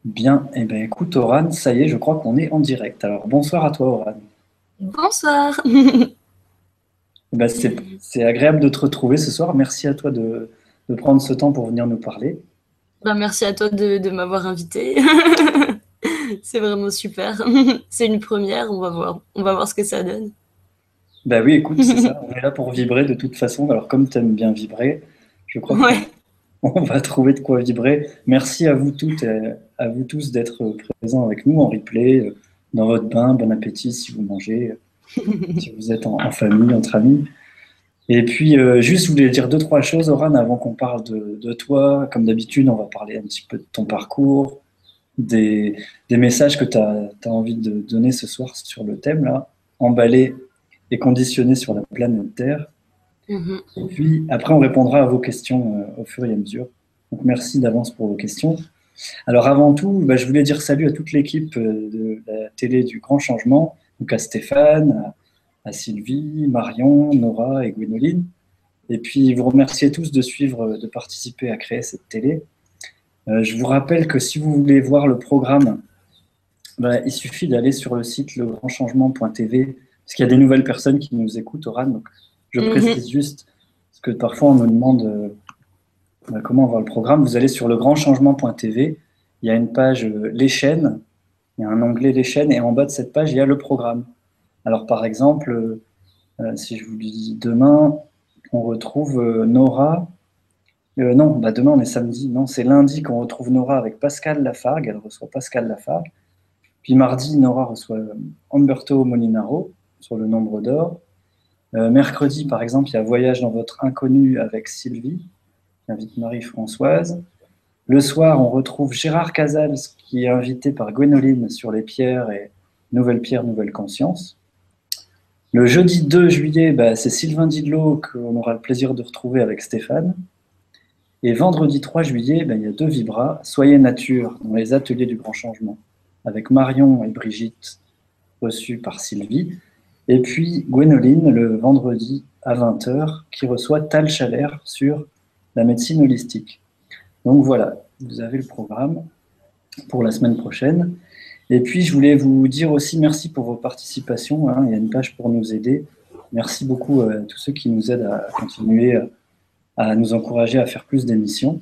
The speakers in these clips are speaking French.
Bien, eh ben écoute Oran, ça y est, je crois qu'on est en direct. Alors bonsoir à toi Oran. Bonsoir. Eh ben, c'est agréable de te retrouver ce soir. Merci à toi de prendre ce temps pour venir nous parler. Ben, merci à toi de m'avoir invité. C'est vraiment super. C'est une première, on va voir. On va voir ce que ça donne. Ben oui, écoute, c'est ça, on est là pour vibrer de toute façon. Alors comme tu aimes bien vibrer, je crois qu'on Ouais. on va trouver de quoi vibrer. Merci à vous toutes et à vous tous d'être présents avec nous en replay, dans votre bain. Bon appétit si vous mangez, si vous êtes en famille, entre amis. Et puis, juste, je voulais dire deux, trois choses, Oran, avant qu'on parle de toi. Comme d'habitude, on va parler un petit peu de ton parcours, des, des messages que tu as envie de donner ce soir sur le thème, là, emballé et conditionné sur la planète Terre. Mhm. Et puis, après, on répondra à vos questions au fur et à mesure. Donc, merci d'avance pour vos questions. Alors, avant tout, bah, je voulais dire salut à toute l'équipe de la télé du Grand Changement, donc à Stéphane, à Sylvie, Marion, Nora et Gwénoline. Et puis, vous remerciez tous de suivre, de participer à créer cette télé. Je vous rappelle que si vous voulez voir le programme, bah, il suffit d'aller sur le site legrandchangement.tv, parce qu'il y a des nouvelles personnes qui nous écoutent, Oran. Donc, je Mhm. précise juste, parce que parfois on me demande bah, comment voir le programme. Vous allez sur legrandchangement.tv, il y a une page Les chaînes, il y a un onglet Les chaînes, et en bas de cette page, il y a le programme. Alors, par exemple, si je vous dis demain, on retrouve Nora. Non, bah demain on est samedi. Non, c'est lundi qu'on retrouve Nora avec Pascal Lafargue. Elle reçoit Pascal Lafargue. Puis mardi, Nora reçoit Umberto Molinaro sur le nombre d'or. Mercredi, par exemple, il y a Voyage dans votre inconnu avec Sylvie, qui invite Marie-Françoise. Le soir, on retrouve Gérard Casals, qui est invité par Gwénoline sur les pierres et Nouvelle pierre, nouvelle conscience. Le jeudi 2 juillet, bah, c'est Sylvain Didlot qu'on aura le plaisir de retrouver avec Stéphane. Et vendredi 3 juillet, ben, il y a deux vibras, Soyez nature, dans les ateliers du grand changement, avec Marion et Brigitte, reçues par Sylvie. Et puis Gwénoline, le vendredi à 20 heures, qui reçoit Tal Chalère sur la médecine holistique. Donc voilà, vous avez le programme pour la semaine prochaine. Et puis je voulais vous dire aussi merci pour vos participations, hein. Il y a une page pour nous aider. Merci beaucoup à tous ceux qui nous aident à continuer à nous encourager à faire plus d'émissions.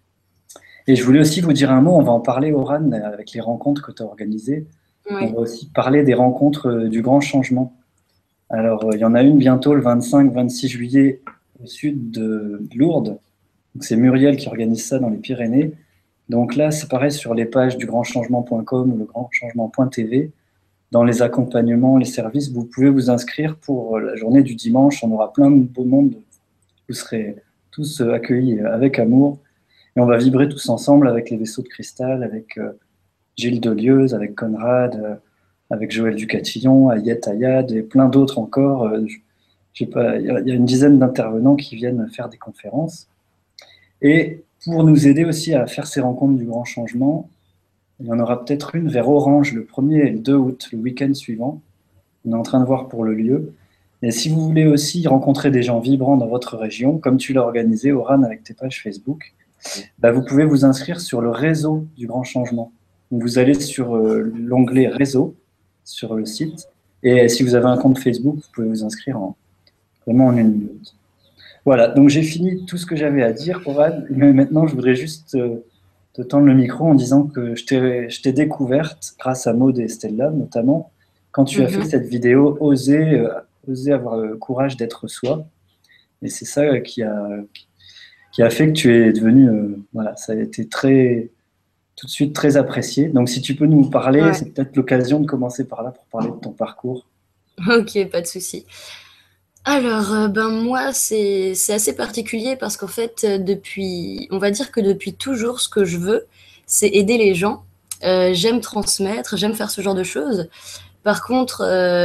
Et je voulais aussi vous dire un mot, on va en parler, Oran, avec les rencontres que tu as organisées. On Ouais. va aussi parler des rencontres du grand changement. Alors, il y en a une bientôt le 25-26 juillet au sud de Lourdes. Donc, c'est Muriel qui organise ça dans les Pyrénées. Donc là, c'est pareil sur les pages du grandchangement.com ou le grandchangement.tv. Dans les accompagnements, les services, vous pouvez vous inscrire pour la journée du dimanche. On aura plein de beau monde. Vous serez tous accueillis avec amour. Et on va vibrer tous ensemble avec les vaisseaux de cristal, avec Gilles Delieuse, avec Conrad, avec Joël Ducatillon, Ayet Ayad et plein d'autres encore. Je sais pas, il y a une dizaine d'intervenants qui viennent faire des conférences. Et pour nous aider aussi à faire ces rencontres du grand changement, il y en aura peut-être une vers Orange le 1er et le 2 août, le week-end suivant. On est en train de voir pour le lieu. Et si vous voulez aussi rencontrer des gens vibrants dans votre région, comme tu l'as organisé, Oran, avec tes pages Facebook, bah, vous pouvez vous inscrire sur le réseau du Grand Changement. Donc, vous allez sur l'onglet réseau sur le site. Et si vous avez un compte Facebook, vous pouvez vous inscrire vraiment en une minute. Voilà, donc j'ai fini tout ce que j'avais à dire, Oran. Mais maintenant, je voudrais juste te tendre le micro en disant que je t'ai découverte grâce à Maud et Stella, notamment, quand tu as fait Mhm. cette vidéo Oser avoir le courage d'être soi. Et c'est ça qui a fait que tu es devenu, voilà, ça a été tout de suite très apprécié. Donc, si tu peux nous parler, Ouais. c'est peut-être l'occasion de commencer par là pour parler de ton parcours. Ok, pas de souci. Alors, ben moi, c'est assez particulier parce qu'en fait, depuis, on va dire que depuis toujours, ce que je veux, c'est aider les gens. J'aime transmettre, j'aime faire ce genre de choses. Par contre,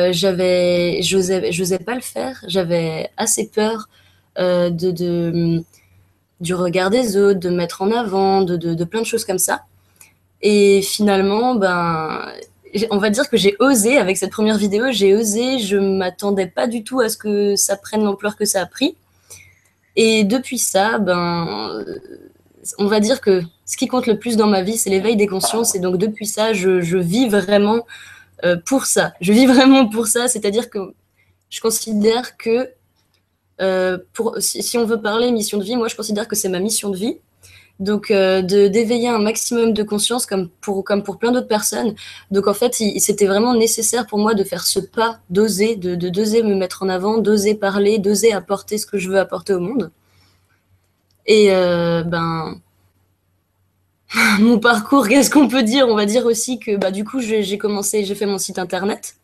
j'osais pas le faire. J'avais assez peur du regard des autres, de me mettre en avant, de plein de choses comme ça. Et finalement, ben, on va dire que j'ai osé avec cette première vidéo. J'ai osé. Je m'attendais pas du tout à ce que ça prenne l'ampleur que ça a pris. Et depuis ça, ben, on va dire que ce qui compte le plus dans ma vie, c'est l'éveil des consciences. Et donc, depuis ça, je vis vraiment pour ça. Je vis vraiment pour ça. C'est-à-dire que je considère que, si on veut parler mission de vie, moi, je considère que c'est ma mission de vie. Donc, d'éveiller un maximum de conscience comme pour plein d'autres personnes. Donc, en fait, c'était vraiment nécessaire pour moi de faire ce pas, d'oser, d'oser me mettre en avant, d'oser parler, d'oser apporter ce que je veux apporter au monde. Et mon parcours, qu'est-ce qu'on peut dire? On va dire aussi que du coup, j'ai fait mon site internet.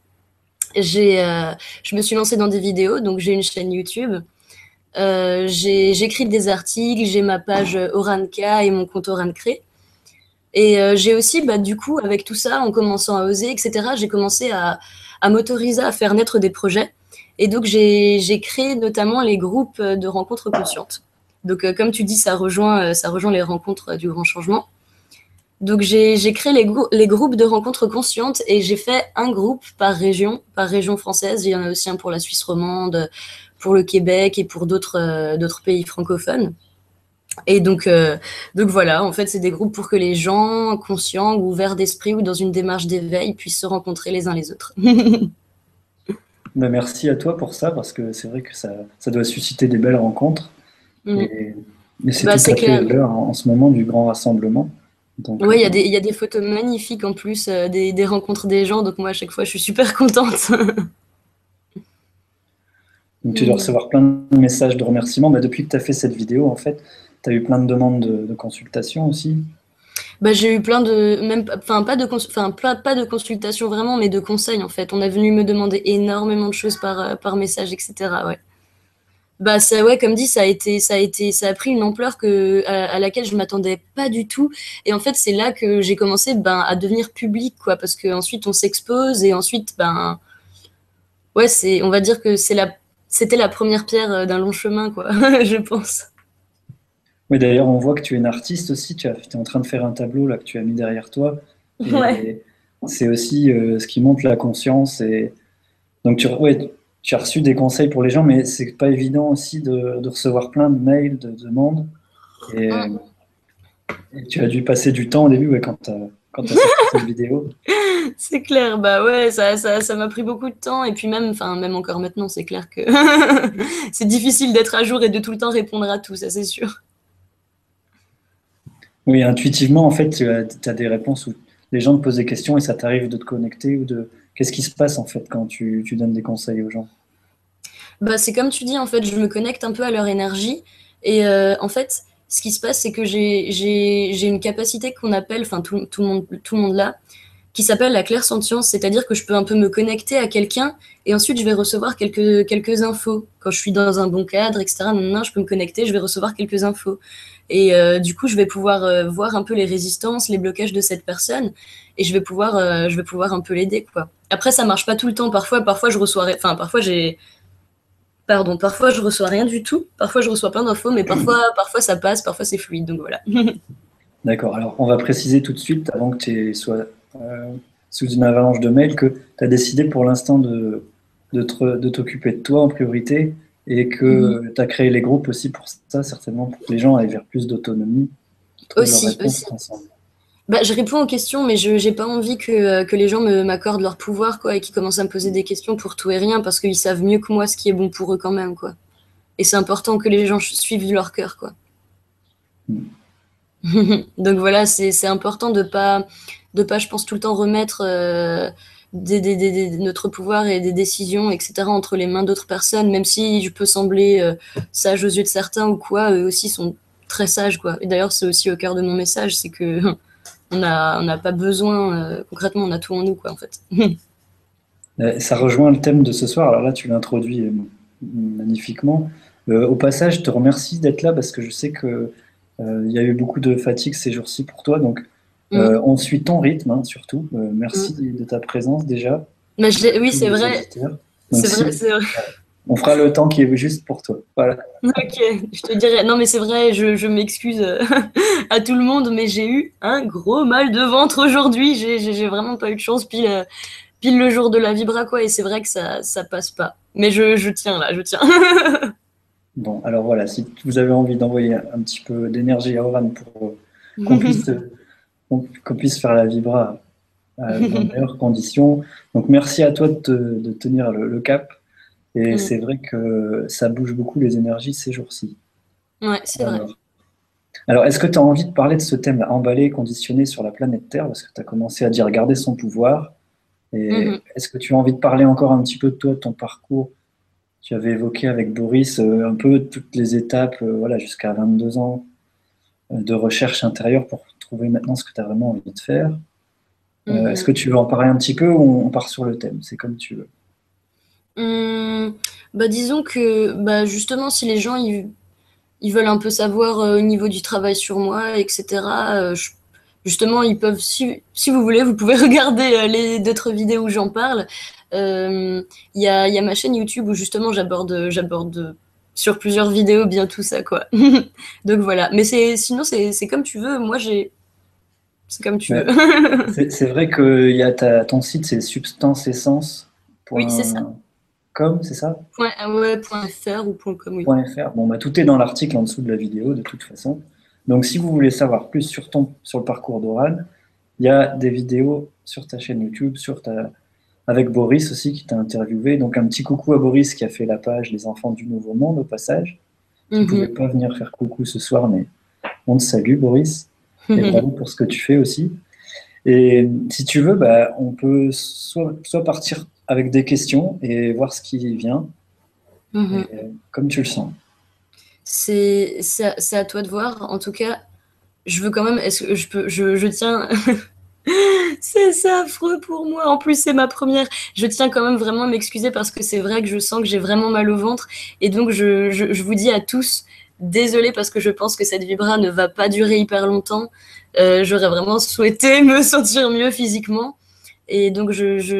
Je me suis lancée dans des vidéos, donc j'ai une chaîne YouTube. J'écris des articles, j'ai ma page Oranka et mon compte Orancré. Et j'ai aussi, du coup, avec tout ça, en commençant à oser, etc., j'ai commencé à m'autoriser à faire naître des projets. Et donc, j'ai créé notamment les groupes de rencontres conscientes. Donc, comme tu dis, ça rejoint les rencontres du grand changement. Donc, j'ai créé les groupes de rencontres conscientes et j'ai fait un groupe par région française. Il y en a aussi un pour la Suisse romande, pour le Québec et pour d'autres pays francophones. Et donc voilà, en fait, c'est des groupes pour que les gens conscients ou ouverts d'esprit ou dans une démarche d'éveil puissent se rencontrer les uns les autres. Merci à toi pour ça, parce que c'est vrai que ça doit susciter des belles rencontres. Et c'est tout c'est à fait clair. l'heure en ce moment du grand rassemblement. Donc, Oui, il y a des photos magnifiques en plus des rencontres des gens. Donc moi, à chaque fois, je suis super contente. donc tu dois recevoir plein de messages de remerciements. Depuis que tu as fait cette vidéo, en fait, tu as eu plein de demandes de consultation aussi. J'ai eu plein de, même, enfin pas de consultation vraiment, mais de conseils en fait. On est venu me demander énormément de choses par message, etc. Ouais. Ça, ouais, comme dit, ça a pris une ampleur à laquelle je m'attendais pas du tout. Et en fait, c'est là que j'ai commencé, à devenir public, quoi, parce que ensuite on s'expose et ensuite, ouais, on va dire que c'était la première pierre d'un long chemin, quoi, je pense. Oui, d'ailleurs, on voit que tu es une artiste aussi. Tu es en train de faire un tableau là que tu as mis derrière toi. Ouais. Et c'est aussi ce qui montre la conscience. Et donc, ouais, tu as reçu des conseils pour les gens, mais c'est pas évident aussi de recevoir plein de mails, de demandes. Et, et tu as dû passer du temps au début, ouais, quand tu as sorti cette vidéo. C'est clair, ouais, ça m'a pris beaucoup de temps. Et puis même encore maintenant, c'est clair que c'est difficile d'être à jour et de tout le temps répondre à tout, ça c'est sûr. Oui, intuitivement, en fait, tu as des réponses où les gens te posent des questions et ça t'arrive de te connecter ou de... Qu'est-ce qui se passe en fait quand tu donnes des conseils aux gens? C'est comme tu dis, en fait, je me connecte un peu à leur énergie. Et en fait, ce qui se passe, c'est que j'ai une capacité qu'on appelle, enfin tout le monde là, qui s'appelle la clairsentience, c'est-à-dire que je peux un peu me connecter à quelqu'un et ensuite je vais recevoir quelques infos. Quand je suis dans un bon cadre, etc., je peux me connecter, je vais recevoir quelques infos. Et du coup, je vais pouvoir voir un peu les résistances, les blocages de cette personne et je vais pouvoir un peu l'aider, quoi. Après, ça marche pas tout le temps. Parfois je reçois, enfin, parfois je reçois rien du tout. Parfois je reçois plein d'infos, mais parfois ça passe, parfois c'est fluide. Donc voilà. D'accord. Alors, on va préciser tout de suite, avant que tu sois sous une avalanche de mails, que tu as décidé pour l'instant de t'occuper de toi en priorité et que tu as créé les groupes aussi pour ça, certainement pour que les gens aillent vers plus d'autonomie, trouvent leurs réponses Aussi. ensemble. Je réponds aux questions, mais je j'ai pas envie que les gens m'accordent leur pouvoir, quoi, et qu'ils commencent à me poser des questions pour tout et rien, parce qu'ils savent mieux que moi ce qui est bon pour eux quand même, quoi. Et c'est important que les gens suivent leur cœur, quoi. Donc voilà, c'est important de pas, je pense, tout le temps remettre notre pouvoir et des décisions, etc., entre les mains d'autres personnes, même si je peux sembler sage aux yeux de certains ou quoi, eux aussi sont très sages, quoi. Et d'ailleurs, c'est aussi au cœur de mon message, c'est que on n'a pas besoin, concrètement, on a tout en nous, quoi, en fait. Ça rejoint le thème de ce soir. Alors là, tu l'introduis magnifiquement. Au passage, je te remercie d'être là parce que je sais que il y a eu beaucoup de fatigue ces jours-ci pour toi. Donc, on suit ton rythme, hein, surtout. Merci de ta présence déjà. Oui, Tous c'est nos vrai. auditeurs. Donc, C'est vrai, c'est vrai. on fera le temps qui est juste pour toi. Voilà. Ok, je te dirais. Non, mais c'est vrai, je m'excuse à tout le monde, mais j'ai eu un gros mal de ventre aujourd'hui. J'ai vraiment pas eu de chance pile le jour de la vibra, quoi. Et c'est vrai que ça passe pas. Mais je tiens là, je tiens. Bon, alors voilà, si vous avez envie d'envoyer un petit peu d'énergie à Oran pour qu'on puisse, qu'on puisse faire la vibra dans de meilleures conditions. Donc merci à toi de tenir le cap. Et Mm. c'est vrai que ça bouge beaucoup les énergies ces jours-ci. Ouais, c'est vrai. Alors, alors, est-ce que tu as envie de parler de ce thème emballé, conditionné sur la planète Terre? Parce que tu as commencé à dire garder son pouvoir. Et Mhm. est-ce que tu as envie de parler encore un petit peu de toi, de ton parcours? Tu avais évoqué avec Boris un peu toutes les étapes, voilà, jusqu'à 22 ans de recherche intérieure pour trouver maintenant ce que tu as vraiment envie de faire. Est-ce Mhm. que tu veux en parler un petit peu ou on part sur le thème? C'est comme tu veux. Hum, Bah disons que bah justement si les gens ils veulent un peu savoir au niveau du travail sur moi, etc. Justement, ils peuvent, si vous voulez, vous pouvez regarder les d'autres vidéos où j'en parle. Il y a ma chaîne YouTube où justement j'aborde sur plusieurs vidéos bien tout ça, quoi. Donc voilà. Mais sinon, c'est comme tu veux. C'est comme tu veux. Mais c'est vrai qu'il y a ton site, c'est Oui, c'est ça. substanceessence.com, c'est ça? Ouais, .fr ou .com, oui. .fr. Bon, bah, tout est dans l'article en dessous de la vidéo, de toute façon. Donc, si vous voulez savoir plus sur le parcours d'Oran, il y a des vidéos sur ta chaîne YouTube, avec Boris aussi qui t'a interviewé. Donc, un petit coucou à Boris qui a fait la page Les Enfants du Nouveau Monde au passage, qui ne pouvait Mhm. pas venir faire coucou ce soir, mais on te salue, Boris. Et bravo pour ce que tu fais aussi. Et si tu veux, bah, on peut soit partir avec des questions et voir ce qui vient, et, Mhm. comme tu le sens. C'est à toi de voir. En tout cas, je veux quand même. Est-ce que je tiens. C'est affreux pour moi. En plus, c'est ma première. Je tiens quand même vraiment à m'excuser parce que c'est vrai que je sens que j'ai vraiment mal au ventre. Et donc, je vous dis à tous, désolée parce que je pense que cette vibra ne va pas durer hyper longtemps. J'aurais vraiment souhaité me sentir mieux physiquement. Et donc,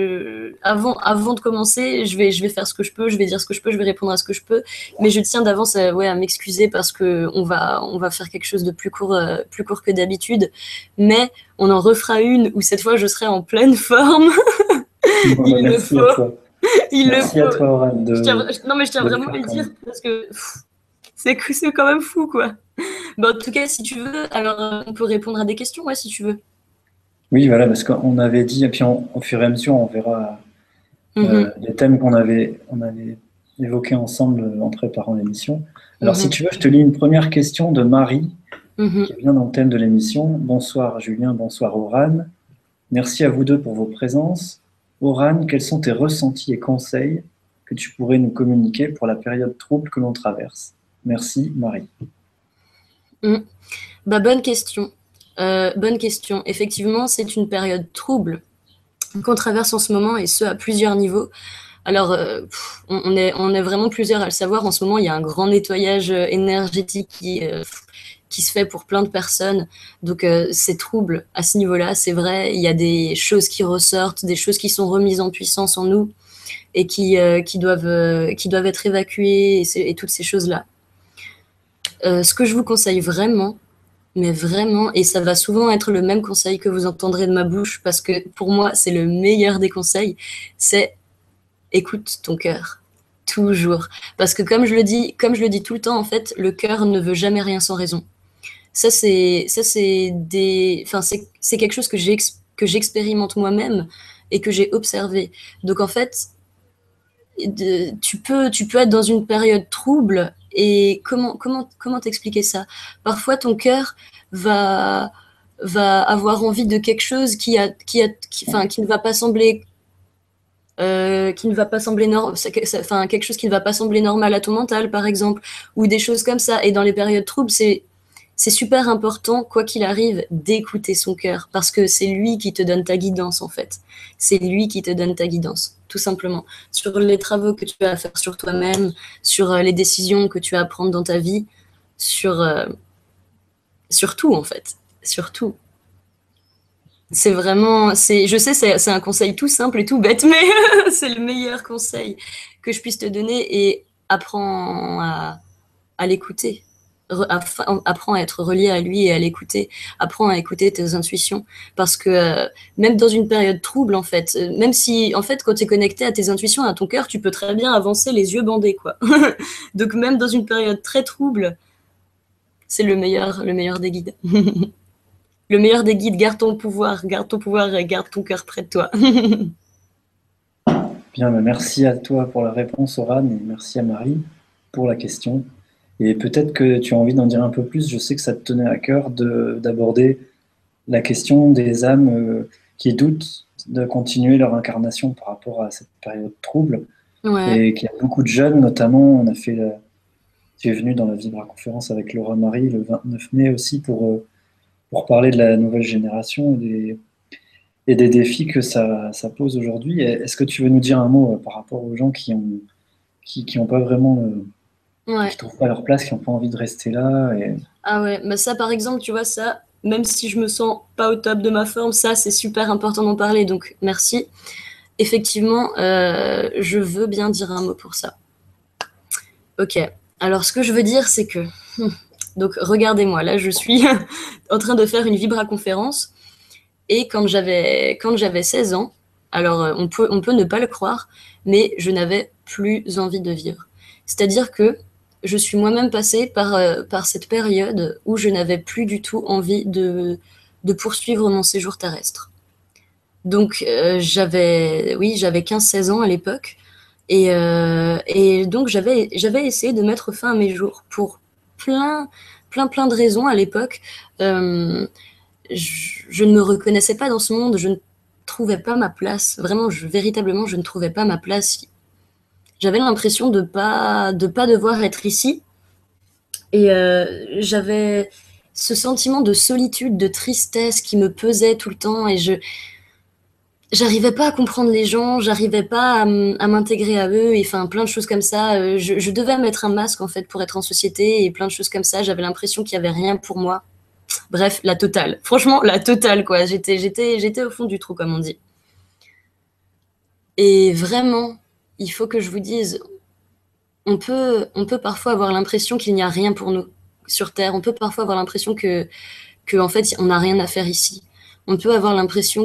avant de commencer, je vais faire ce que je peux, je vais dire ce que je peux, je vais répondre à ce que je peux. Mais je tiens d'avance ouais, à m'excuser parce que on va faire quelque chose de plus court que d'habitude. Mais on en refera une où cette fois je serai en pleine forme. Bon, bah, Il le merci à faut, toi. il le Merci à faut. toi, Oran, Non, mais je tiens de le vraiment à faire le quand dire même. parce que c'est quand même fou, quoi. Bon, en tout cas, si tu veux, alors on peut répondre à des questions, ouais, si tu veux. Oui, voilà, parce qu'on avait dit, et puis au fur et à mesure, on verra Mhm, les thèmes on avait évoqués ensemble en préparant l'émission. Alors, si mhm, tu veux, je te lis une première question de Marie, qui mhm. est bien dans le thème de l'émission. Bonsoir Julien, bonsoir Oran. Merci à vous deux pour vos présences. Oran, quels sont tes ressentis et conseils que tu pourrais nous communiquer pour la période trouble que l'on traverse? Merci, Marie. Mhm. Bah, bonne question. Bonne question. Effectivement, c'est une période trouble qu'on traverse en ce moment et ce à plusieurs niveaux. Alors, on est vraiment plusieurs à le savoir. En ce moment, il y a un grand nettoyage énergétique qui se fait pour plein de personnes. Donc, c'est trouble à ce niveau-là, c'est vrai. Il y a des choses qui ressortent, des choses qui sont remises en puissance en nous et qui doivent être évacuées et toutes ces choses-là. Ce que je vous conseille vraiment, mais vraiment, et ça va souvent être le même conseil que vous entendrez de ma bouche, parce que pour moi, c'est le meilleur des conseils, c'est écoute ton cœur. Toujours. Parce que comme je le dis tout le temps, en fait, le cœur ne veut jamais rien sans raison. Enfin, c'est quelque chose que j'expérimente moi-même et que j'ai observé. Donc, en fait, tu peux être dans une période trouble et comment t'expliquer ça? Parfois, ton cœur va, va avoir envie de quelque chose enfin, qui ne va pas sembler enfin, quelque chose qui ne va pas sembler normal à ton mental, par exemple, ou des choses comme ça. Et dans les périodes troubles, c'est super important, quoi qu'il arrive, d'écouter son cœur, parce que c'est lui qui te donne ta guidance, en fait. C'est lui qui te donne ta guidance, tout simplement. Sur les travaux que tu as à faire sur toi-même, sur les décisions que tu as à prendre dans ta vie, sur, euh, sur tout, en fait. Sur tout. C'est vraiment, je sais, c'est un conseil tout simple et tout bête, mais c'est le meilleur conseil que je puisse te donner et apprends à l'écouter. apprends à être relié à lui et à l'écouter, apprends à écouter tes intuitions, parce que même dans une période trouble, en fait, même si, en fait, quand tu es connecté à tes intuitions, à ton cœur, tu peux très bien avancer les yeux bandés, quoi. Donc même dans une période très trouble, c'est le meilleur des guides. Le meilleur des guides, garde ton pouvoir et garde ton cœur près de toi. Bien, merci à toi pour la réponse, Oran, et merci à Marie pour la question. Et peut-être que tu as envie d'en dire un peu plus. Je sais que ça te tenait à cœur d'aborder la question des âmes qui doutent de continuer leur incarnation par rapport à cette période trouble. Ouais. Et qu'il y a beaucoup de jeunes, notamment, tu es venu dans la Vibra conférence avec Laura Marie le 29 mai aussi pour parler de la nouvelle génération et des défis que ça pose aujourd'hui. Est-ce que tu veux nous dire un mot par rapport aux gens qui ont pas vraiment, Ouais. qui trouvent pas leur place, qui n'ont pas envie de rester là Ah ouais, bah ça par exemple, tu vois, ça, même si je me sens pas au top de ma forme, ça c'est super important d'en parler, donc merci. Effectivement, je veux bien dire un mot pour ça. Ok, alors ce que je veux dire, c'est que, donc regardez-moi, là je suis en train de faire une Vibra conférence, et quand j'avais 16 ans, alors on peut ne pas le croire, mais je n'avais plus envie de vivre. C'est-à-dire que je suis moi-même passée par cette période où je n'avais plus du tout envie de poursuivre mon séjour terrestre. Donc j'avais 15-16 ans à l'époque, et donc j'avais essayé de mettre fin à mes jours pour plein, plein de raisons à l'époque. Euh, je ne me reconnaissais pas dans ce monde, je ne trouvais pas ma place. Vraiment, véritablement, je ne trouvais pas ma place. J'avais l'impression de pas devoir être ici. Et j'avais ce sentiment de solitude, de tristesse qui me pesait tout le temps. Et j'arrivais pas à comprendre les gens, j'arrivais pas à m'intégrer à eux. Et enfin, plein de choses comme ça. Je devais mettre un masque, en fait, pour être en société. Et plein de choses comme ça. J'avais l'impression qu'il y avait rien pour moi. Bref, la totale. Franchement, la totale, quoi. J'étais au fond du trou, comme on dit. Et vraiment, il faut que je vous dise, on peut parfois avoir l'impression qu'il n'y a rien pour nous sur Terre. On peut parfois avoir l'impression que en fait, on n'a rien à faire ici. On peut avoir l'impression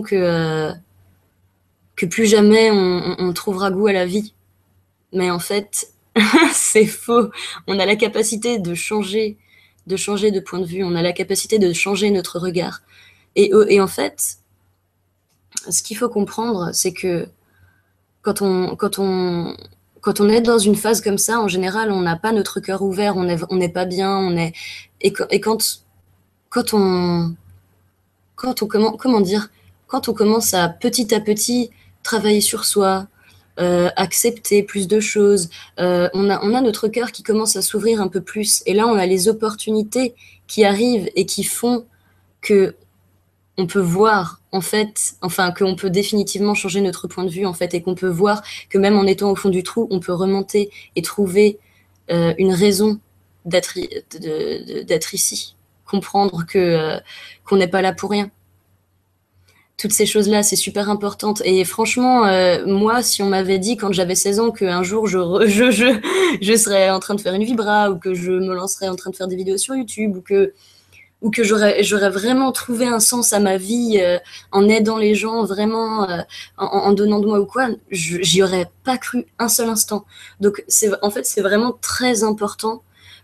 que plus jamais on trouvera goût à la vie. Mais en fait, c'est faux. On a la capacité de changer de point de vue. On a la capacité de changer notre regard. Et en fait, ce qu'il faut comprendre, c'est que quand on, quand on, quand on est dans une phase comme ça, en général, on n'a pas notre cœur ouvert, on n'est pas bien, et quand on, comment dire, quand on commence à petit travailler sur soi, accepter plus de choses, on a notre cœur qui commence à s'ouvrir un peu plus, et là, on a les opportunités qui arrivent et qui font que on peut voir en fait, enfin qu'on peut définitivement changer notre point de vue en fait, et qu'on peut voir que même en étant au fond du trou, on peut remonter et trouver une raison d'être d'être ici, comprendre que qu'on n'est pas là pour rien. Toutes ces choses-là, c'est super importante. Et franchement, moi, si on m'avait dit quand j'avais 16 ans qu'un jour je serais en train de faire une vibra, ou que je me lancerais en train de faire des vidéos sur YouTube, ou que j'aurais vraiment trouvé un sens à ma vie en aidant les gens, vraiment en donnant de moi ou quoi, j'y aurais pas cru un seul instant. Donc en fait c'est vraiment très important,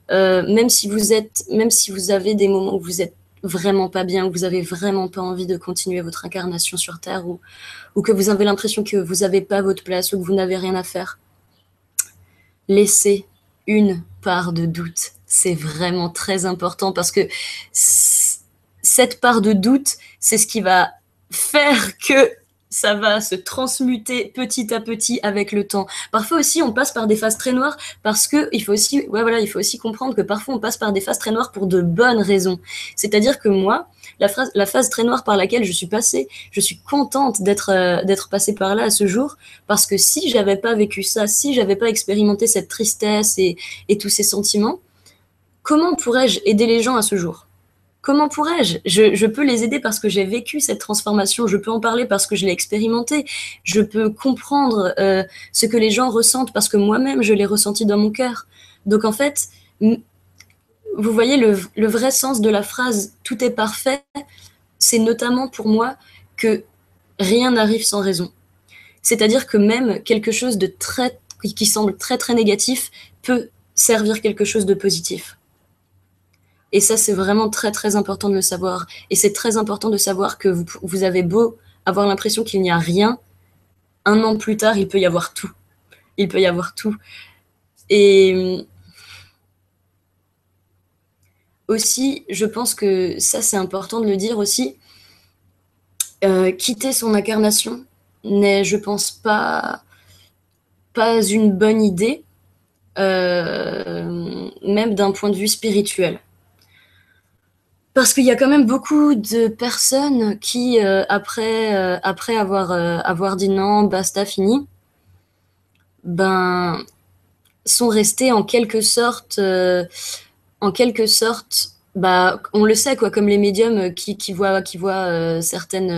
même si vous avez des moments où vous êtes vraiment pas bien, où vous avez vraiment pas envie de continuer votre incarnation sur Terre, ou que vous avez l'impression que vous avez pas votre place, ou que vous n'avez rien à faire, laissez une part de doute. C'est vraiment très important, parce que cette part de doute, c'est ce qui va faire que ça va se transmuter petit à petit avec le temps. Parfois aussi, on passe par des phases très noires, parce que il faut aussi, ouais, voilà, il faut aussi comprendre que parfois on passe par des phases très noires pour de bonnes raisons. C'est-à-dire que moi, la phase très noire par laquelle je suis passée, je suis contente d'être passée par là à ce jour, parce que si j'avais pas vécu ça, si j'avais pas expérimenté cette tristesse et tous ces sentiments, comment pourrais-je aider les gens à ce jour? Comment pourrais-je? Je peux les aider parce que j'ai vécu cette transformation, je peux en parler parce que je l'ai expérimenté, je peux comprendre ce que les gens ressentent parce que moi-même je l'ai ressenti dans mon cœur. Donc en fait, vous voyez, le vrai sens de la phrase « tout est parfait », c'est notamment pour moi que rien n'arrive sans raison. C'est-à-dire que même quelque chose de qui semble très très négatif peut servir quelque chose de positif. Et ça, c'est vraiment très très important de le savoir. Et c'est très important de savoir que vous avez beau avoir l'impression qu'il n'y a rien, un an plus tard, il peut y avoir tout. Il peut y avoir tout. Et aussi, je pense que ça, c'est important de le dire aussi, quitter son incarnation n'est, je pense, pas une bonne idée, même d'un point de vue spirituel. Parce qu'il y a quand même beaucoup de personnes qui, après avoir dit non, basta, fini, ben, sont restées en quelque sorte, bah, on le sait, quoi, comme les médiums qui voient certaines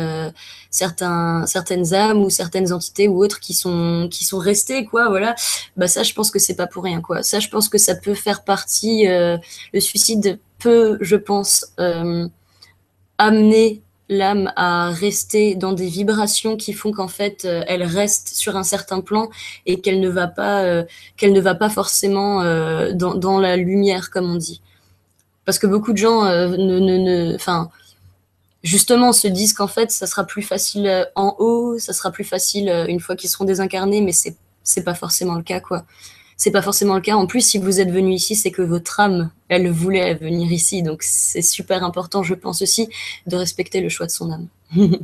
âmes ou certaines entités ou autres qui sont restées, quoi, voilà. Bah ça, je pense que c'est pas pour rien, quoi. Ça, je pense que ça peut faire partie. Le suicide peut, je pense, amener l'âme à rester dans des vibrations qui font qu'en fait, elle reste sur un certain plan et qu'elle ne va pas forcément dans la lumière, comme on dit. Parce que beaucoup de gens enfin, justement, se disent qu'en fait, ça sera plus facile en haut, ça sera plus facile une fois qu'ils seront désincarnés, mais c'est pas forcément le cas, quoi. C'est pas forcément le cas. En plus, si vous êtes venu ici, c'est que votre âme, elle voulait venir ici. Donc, c'est super important, je pense aussi, de respecter le choix de son âme.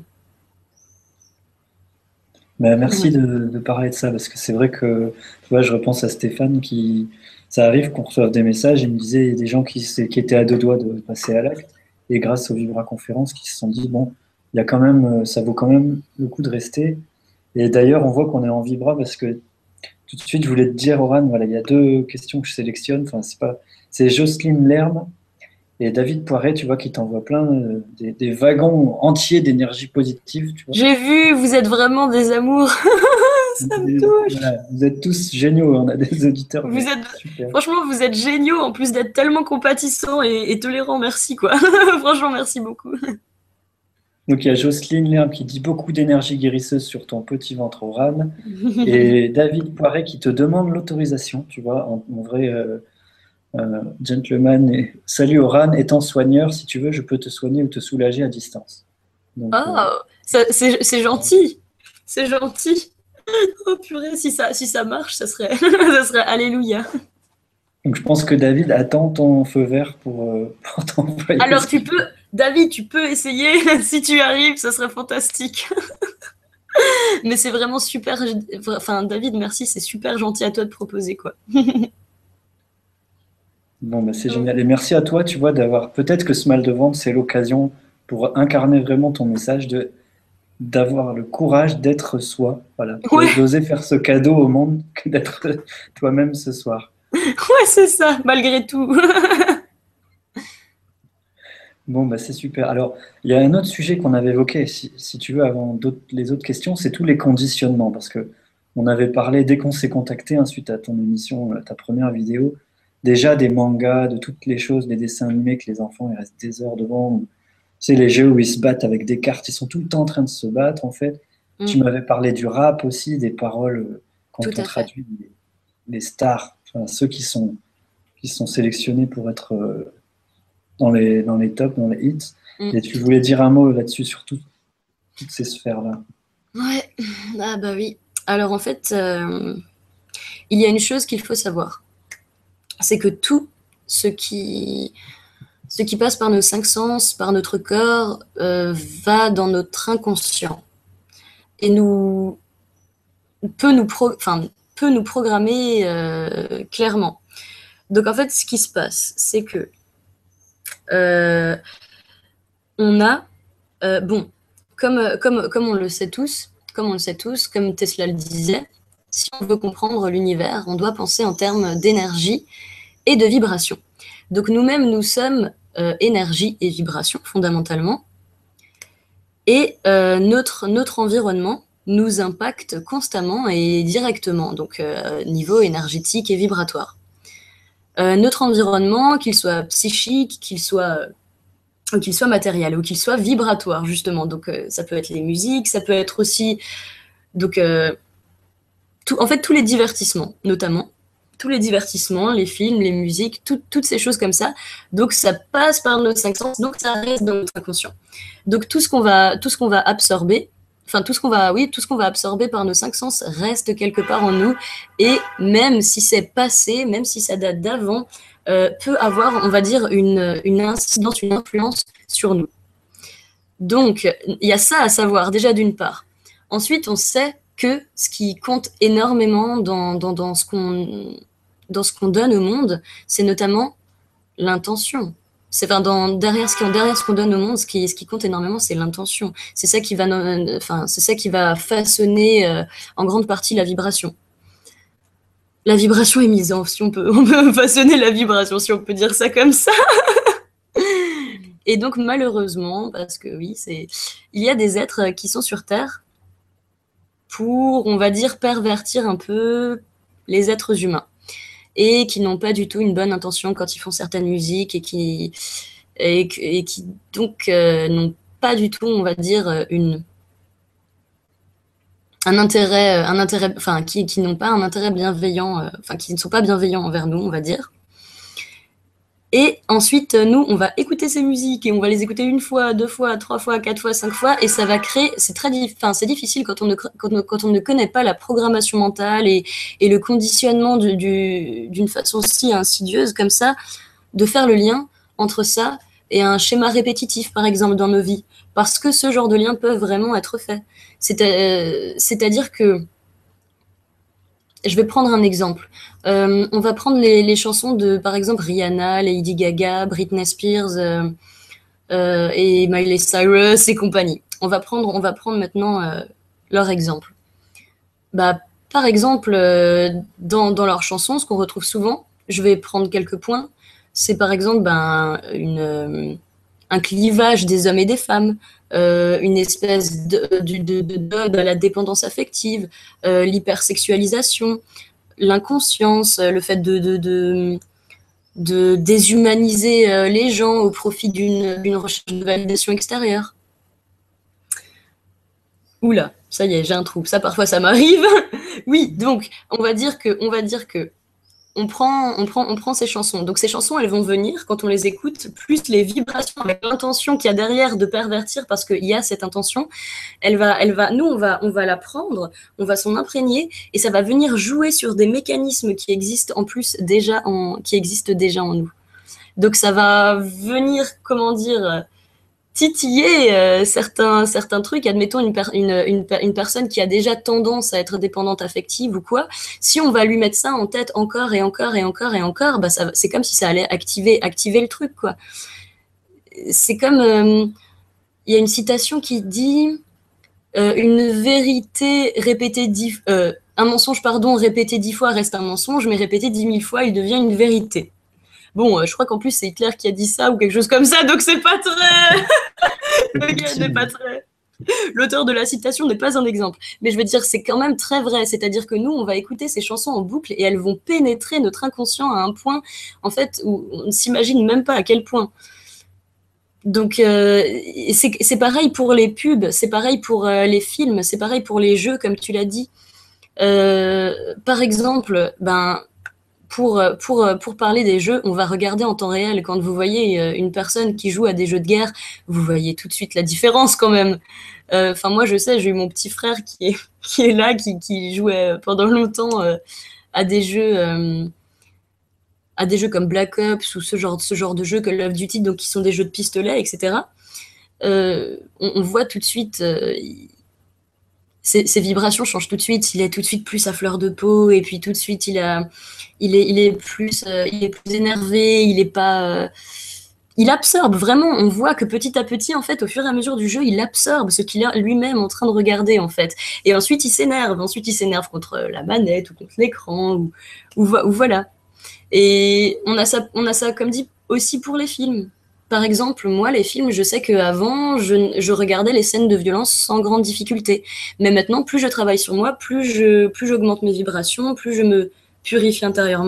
Bah, merci Ouais. de parler de ça, parce que c'est vrai que, tu vois, je repense à Stéphane ça arrive qu'on reçoive des messages, il me disait, il y a des gens qui étaient à deux doigts de passer à l'acte, et grâce aux Vibra-conférences, qui se sont dit, bon, il y a quand même, ça vaut quand même le coup de rester. Et d'ailleurs, on voit qu'on est en Vibra, parce que tout de suite, je voulais te dire, Oran, voilà, il y a deux questions que je sélectionne, enfin, c'est Jocelyne Lerme et David Poiret, tu vois, qui t'envoient plein, des wagons entiers d'énergie positive, tu vois. J'ai vu, vous êtes vraiment des amours. Ça me touche. Voilà, vous êtes tous géniaux, on a des auditeurs Vous êtes, super. franchement, vous êtes géniaux en plus d'être tellement compatissants et tolérants. Merci, quoi. Franchement, merci beaucoup. Donc il y a Jocelyne Lerme qui dit beaucoup d'énergie guérisseuse sur ton petit ventre Oran, et David Poiret qui te demande l'autorisation, tu vois, en vrai gentleman. Salut Oran, étant soigneur, si tu veux, je peux te soigner ou te soulager à distance. Donc, Oh, c'est gentil. C'est gentil. Oh purée, si ça marche, ça serait, ça serait alléluia. donc je pense que David attend ton feu vert pour t'envoyer Alors ce qu'il faut. David, tu peux essayer. Si tu arrives, ça serait fantastique. Mais c'est vraiment super. Enfin, David, merci, c'est super gentil à toi de proposer, quoi. Bon, bah, c'est génial. Et merci à toi, tu vois, d'avoir. Peut-être que ce mal de ventre, c'est l'occasion pour incarner vraiment ton message d'avoir le courage d'être soi. Voilà. Ouais, D'oser faire ce cadeau au monde que d'être toi-même ce soir. ouais, c'est ça, malgré tout. Bon, bah, c'est super. Alors, il y a un autre sujet qu'on avait évoqué, si tu veux, avant les autres questions, c'est tous les conditionnements. Parce que on avait parlé, dès qu'on s'est contacté, hein, suite à ton émission, ta première vidéo, déjà des mangas, de toutes les choses, des dessins animés que les enfants ils restent des heures devant. C'est les jeux où ils se battent avec des cartes, ils sont tout le temps en train de se battre, en fait. Tu Mm, m'avais parlé du rap aussi, des paroles, tout quand on à fait. traduit les stars, enfin, ceux qui sont sélectionnés pour être dans les tops, dans les hits. Mm, Et tu tout voulais à fait. dire un mot là-dessus, sur toutes ces sphères-là. Ouais, ah bah oui. Alors en fait, il y a une chose qu'il faut savoir, c'est que tout ce qui, ce qui passe par nos cinq sens, par notre corps, va dans notre inconscient et enfin, peut nous programmer clairement. Donc en fait, ce qui se passe, c'est que euh, on a, bon, comme on le sait tous, comme Tesla le disait, si on veut comprendre l'univers, on doit penser en termes d'énergie et de vibration. Donc nous-mêmes, nous sommes énergie et vibration fondamentalement, et notre environnement nous impacte constamment et directement, donc niveau énergétique et vibratoire. notre environnement, qu'il soit psychique, qu'il soit matériel ou qu'il soit vibratoire, justement. Donc, ça peut être les musiques, ça peut être aussi donc, en fait, tous les divertissements, notamment. Tous les divertissements, les films, les musiques, toutes ces choses comme ça. Donc, ça passe par nos cinq sens, donc ça reste dans notre inconscient. Donc, tout ce qu'on va absorber, enfin, tout ce qu'on va absorber par nos cinq sens reste quelque part en nous. Et même si c'est passé, même si ça date d'avant, peut avoir, on va dire, une incidence, une influence sur nous. Donc, il y a ça à savoir, déjà d'une part. Ensuite, on sait que ce qui compte énormément dans ce qu'on donne au monde, c'est notamment l'intention. Derrière ce qu'on donne au monde, ce qui compte énormément, c'est l'intention. C'est ça qui va façonner en grande partie la vibration. La vibration est mise en, si on peut façonner la vibration, si on peut dire ça comme ça. Et donc malheureusement, parce que oui, il y a des êtres qui sont sur Terre pour, on va dire, pervertir un peu les êtres humains et qui n'ont pas du tout une bonne intention quand ils font certaines musiques et qui donc n'ont pas du tout, on va dire, un intérêt, enfin, qui n'ont pas un intérêt bienveillant, enfin, qui ne sont pas bienveillants envers nous, on va dire. Et ensuite, nous, on va écouter ces musiques et on va les écouter une fois, deux fois, trois fois, quatre fois, cinq fois, et ça va créer. C'est difficile quand on ne connaît pas la programmation mentale et le conditionnement d'une façon si insidieuse comme ça, de faire le lien entre ça et un schéma répétitif, par exemple, dans nos vies, parce que ce genre de liens peuvent vraiment être faits. C'est-à-dire que je vais prendre un exemple. On va prendre les chansons de, par exemple, Rihanna, Lady Gaga, Britney Spears et Miley Cyrus et compagnie. On va prendre maintenant leur exemple. Bah, par exemple, dans leurs chansons, ce qu'on retrouve souvent, je vais prendre quelques points, c'est par exemple un clivage des hommes et des femmes, une espèce d'ode à la dépendance affective, l'hypersexualisation, l'inconscience, le fait de déshumaniser les gens au profit d'une recherche de validation extérieure. Oula, ça y est, j'ai un trou. Ça, parfois, ça m'arrive. Oui, donc, on va dire que on prend ces chansons. Donc ces chansons, elles vont venir, quand on les écoute, plus les vibrations avec l'intention qu'il y a derrière de pervertir, parce qu'il y a cette intention, nous, on va la prendre, on va s'en imprégner, et ça va venir jouer sur des mécanismes qui existent en plus déjà en nous. Donc ça va venir, comment dire, titiller certains trucs. Admettons une personne qui a déjà tendance à être dépendante affective ou quoi, si on va lui mettre ça en tête encore et encore et encore et encore, bah c'est comme si ça allait activer le truc, quoi. C'est comme il y a une citation qui dit une vérité répétée un mensonge répété 10 fois reste un mensonge, mais répété 10 000 fois il devient une vérité. Bon, je crois qu'en plus c'est Hitler qui a dit ça ou quelque chose comme ça, donc c'est pas très le gars n'est pas très... L'auteur de la citation n'est pas un exemple. Mais je veux dire, c'est quand même très vrai. C'est-à-dire que nous, on va écouter ces chansons en boucle et elles vont pénétrer notre inconscient à un point, en fait, où on ne s'imagine même pas à quel point. Donc, c'est pareil pour les pubs, c'est pareil pour les films, c'est pareil pour les jeux, comme tu l'as dit. Par exemple, pour parler des jeux, on va regarder en temps réel. Quand vous voyez une personne qui joue à des jeux de guerre, vous voyez tout de suite la différence quand même. Enfin, moi, je sais, j'ai eu mon petit frère qui est là, qui jouait pendant longtemps à des jeux comme Black Ops ou ce genre de jeux, Call of Duty, donc qui sont des jeux de pistolet, etc. On voit tout de suite... Ses vibrations changent tout de suite. Il est tout de suite plus à fleur de peau, et puis tout de suite il est plus énervé. Il absorbe vraiment. On voit que petit à petit, en fait, au fur et à mesure du jeu, il absorbe ce qu'il est lui-même en train de regarder, en fait. Et ensuite il s'énerve. Ensuite il s'énerve contre la manette ou contre l'écran ou voilà. Et on a ça comme dit aussi pour les films. Par exemple, moi, les films, je sais qu'avant, je regardais les scènes de violence sans grande difficulté. Mais maintenant, plus je travaille sur moi, plus j'augmente mes vibrations, plus je me purifie intérieurement,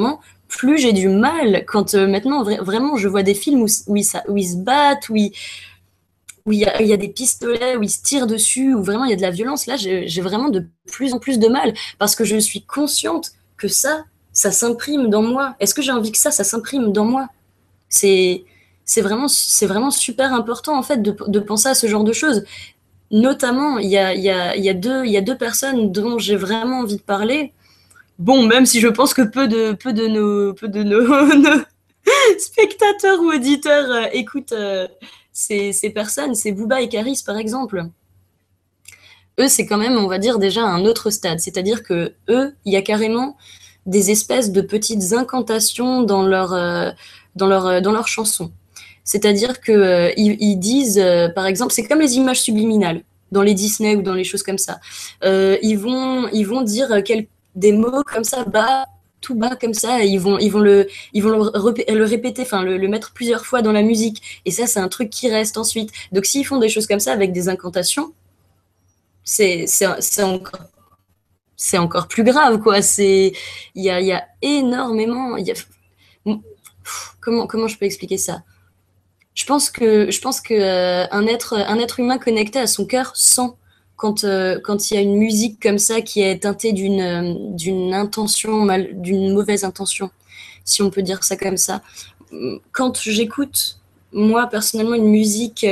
plus j'ai du mal quand maintenant vraiment je vois des films où ils se battent, où il y a des pistolets, où ils se tirent dessus, où vraiment il y a de la violence. Là, j'ai vraiment de plus en plus de mal parce que je suis consciente que ça s'imprime dans moi. Est-ce que j'ai envie que ça s'imprime dans moi? C'est c'est vraiment super important en fait de penser à ce genre de choses. Notamment, il y a deux personnes dont j'ai vraiment envie de parler. Bon, même si je pense que peu de nos, nos spectateurs ou auditeurs écoutent ces personnes, c'est Booba et Karis par exemple. Eux, c'est quand même, on va dire, déjà un autre stade. C'est-à-dire que eux, il y a carrément des espèces de petites incantations dans leurs chansons. C'est-à-dire que ils disent, par exemple, c'est comme les images subliminales dans les Disney ou dans les choses comme ça. Ils vont dire des mots comme ça, bas, tout bas comme ça, et ils vont le répéter, enfin le mettre plusieurs fois dans la musique. Et ça, c'est un truc qui reste ensuite. Donc, s'ils font des choses comme ça avec des incantations, c'est c'est encore plus grave, quoi. Il y a énormément. Comment je peux expliquer ça? Je pense que un être humain connecté à son cœur sent quand il y a une musique comme ça qui est teintée d'une intention d'une mauvaise intention, si on peut dire ça comme ça. Quand j'écoute moi personnellement une musique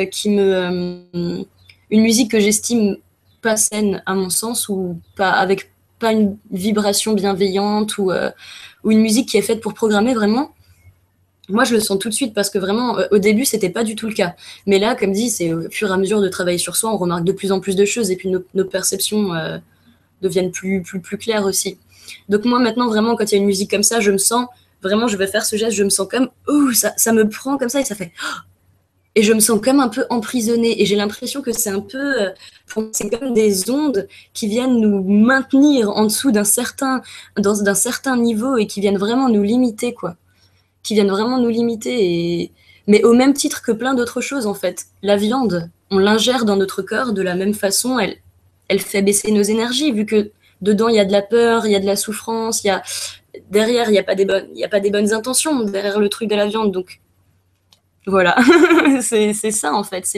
une musique que j'estime pas saine à mon sens ou pas avec pas une vibration bienveillante ou une musique qui est faite pour programmer vraiment, moi, je le sens tout de suite parce que vraiment, au début, c'était pas du tout le cas. Mais là, comme dit, c'est au fur et à mesure de travailler sur soi, on remarque de plus en plus de choses et puis nos perceptions deviennent plus claires aussi. Donc moi, maintenant, vraiment, quand il y a une musique comme ça, je me sens, vraiment, je vais faire ce geste, je me sens comme, ouh, ça me prend comme ça et ça fait, et je me sens comme un peu emprisonnée. Et j'ai l'impression que c'est un peu, c'est comme des ondes qui viennent nous maintenir en dessous d'un certain niveau et qui viennent vraiment nous limiter, quoi, qui viennent vraiment nous limiter. Mais au même titre que plein d'autres choses, en fait. La viande, on l'ingère dans notre corps de la même façon, elle fait baisser nos énergies, vu que dedans, il y a de la peur, il y a de la souffrance, derrière, il y a pas des bonnes intentions derrière le truc de la viande. Donc, voilà. C'est ça, en fait.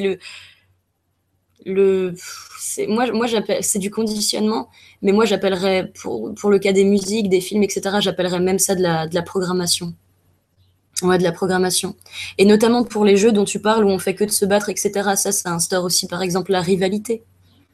Moi j'appelle, c'est du conditionnement, mais moi j'appellerais, pour le cas des musiques, des films, etc., j'appellerais même ça de la programmation. Ouais, de la programmation. Et notamment pour les jeux dont tu parles, où on fait que de se battre, etc. Ça instaure aussi, par exemple, la rivalité.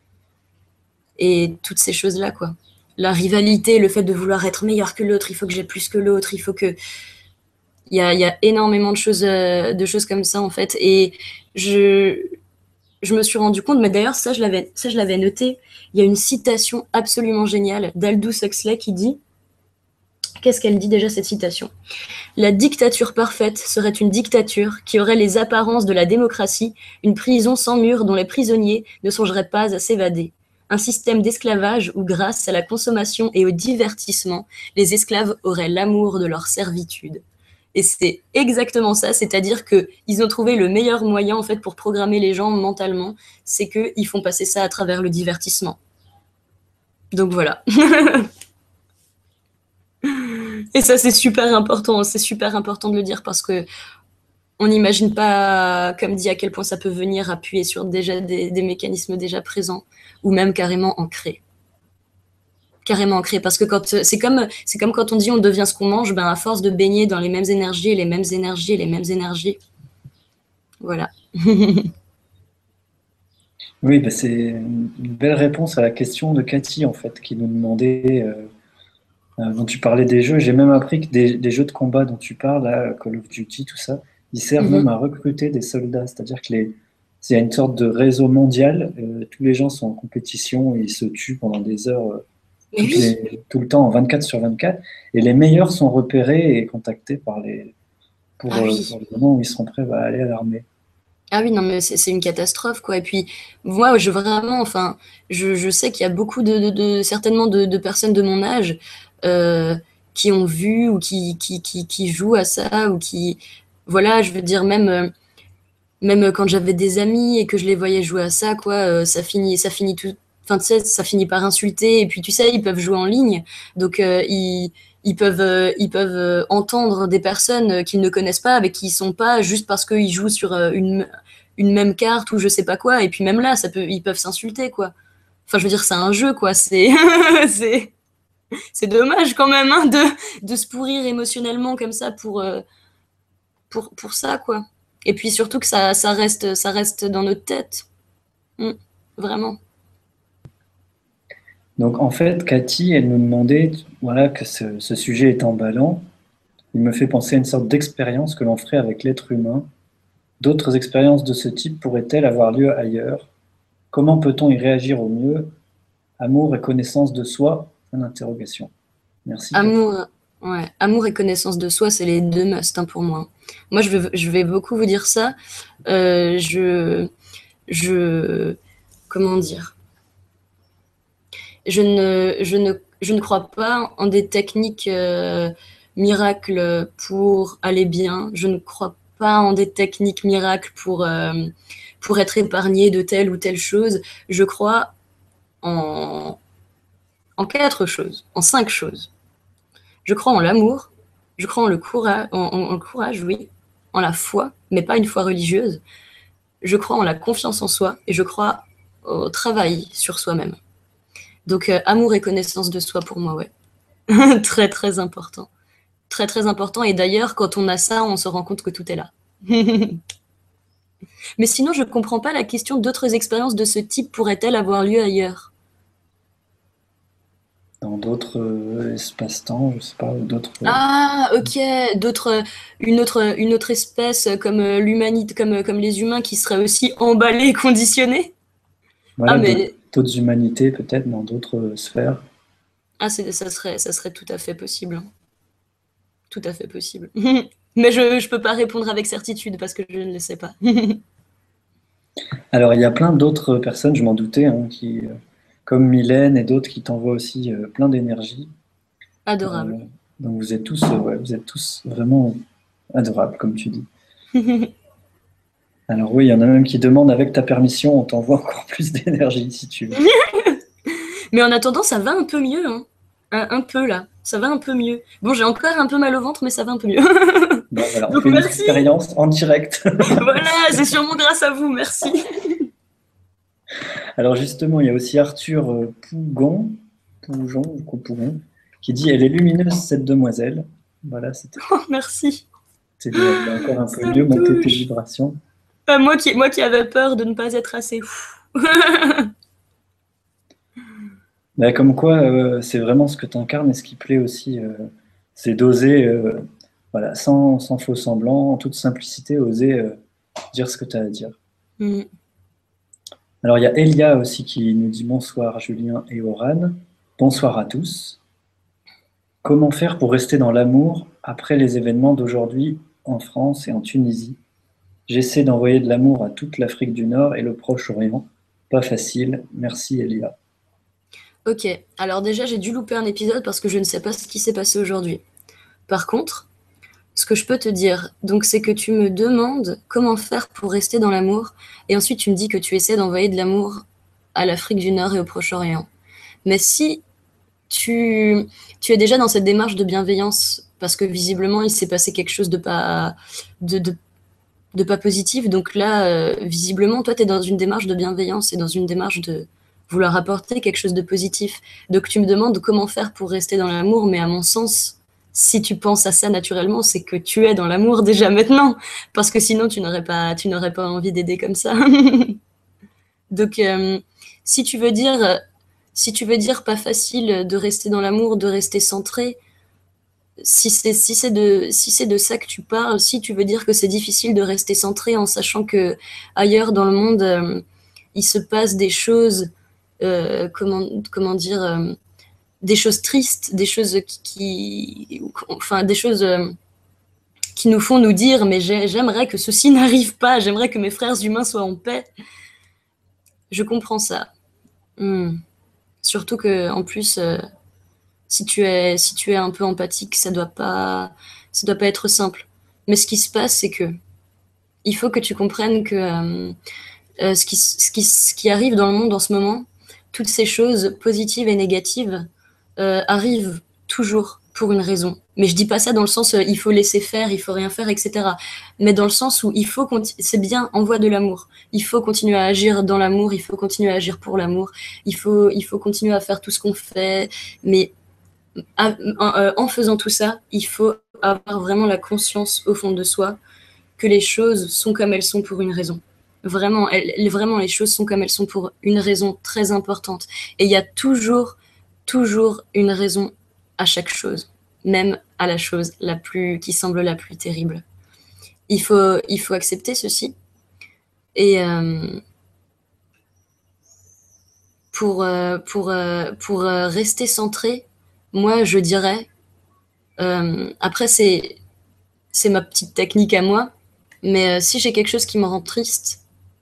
Et toutes ces choses-là, quoi. La rivalité, le fait de vouloir être meilleur que l'autre, il faut que j'ai plus que l'autre, il faut que... il y a énormément de choses comme ça, en fait. Et je, je me suis rendu compte, mais d'ailleurs, ça, je l'avais noté. Il y a une citation absolument géniale d'Aldous Huxley qui dit... Qu'est-ce qu'elle dit déjà, cette citation? La dictature parfaite serait une dictature qui aurait les apparences de la démocratie, une prison sans murs dont les prisonniers ne songeraient pas à s'évader. Un système d'esclavage où, grâce à la consommation et au divertissement, les esclaves auraient l'amour de leur servitude. Et c'est exactement ça, c'est-à-dire qu'ils ont trouvé le meilleur moyen en fait pour programmer les gens mentalement, c'est qu'ils font passer ça à travers le divertissement. Donc voilà. Et ça, c'est super important de le dire parce que on n'imagine pas, comme dit, à quel point ça peut venir appuyer sur déjà des mécanismes déjà présents ou même carrément ancrés. Carrément ancrés. Parce que c'est comme quand on dit on devient ce qu'on mange, ben à force de baigner dans les mêmes énergies, les mêmes énergies, les mêmes énergies. Voilà. Oui, bah, c'est une belle réponse à la question de Cathy, en fait, qui nous demandait, dont tu parlais des jeux. J'ai même appris que des jeux de combat dont tu parles, là, Call of Duty, tout ça, ils servent même Mhm. à recruter des soldats. C'est-à-dire que il y a une sorte de réseau mondial. Tous les gens sont en compétition et ils se tuent pendant des heures, Mais oui. tout le temps, en 24 sur 24. Et les meilleurs sont repérés et contactés Ah pour oui. le moment où ils seront prêts à aller à l'armée. Ah oui, non, mais c'est une catastrophe, quoi. Et puis, moi, vraiment, enfin, je sais qu'il y a beaucoup certainement de personnes de mon âge euh, qui ont vu ou qui jouent à ça ou qui, voilà, je veux dire, même quand j'avais des amis et que je les voyais jouer à ça, quoi, ça finit tout, enfin, tu sais, ça finit par insulter. Et puis, tu sais, ils peuvent jouer en ligne, donc ils ils peuvent entendre des personnes qu'ils ne connaissent pas, avec qui ils sont pas, juste parce qu'ils jouent sur une même carte ou je sais pas quoi. Et puis même là, ils peuvent s'insulter, quoi. Enfin, je veux dire, c'est un jeu, quoi. C'est, c'est dommage quand même hein, de se pourrir émotionnellement comme ça pour ça, quoi. Et puis surtout que ça reste dans notre tête. Vraiment. Donc en fait, Cathy, elle me demandait, voilà, que ce sujet est emballant. Il me fait penser à une sorte d'expérience que l'on ferait avec l'être humain. D'autres expériences de ce type pourraient-elles avoir lieu ailleurs? Comment peut-on y réagir au mieux? Amour et connaissance de soi? Fin d'interrogation. Merci, Cathy. Ouais, amour et connaissance de soi, c'est les deux must hein, pour moi. Moi, je vais beaucoup vous dire ça. Euh, je, comment dire? Je ne crois pas en des techniques miracles pour aller bien. Je ne crois pas en des techniques miracles pour être épargné de telle ou telle chose. Je crois en, en 4 choses, en 5 choses. Je crois en l'amour, je crois en le courage, oui, en la foi, mais pas une foi religieuse. Je crois en la confiance en soi et je crois au travail sur soi-même. Donc, amour et connaissance de soi pour moi, ouais. Très, très important. Très, très important. Et d'ailleurs, quand on a ça, on se rend compte que tout est là. Mais sinon, je ne comprends pas la question d'autres expériences de ce type pourraient-elles avoir lieu ailleurs. Dans d'autres espaces-temps, je sais pas, ou d'autres. Ah, ok. D'autres, une autre espèce comme l'humanité, comme les humains qui seraient aussi emballés, conditionnés. Ah, Voilà, mais d'autres humanités, peut-être, dans d'autres sphères. ça serait tout à fait possible, hein. Tout à fait possible. Mais je ne peux pas répondre avec certitude parce que je ne le sais pas. Alors, il y a plein d'autres personnes, je m'en doutais, hein, comme Mylène et d'autres, qui t'envoient aussi plein d'énergie. Adorable. Donc, vous êtes tous vraiment adorables, comme tu dis. Alors oui, il y en a même qui demandent, avec ta permission, on t'envoie encore plus d'énergie, si tu veux. Mais en attendant, ça va un peu mieux, hein. Un peu là, ça va un peu mieux. Bon, j'ai encore un peu mal au ventre, mais ça va un peu mieux. Bon, voilà, on Donc fait une merci. expérience en direct. Voilà, c'est sûrement grâce à vous, merci. Alors justement, il y a aussi Arthur Pougon, qui dit, elle est lumineuse, cette demoiselle. Voilà, Oh, merci. c'est bien, elle va encore un peu Ça mieux me monter tes touche. vibrations. Moi qui avais peur de ne pas être assez fou. Mais comme quoi, c'est vraiment ce que tu incarnes et ce qui plaît aussi, c'est d'oser, voilà, sans faux semblant, en toute simplicité, oser dire ce que tu as à dire. Mm. Alors il y a Elia aussi qui nous dit bonsoir Julien et Oran. Bonsoir à tous. Comment faire pour rester dans l'amour après les événements d'aujourd'hui en France et en Tunisie? J'essaie d'envoyer de l'amour à toute l'Afrique du Nord et le Proche-Orient. Pas facile. Merci Elia. Ok, alors déjà j'ai dû louper un épisode parce que je ne sais pas ce qui s'est passé aujourd'hui. Par contre, ce que je peux te dire, donc, c'est que tu me demandes comment faire pour rester dans l'amour, et ensuite tu me dis que tu essaies d'envoyer de l'amour à l'Afrique du Nord et au Proche-Orient. Mais si tu es déjà dans cette démarche de bienveillance, parce que visiblement il s'est passé quelque chose de, de, de pas positif, donc là, visiblement, toi, tu es dans une démarche de bienveillance et dans une démarche de vouloir apporter quelque chose de positif. Donc tu me demandes comment faire pour rester dans l'amour, mais à mon sens, si tu penses à ça naturellement, c'est que tu es dans l'amour déjà maintenant, parce que sinon tu n'aurais pas envie d'aider comme ça. Donc si tu veux dire, si tu veux dire pas facile de rester dans l'amour, de rester centré, si c'est de ça que tu parles, si tu veux dire que c'est difficile de rester centré en sachant que ailleurs dans le monde, il se passe des choses, comment dire, des choses tristes, des choses enfin, des choses qui nous font nous dire, mais j'aimerais que ceci n'arrive pas, j'aimerais que mes frères humains soient en paix. Je comprends ça. Hmm. Surtout que, en plus, si tu es un peu empathique, ça doit pas être simple. Mais ce qui se passe, c'est que il faut que tu comprennes que ce qui arrive dans le monde en ce moment, toutes ces choses positives et négatives arrivent toujours pour une raison. Mais je dis pas ça dans le sens il faut laisser faire, il faut rien faire, etc. Mais dans le sens où c'est bien, envoie de l'amour. Il faut continuer à agir dans l'amour, il faut continuer à agir pour l'amour, il faut continuer à faire tout ce qu'on fait. Mais en faisant tout ça, il faut avoir vraiment la conscience au fond de soi que les choses sont comme elles sont pour une raison. Vraiment, vraiment, les choses sont comme elles sont pour une raison très importante. Et il y a toujours, toujours une raison à chaque chose, même à la chose qui semble la plus terrible. Il faut accepter ceci. Et pour rester centré, moi, je dirais, après, c'est ma petite technique à moi, mais si j'ai quelque chose qui me rend triste,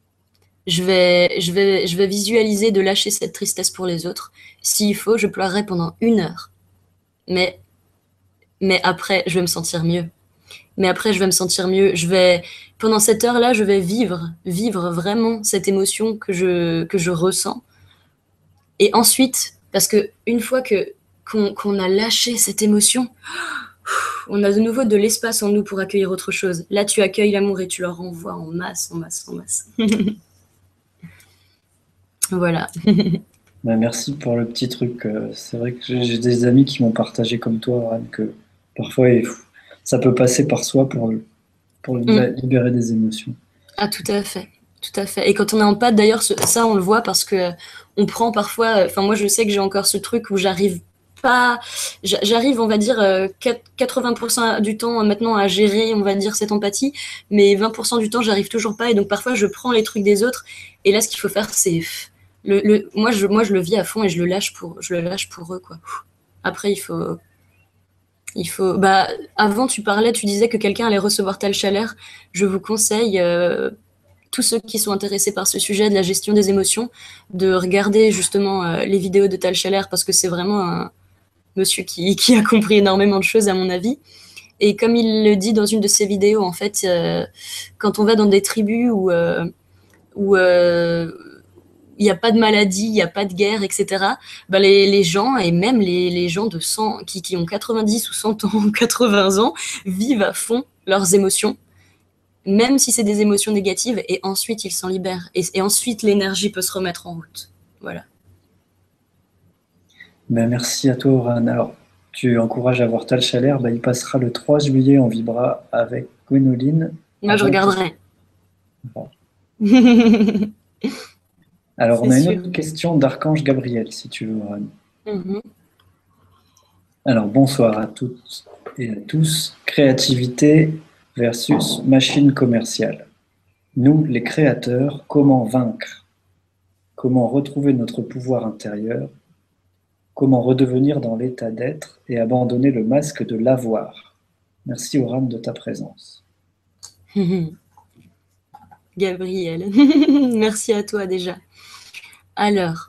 je vais visualiser de lâcher cette tristesse pour les autres. S'il faut, je pleurerai pendant 1 heure. Mais, mais après, je vais me sentir mieux. Mais après, je vais me sentir mieux. Pendant cette heure-là, je vais vivre vraiment cette émotion que je ressens. Et ensuite, parce que une fois qu'on a lâché cette émotion, on a de nouveau de l'espace en nous pour accueillir autre chose. Là, tu accueilles l'amour et tu le renvoies en masse, en masse, en masse. Voilà. Ben, merci pour le petit truc. C'est vrai que j'ai des amis qui m'ont partagé comme toi, Oran, que parfois ça peut passer par soi pour libérer des émotions. Ah, tout à fait. Tout à fait. Et quand on est en pâte, d'ailleurs, ça, on le voit parce que on prend parfois. Enfin, moi, je sais que j'ai encore ce truc où j'arrive pas. J'arrive, on va dire, 80% du temps maintenant à gérer, on va dire, cette empathie, mais 20% du temps, j'arrive toujours pas. Et donc, parfois, je prends les trucs des autres. Et là, ce qu'il faut faire, c'est. Moi, je le vis à fond et je le lâche pour eux, quoi. Après, bah, avant, tu disais que quelqu'un allait recevoir Tal Chaleur. Je vous conseille, tous ceux qui sont intéressés par ce sujet de la gestion des émotions, de regarder justement les vidéos de Tal Chaleur parce que c'est vraiment un monsieur qui a compris énormément de choses, à mon avis. Et comme il le dit dans une de ses vidéos, en fait, quand on va dans des tribus où il n'y a pas de maladie, il n'y a pas de guerre, etc., bah les gens, et même les gens de 100, qui ont 90 ou 100 ans, 80 ans, vivent à fond leurs émotions, même si c'est des émotions négatives, et ensuite ils s'en libèrent. Et ensuite l'énergie peut se remettre en route. Voilà. Ben, merci à toi, Oran. Alors, tu encourages à voir Tal Chalère, ben, il passera le 3 juillet en Vibra avec Gwénoline. Moi, je regarderai. Alors, on C'est a une sûr. autre question d'Archange Gabriel, si tu veux, Oran. Mhm. Alors, bonsoir à toutes et à tous. Créativité versus machine commerciale. Nous, les créateurs, comment vaincre? Comment retrouver notre pouvoir intérieur? Comment redevenir dans l'état d'être et abandonner le masque de l'avoir? Merci, Oran, de ta présence. Gabriel, merci à toi déjà. Alors,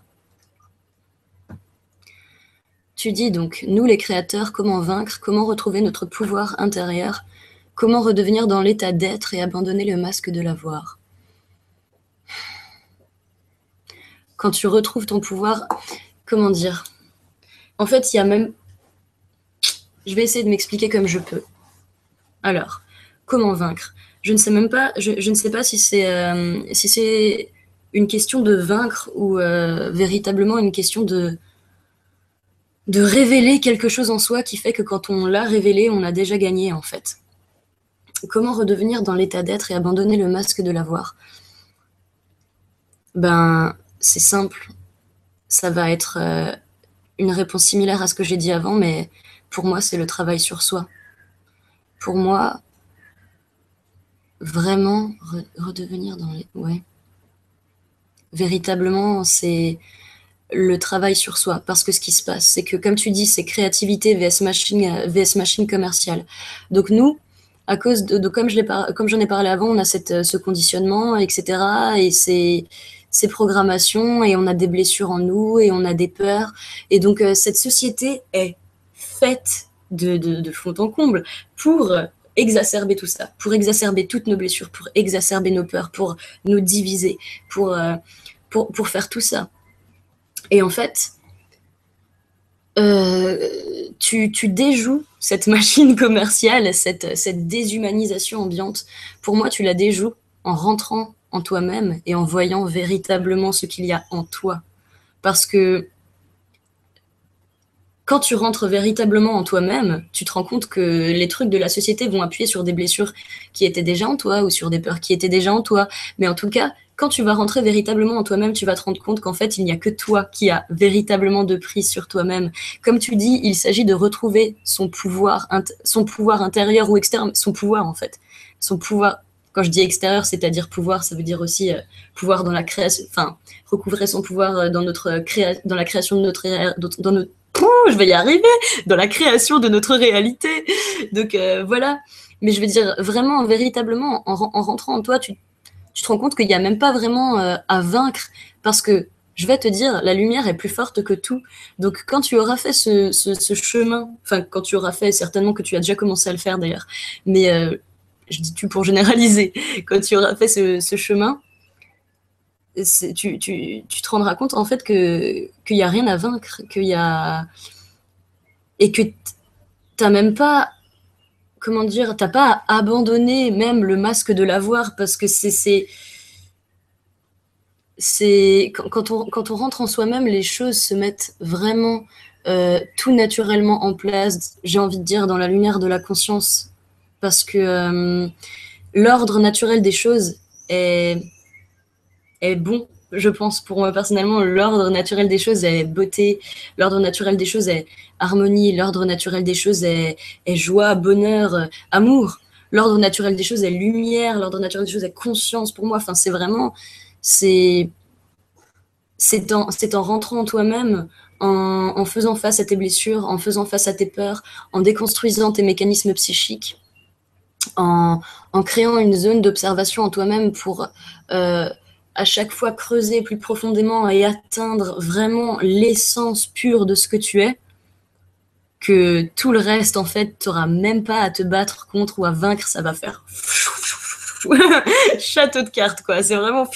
tu dis donc, nous les créateurs, comment vaincre, comment retrouver notre pouvoir intérieur, comment redevenir dans l'état d'être et abandonner le masque de l'avoir. Quand tu retrouves ton pouvoir, comment dire? En fait, il y a même... Je vais essayer de m'expliquer comme je peux. Alors, comment vaincre? Je ne sais même pas, je ne sais pas si c'est une question de vaincre ou véritablement une question de révéler quelque chose en soi qui fait que quand on l'a révélé, on a déjà gagné en fait. Comment redevenir dans l'état d'être et abandonner le masque de l'avoir? Ben, c'est simple. Ça va être une réponse similaire à ce que j'ai dit avant, mais pour moi, c'est le travail sur soi. Pour moi, vraiment redevenir dans les... Ouais. Véritablement, c'est le travail sur soi. Parce que ce qui se passe, c'est que, comme tu dis, c'est créativité vs machine commerciale. Donc nous, à cause comme j'en ai parlé avant, on a ce conditionnement, etc. Et ces programmations, et on a des blessures en nous, et on a des peurs. Et donc, cette société est faite de fond en comble pour exacerber tout ça, pour exacerber toutes nos blessures, pour exacerber nos peurs, pour nous diviser, pour faire tout ça. Et en fait, Tu déjoues cette machine commerciale, cette déshumanisation ambiante. Pour moi, tu la déjoues en rentrant en toi-même et en voyant véritablement ce qu'il y a en toi. Parce que quand tu rentres véritablement en toi-même, tu te rends compte que les trucs de la société vont appuyer sur des blessures qui étaient déjà en toi ou sur des peurs qui étaient déjà en toi. Mais en tout cas, quand tu vas rentrer véritablement en toi-même, tu vas te rendre compte qu'en fait, il n'y a que toi qui a véritablement de prise sur toi-même. Comme tu dis, il s'agit de retrouver son pouvoir intérieur ou externe, son pouvoir en fait. Son pouvoir, quand je dis extérieur, c'est-à-dire pouvoir, ça veut dire aussi pouvoir dans la création, enfin, recouvrer son pouvoir dans la création de dans notre je vais y arriver, dans la création de notre réalité. Donc voilà. Mais je veux dire, vraiment, véritablement, en rentrant en toi, tu te rends compte qu'il n'y a même pas vraiment à vaincre. Parce que, je vais te dire, la lumière est plus forte que tout. Donc quand tu auras fait ce chemin, enfin quand tu auras fait, certainement que tu as déjà commencé à le faire d'ailleurs, mais je dis tu pour généraliser, quand tu auras fait ce chemin, tu te rendras compte en fait qu'il n'y a rien à vaincre, qu'il y a et que t'as même pas, comment dire, t'as pas à abandonner même le masque de l'avoir parce que c'est quand on rentre en soi-même, les choses se mettent vraiment tout naturellement en place. J'ai envie de dire dans la lumière de la conscience, parce que l'ordre naturel des choses est est bon. Je pense pour moi personnellement, l'ordre naturel des choses est beauté, l'ordre naturel des choses est harmonie, l'ordre naturel des choses est joie, bonheur, amour. L'ordre naturel des choses est lumière, l'ordre naturel des choses est conscience pour moi. Enfin, c'est vraiment, c'est c'est en rentrant en toi-même, en faisant face à tes blessures, en faisant face à tes peurs, en déconstruisant tes mécanismes psychiques, en créant une zone d'observation en toi-même pour à chaque fois creuser plus profondément et atteindre vraiment l'essence pure de ce que tu es, que tout le reste, en fait, tu n'auras même pas à te battre contre ou à vaincre, ça va faire château de cartes, quoi. C'est vraiment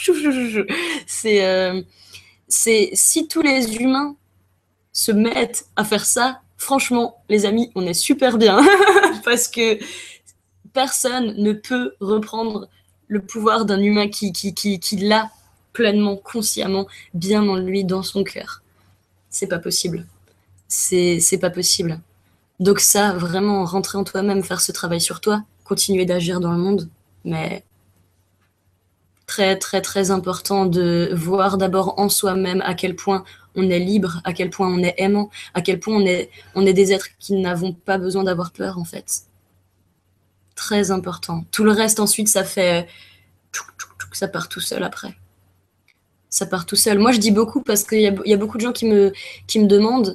c'est si tous les humains se mettent à faire ça, franchement, les amis, on est super bien. Parce que personne ne peut reprendre le pouvoir d'un humain qui l'a pleinement, consciemment, bien en lui, dans son cœur. C'est pas possible. C'est pas possible. Donc ça, vraiment, rentrer en toi-même, faire ce travail sur toi, continuer d'agir dans le monde, mais très, très, très important de voir d'abord en soi-même à quel point on est libre, à quel point on est aimant, à quel point on est des êtres qui n'avons pas besoin d'avoir peur, en fait. Très important. Tout le reste, ensuite, ça fait... Ça part tout seul après. Ça part tout seul. Moi, je dis beaucoup parce qu'il y a beaucoup de gens qui me demandent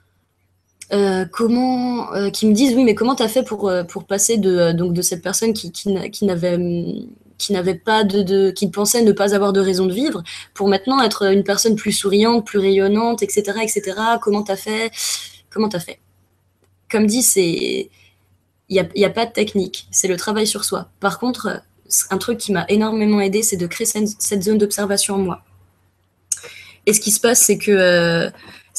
qui me disent, oui, mais comment tu as fait pour passer donc de cette personne qui n'avait pas qui pensait ne pas avoir de raison de vivre, pour maintenant être une personne plus souriante, plus rayonnante, etc., etc. Comment tu as fait? Comment tu as fait? Comme dit, il y a pas de technique, c'est le travail sur soi. Par contre, un truc qui m'a énormément aidé, c'est de créer cette zone d'observation en moi. Et ce qui se passe, c'est que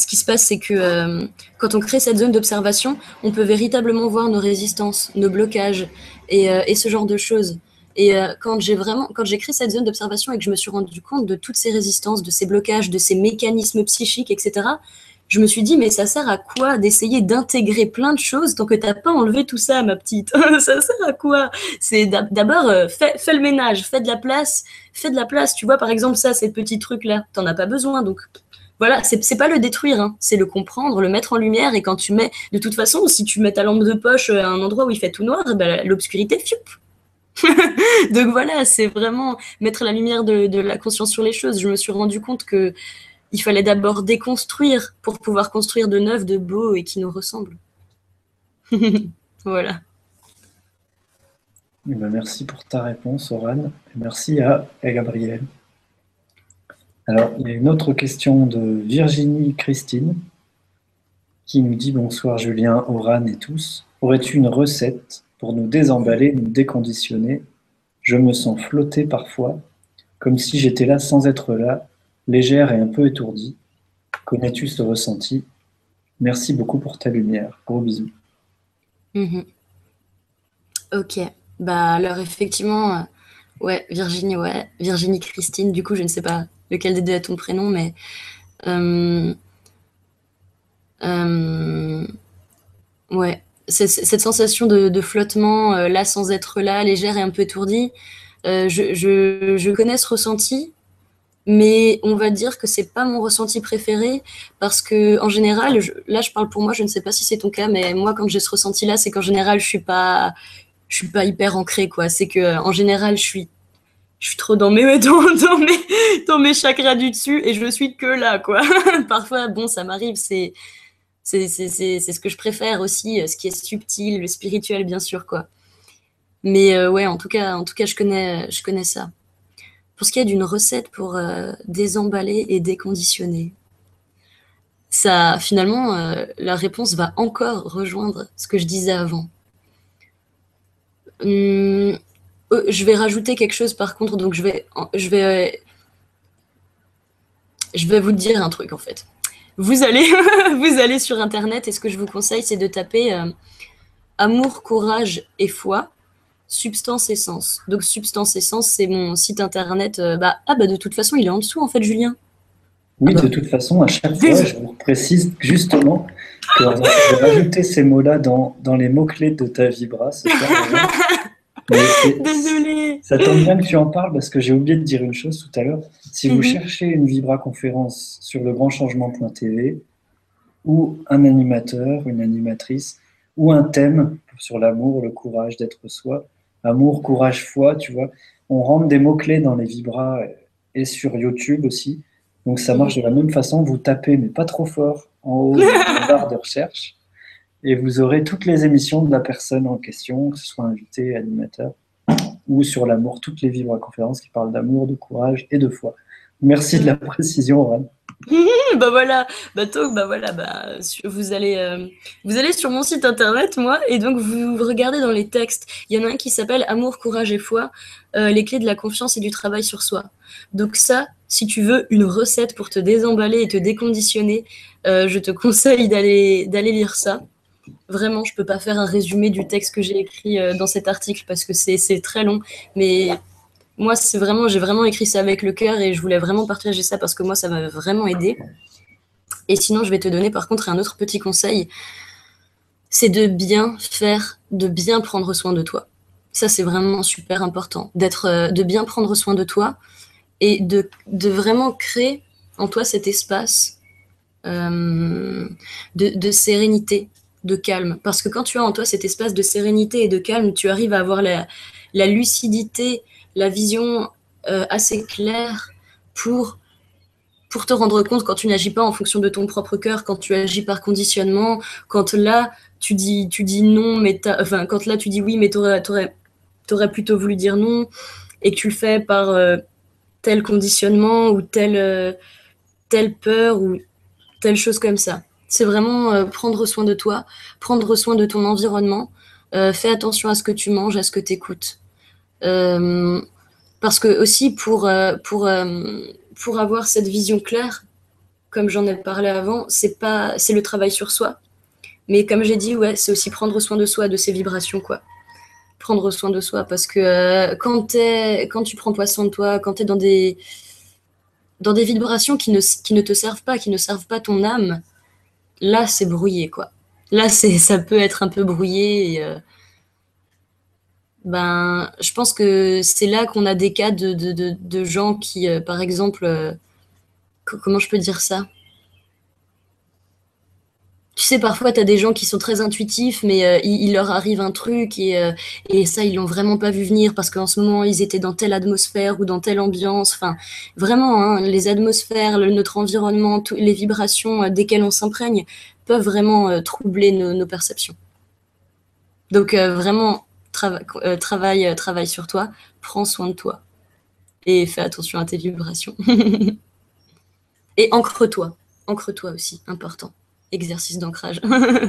quand on crée cette zone d'observation, on peut véritablement voir nos résistances, nos blocages et ce genre de choses. Et quand j'ai créé cette zone d'observation et que je me suis rendu compte de toutes ces résistances, de ces blocages, de ces mécanismes psychiques, etc., je me suis dit, mais ça sert à quoi d'essayer d'intégrer plein de choses tant que t'as pas enlevé tout ça, ma petite? Ça sert à quoi? C'est d'abord, fais le ménage, fais de la place. Tu vois, par exemple, ça, ces petits trucs-là, t'en as pas besoin. Donc, voilà, c'est pas le détruire, hein, c'est le comprendre, le mettre en lumière. Et quand tu mets, de toute façon, si tu mets ta lampe de poche à un endroit où il fait tout noir, ben, l'obscurité, fioup. Donc voilà, c'est vraiment mettre la lumière de la conscience sur les choses. Je me suis rendu compte que il fallait d'abord déconstruire pour pouvoir construire de neuf, de beau et qui nous ressemble. Voilà. Eh ben, merci pour ta réponse, Oran. Et merci à Gabriel. Alors, il y a une autre question de Virginie Christine qui nous dit bonsoir Julien, Oran et tous. Aurais-tu une recette pour nous désemballer, nous déconditionner? Je me sens flottée parfois, comme si j'étais là sans être là, légère et un peu étourdie. Connais-tu ce ressenti? Merci beaucoup pour ta lumière. Gros bisous. Mhm. Ok. Bah alors effectivement, ouais, Virginie Christine. Du coup, je ne sais pas lequel des deux est ton prénom, mais euh, euh, ouais, cette sensation de flottement là sans être là, légère et un peu étourdie. Je connais ce ressenti, mais on va dire que c'est pas mon ressenti préféré parce que en général, là je parle pour moi, je ne sais pas si c'est ton cas, mais moi quand j'ai ce ressenti-là, c'est qu'en général je suis pas hyper ancrée quoi. C'est que en général, je suis trop dans mes dans mes chakras du dessus et je suis que là quoi. Parfois, bon, ça m'arrive, c'est ce que je préfère aussi, ce qui est subtil, le spirituel bien sûr quoi. Mais ouais, en tout cas, je connais ça. Pour ce qui est d'une recette pour désemballer et déconditionner, ça, finalement, la réponse va encore rejoindre ce que je disais avant. Hum, je vais rajouter quelque chose par contre, donc je vais vous dire un truc en fait. Vous allez, vous allez sur Internet et ce que je vous conseille, c'est de taper amour, courage et foi, substance essence. Donc substance essence, c'est mon site internet. Bah de toute façon, il est en dessous en fait, Julien. Ah Oui, de bah, toute façon, à chaque fois, désolé. je vous précise justement que j'ai rajouté ces mots-là dans les mots-clés de ta vibra ce soir, Laurent. Mais Désolée. ça tombe bien que tu en parles parce que j'ai oublié de dire une chose tout à l'heure. Si vous Mhm. cherchez une vibra conférence sur legrandchangement.tv ou un animateur, une animatrice ou un thème sur l'amour, le courage d'être soi, amour, courage, foi, tu vois, on rentre des mots-clés dans les vibras et sur YouTube aussi. Donc ça marche Mhm. de la même façon. Vous tapez, mais pas trop fort, en haut de la barre de recherche et vous aurez toutes les émissions de la personne en question, que ce soit invité, animateur ou sur l'amour, toutes les vibra-conférences qui parlent d'amour, de courage et de foi. Merci de la précision, Oran. Bah voilà, vous allez sur mon site internet, moi, et donc vous regardez dans les textes. Il y en a un qui s'appelle Amour, courage et foi, les clés de la confiance et du travail sur soi. Donc ça, si tu veux une recette pour te désemballer et te déconditionner, je te conseille d'aller lire ça. Vraiment, je peux pas faire un résumé du texte que j'ai écrit dans cet article parce que c'est très long, mais moi, j'ai vraiment écrit ça avec le cœur et je voulais vraiment partager ça parce que moi, ça m'a vraiment aidé. Et sinon, je vais te donner par contre un autre petit conseil, c'est de bien faire, de bien prendre soin de toi. Ça, c'est vraiment super important, de bien prendre soin de toi et de vraiment créer en toi cet espace de sérénité, de calme. Parce que quand tu as en toi cet espace de sérénité et de calme, tu arrives à avoir la lucidité, la vision assez claire pour pour te rendre compte quand tu n'agis pas en fonction de ton propre cœur, quand tu agis par conditionnement, quand là tu dis non, enfin quand là tu dis oui, mais t'aurais plutôt voulu dire non, et que tu le fais par tel conditionnement ou telle peur ou telle chose comme ça. C'est vraiment prendre soin de toi, prendre soin de ton environnement, fais attention à ce que tu manges, à ce que tu écoutes. Euh, Parce que aussi pour avoir cette vision claire, comme j'en ai parlé avant, c'est le travail sur soi. Mais comme j'ai dit, ouais, c'est aussi prendre soin de soi, de ses vibrations, quoi. Prendre soin de soi, parce que quand tu prends pas soin de toi, quand tu es dans des vibrations qui ne te servent pas, qui ne servent pas ton âme, là, c'est brouillé, quoi. Là, ça peut être un peu brouillé. Et, ben, je pense que c'est là qu'on a des cas de gens qui, par exemple, comment je peux dire ça? Tu sais, parfois, tu as des gens qui sont très intuitifs, mais il leur arrive un truc et ça, ils l'ont vraiment pas vu venir parce qu'en ce moment, ils étaient dans telle atmosphère ou dans telle ambiance. Enfin, vraiment, hein, les atmosphères, notre environnement, les vibrations desquelles on s'imprègne peuvent vraiment troubler nos perceptions. Donc, vraiment, travaille sur toi, prends soin de toi et fais attention à tes vibrations. Et ancre-toi aussi, important. Exercice d'ancrage.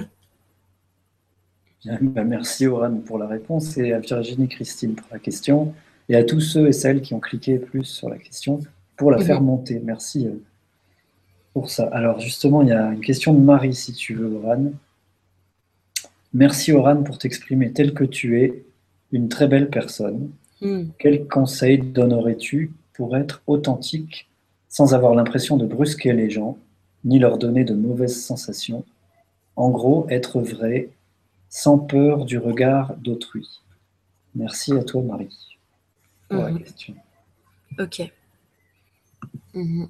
Bien, bah, merci, Oran, pour la réponse et à Virginie Christine pour la question et à tous ceux et celles qui ont cliqué plus sur la question pour la faire monter. Merci. pour ça. Alors justement, il y a une question de Marie, si tu veux, Oran. Merci Oran pour t'exprimer tel que tu es, une très belle personne. Hmm. Quel conseil donnerais-tu pour être authentique sans avoir l'impression de brusquer les gens, ni leur donner de mauvaises sensations? En gros, être vrai, sans peur du regard d'autrui. Merci à toi, Marie, pour la Mhm. question. Ok. Mhm.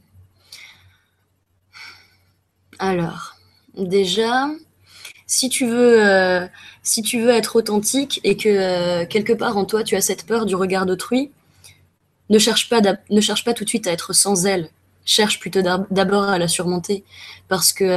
Alors, déjà, si tu veux, si tu veux être authentique et que quelque part en toi tu as cette peur du regard d'autrui, ne cherche pas tout de suite à être sans elle. Cherche plutôt d'abord à la surmonter. Parce que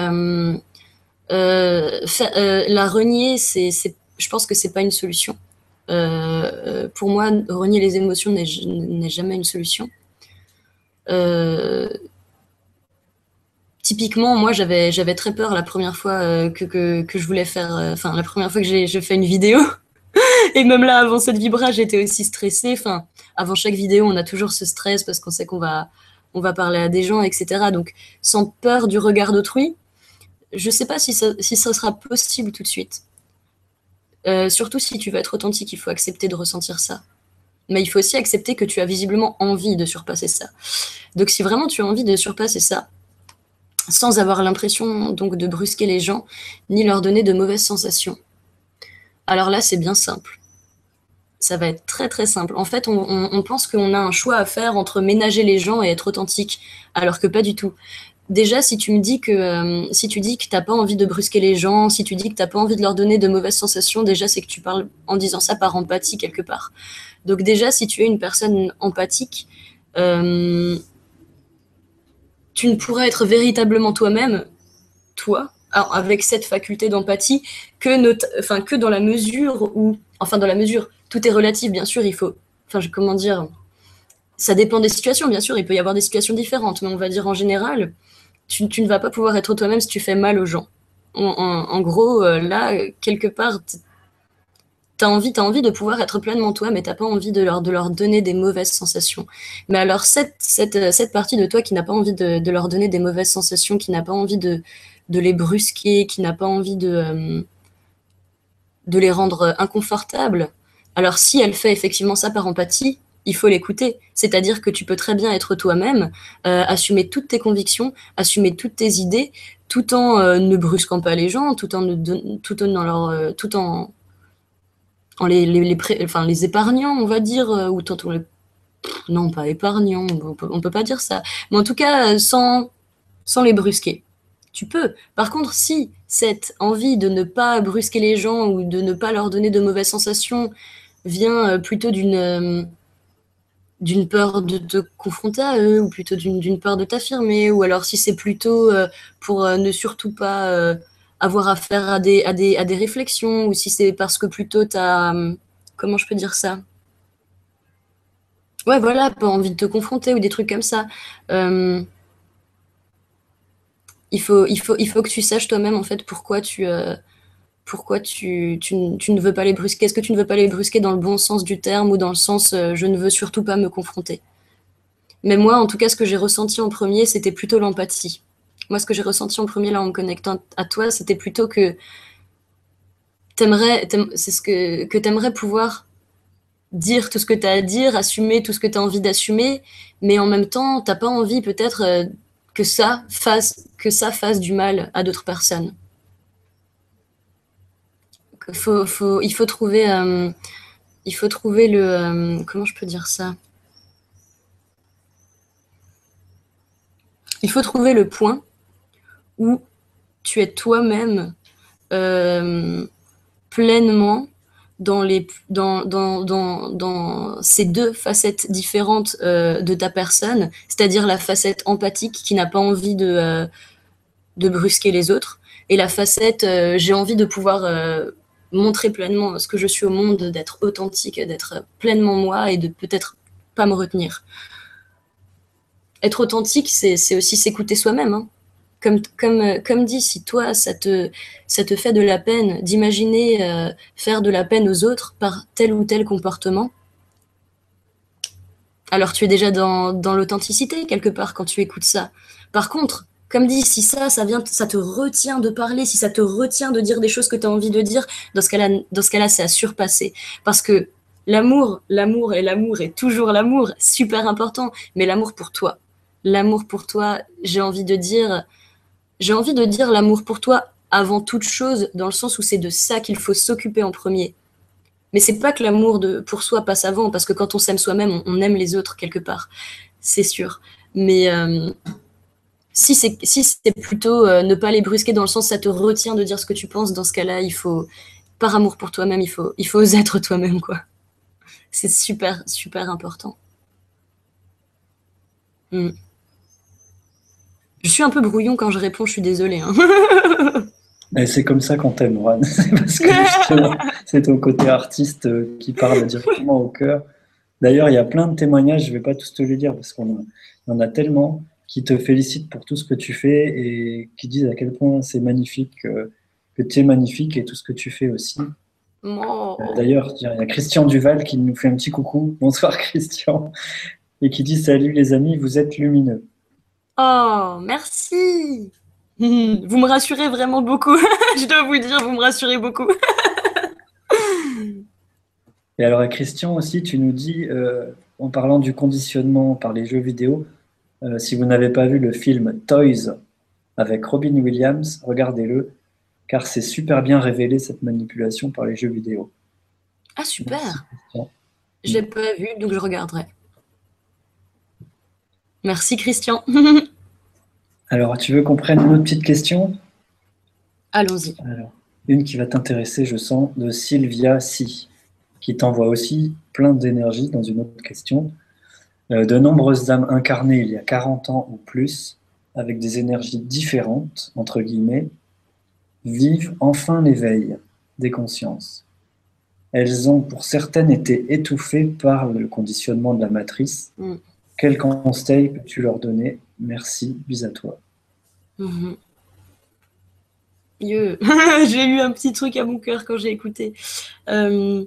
la renier, je pense que c'est pas une solution. Pour moi, renier les émotions n'est jamais une solution. Euh, Typiquement, moi, j'avais très peur la première fois que je voulais faire, enfin, la première fois que j'ai fait une vidéo. Et même là, avant cette vibra, j'étais aussi stressée. Enfin, avant chaque vidéo, on a toujours ce stress parce qu'on sait on va parler à des gens, etc. Donc, sans peur du regard d'autrui, je sais pas si ça sera possible tout de suite. Surtout si tu veux être authentique, il faut accepter de ressentir ça. Mais il faut aussi accepter que tu as visiblement envie de surpasser ça. Donc, si vraiment tu as envie de surpasser ça, sans avoir l'impression donc de brusquer les gens, ni leur donner de mauvaises sensations, alors là, c'est bien simple. Ça va être très très simple. En fait, on pense qu'on a un choix à faire entre ménager les gens et être authentique, alors que pas du tout. Déjà, si tu dis que t'as pas envie de brusquer les gens, si tu dis que t'as pas envie de leur donner de mauvaises sensations, déjà c'est que tu parles en disant ça par empathie quelque part. Donc déjà, si tu es une personne empathique, euh, tu ne pourras être véritablement toi-même, toi, avec cette faculté d'empathie, que dans la mesure où, enfin dans la mesure, tout est relatif, bien sûr, il faut, comment dire, ça dépend des situations, bien sûr, il peut y avoir des situations différentes, mais on va dire en général, tu ne vas pas pouvoir être toi-même si tu fais mal aux gens. En gros, là, quelque part, t'as envie de pouvoir être pleinement toi, mais t'as pas envie de leur donner des mauvaises sensations. Mais alors, cette partie de toi qui n'a pas envie de leur donner des mauvaises sensations, qui n'a pas envie de les brusquer, qui n'a pas envie de les rendre inconfortables, alors si elle fait effectivement ça par empathie, il faut l'écouter. C'est-à-dire que tu peux très bien être toi-même, assumer toutes tes convictions, assumer toutes tes idées, tout en ne brusquant pas les gens, tout en enfin, les épargnant, on va dire, ou tant on les... Non, pas épargnant, on peut pas dire ça. Mais en tout cas, sans les brusquer. Tu peux. Par contre, si cette envie de ne pas brusquer les gens ou de ne pas leur donner de mauvaises sensations vient plutôt d'une peur de te confronter à eux, ou plutôt d'une peur de t'affirmer, ou alors si c'est plutôt pour ne surtout pas avoir affaire à des réflexions, ou si c'est parce que plutôt t'as... comment je peux dire ça? Ouais, voilà, pas envie de te confronter, ou des trucs comme ça. Euh, il faut que tu saches toi-même, en fait, pourquoi tu ne veux pas les brusquer. Est-ce que tu ne veux pas les brusquer dans le bon sens du terme ou dans le sens je ne veux surtout pas me confronter? Mais moi, en tout cas, ce que j'ai ressenti en premier, c'était plutôt l'empathie. Moi, ce que j'ai ressenti en premier, là, en me connectant à toi, c'était plutôt que c'est que t'aimerais pouvoir dire tout ce que tu as à dire, assumer tout ce que tu as envie d'assumer, mais en même temps, t'as pas envie peut-être que ça fasse du mal à d'autres personnes. Il faut il faut trouver comment je peux dire ça? Il faut trouver le point où tu es toi-même euh, pleinement dans ces deux facettes différentes de ta personne, c'est-à-dire la facette empathique qui n'a pas envie de brusquer les autres, et la facette j'ai envie de pouvoir montrer pleinement ce que je suis au monde, d'être authentique, d'être pleinement moi et de peut-être pas me retenir. Être authentique, c'est aussi s'écouter soi-même. Hein. Comme dit, si toi, ça te fait de la peine d'imaginer faire de la peine aux autres par tel ou tel comportement, alors tu es déjà dans l'authenticité quelque part quand tu écoutes ça. Par contre, comme dit, si ça te retient de parler, si ça te retient de dire des choses que tu as envie de dire, dans ce cas-là, c'est à surpasser. Parce que l'amour est toujours l'amour, super important, mais l'amour pour toi, j'ai envie de dire l'amour pour toi avant toute chose, dans le sens où c'est de ça qu'il faut s'occuper en premier. Mais c'est pas que pour soi passe avant, parce que quand on s'aime soi-même, on aime les autres quelque part, c'est sûr. Mais si c'est plutôt ne pas les brusquer dans le sens ça te retient de dire ce que tu penses, dans ce cas-là, par amour pour toi-même, il faut oser être toi-même, quoi. C'est super, super important. Mm. Je suis un peu brouillon quand je réponds, je suis désolée, hein. Et c'est comme ça qu'on t'aime, Juan. C'est parce que justement, c'est ton côté artiste qui parle directement au cœur. D'ailleurs, il y a plein de témoignages, je ne vais pas tous te les dire parce qu'on il y en a tellement qui te félicitent pour tout ce que tu fais et qui disent à quel point c'est magnifique, que tu es magnifique et tout ce que tu fais aussi. Oh. D'ailleurs, il y a Christian Duval qui nous fait un petit coucou. Bonsoir Christian. Et qui dit salut les amis, vous êtes lumineux. Oh, merci. Vous me rassurez vraiment beaucoup. Je dois vous dire, vous me rassurez beaucoup. Et alors, Christian aussi, tu nous dis, en parlant du conditionnement par les jeux vidéo, si vous n'avez pas vu le film Toys avec Robin Williams, regardez-le, car c'est super bien révélé cette manipulation par les jeux vidéo. Ah, Merci, super. Christian. Je l'ai pas vu, donc je regarderai. Merci, Christian. Alors, tu veux qu'on prenne une autre petite question? Allons-y. Alors, une qui va t'intéresser, je sens, de Sylvia Si, qui t'envoie aussi plein d'énergie dans une autre question. De nombreuses âmes incarnées il y a 40 ans ou plus, avec des énergies différentes, entre guillemets, vivent enfin l'éveil des consciences. Elles ont pour certaines été étouffées par le conditionnement de la matrice. Mm. Quel conseil peux-tu leur donner? Merci, bis à toi. Mhm. J'ai eu un petit truc à mon cœur quand j'ai écouté. Euh,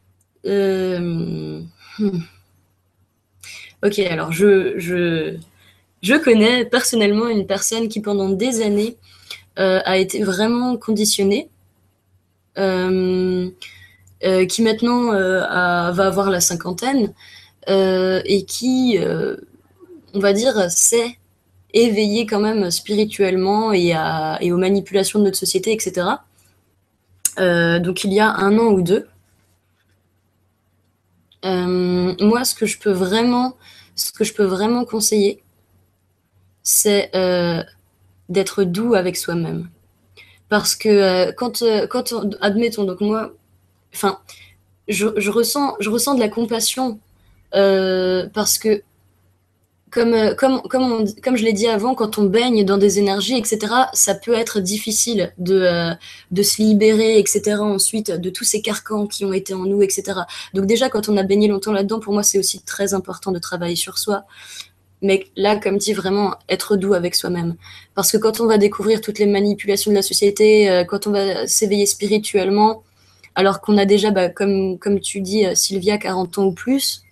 euh, hmm. Ok, alors je connais personnellement une personne qui pendant des années a été vraiment conditionnée, euh, qui maintenant va avoir la cinquantaine et qui, on va dire, s'est éveillée quand même spirituellement et aux manipulations de notre société, etc. Donc il y a un an ou deux. Moi, ce que je peux vraiment conseiller, c'est d'être doux avec soi-même. Parce que admettons, donc moi, enfin, je ressens de la compassion parce que, comme je l'ai dit avant, quand on baigne dans des énergies, etc., ça peut être difficile de se libérer, etc., ensuite, de tous ces carcans qui ont été en nous, etc. Donc déjà, quand on a baigné longtemps là-dedans, pour moi, c'est aussi très important de travailler sur soi. Mais là, comme dit, vraiment être doux avec soi-même. Parce que quand on va découvrir toutes les manipulations de la société, quand on va s'éveiller spirituellement, alors qu'on a déjà, bah, comme tu dis, Sylvia, 40 ans ou plus,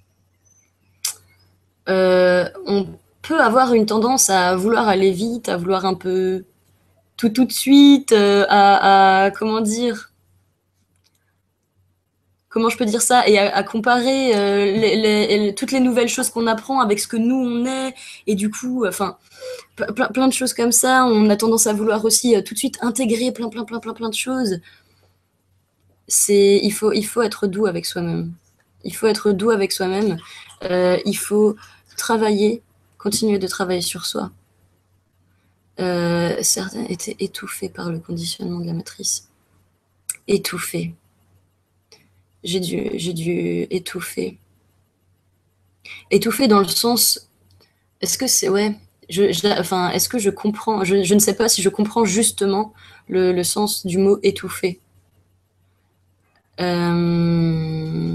on peut avoir une tendance à vouloir aller vite, à vouloir un peu tout de suite, comment dire, comment je peux dire ça, et à comparer toutes les nouvelles choses qu'on apprend avec ce que nous on est, et du coup, enfin, plein de choses comme ça. On a tendance à vouloir aussi tout de suite intégrer plein de choses. Il faut être doux avec soi-même. Il faut être doux avec soi-même. Il faut travailler, continuer de travailler sur soi. Certains étaient étouffés par le conditionnement de la matrice. Étouffés. J'ai dû étouffer. Étouffer dans le sens. Est-ce que c'est. Ouais. Enfin, est-ce que je comprends. Je ne sais pas si je comprends justement le sens du mot étouffer. Euh...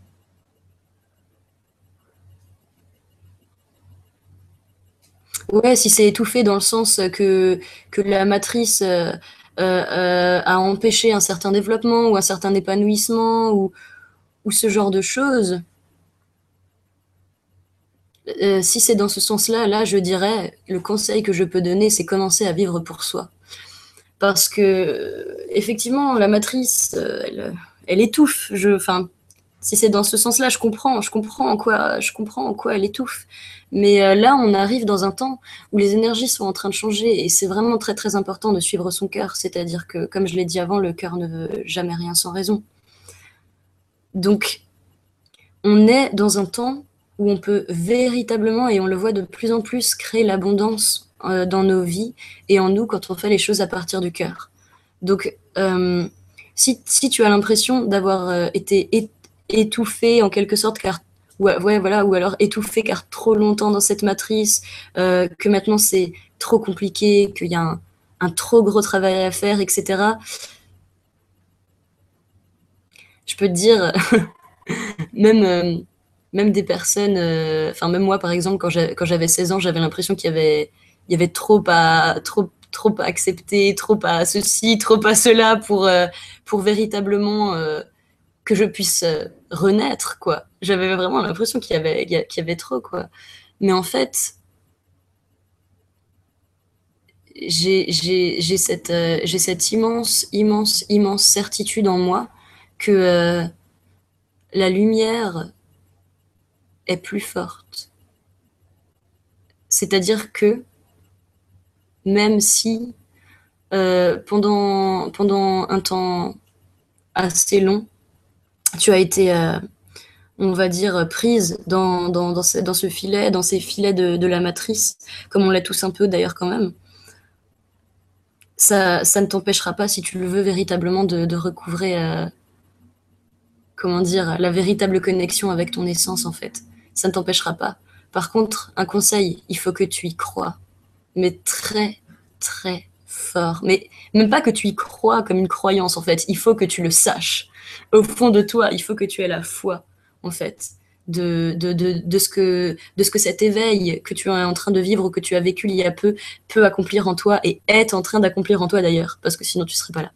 Ouais, si c'est étouffé dans le sens que la matrice a empêché un certain développement ou un certain épanouissement ou ce genre de choses. Si c'est dans ce sens-là, là, je dirais, le conseil que je peux donner, c'est commencer à vivre pour soi. Parce que, effectivement, la matrice, elle étouffe. Enfin, si c'est dans ce sens-là, je comprends en quoi elle étouffe. Mais là, on arrive dans un temps où les énergies sont en train de changer et c'est vraiment très très important de suivre son cœur. C'est-à-dire que, comme je l'ai dit avant, le cœur ne veut jamais rien sans raison. Donc, on est dans un temps où on peut véritablement, et on le voit de plus en plus, créer l'abondance dans nos vies et en nous quand on fait les choses à partir du cœur. Donc, si tu as l'impression d'avoir été étouffé en quelque sorte, ouais, voilà, ou alors étouffé car trop longtemps dans cette matrice, que maintenant c'est trop compliqué, qu'il y a un trop gros travail à faire, etc. Je peux te dire, même, même des personnes, enfin même moi par exemple, quand j'avais 16 ans, j'avais l'impression il y avait trop à accepter, trop à ceci, trop à cela pour véritablement que je puisse renaître, quoi. J'avais vraiment l'impression qu'il y avait trop, quoi. Mais en fait, j'ai cette immense certitude en moi que la lumière est plus forte. C'est-à-dire que même si pendant un temps assez long, tu as été, on va dire, prise dans ce filet, dans ces filets de la matrice, comme on l'est tous un peu d'ailleurs quand même, ça ne t'empêchera pas, si tu le veux véritablement, de recouvrer, comment dire, la véritable connexion avec ton essence en fait. Ça ne t'empêchera pas. Par contre, un conseil, il faut que tu y crois, mais très, très fort. Mais même pas que tu y crois comme une croyance, en fait. Il faut que tu le saches. Au fond de toi, il faut que tu aies la foi, en fait, de ce que cet éveil que tu es en train de vivre ou que tu as vécu il y a peu peut accomplir en toi et est en train d'accomplir en toi d'ailleurs, parce que sinon tu serais pas là.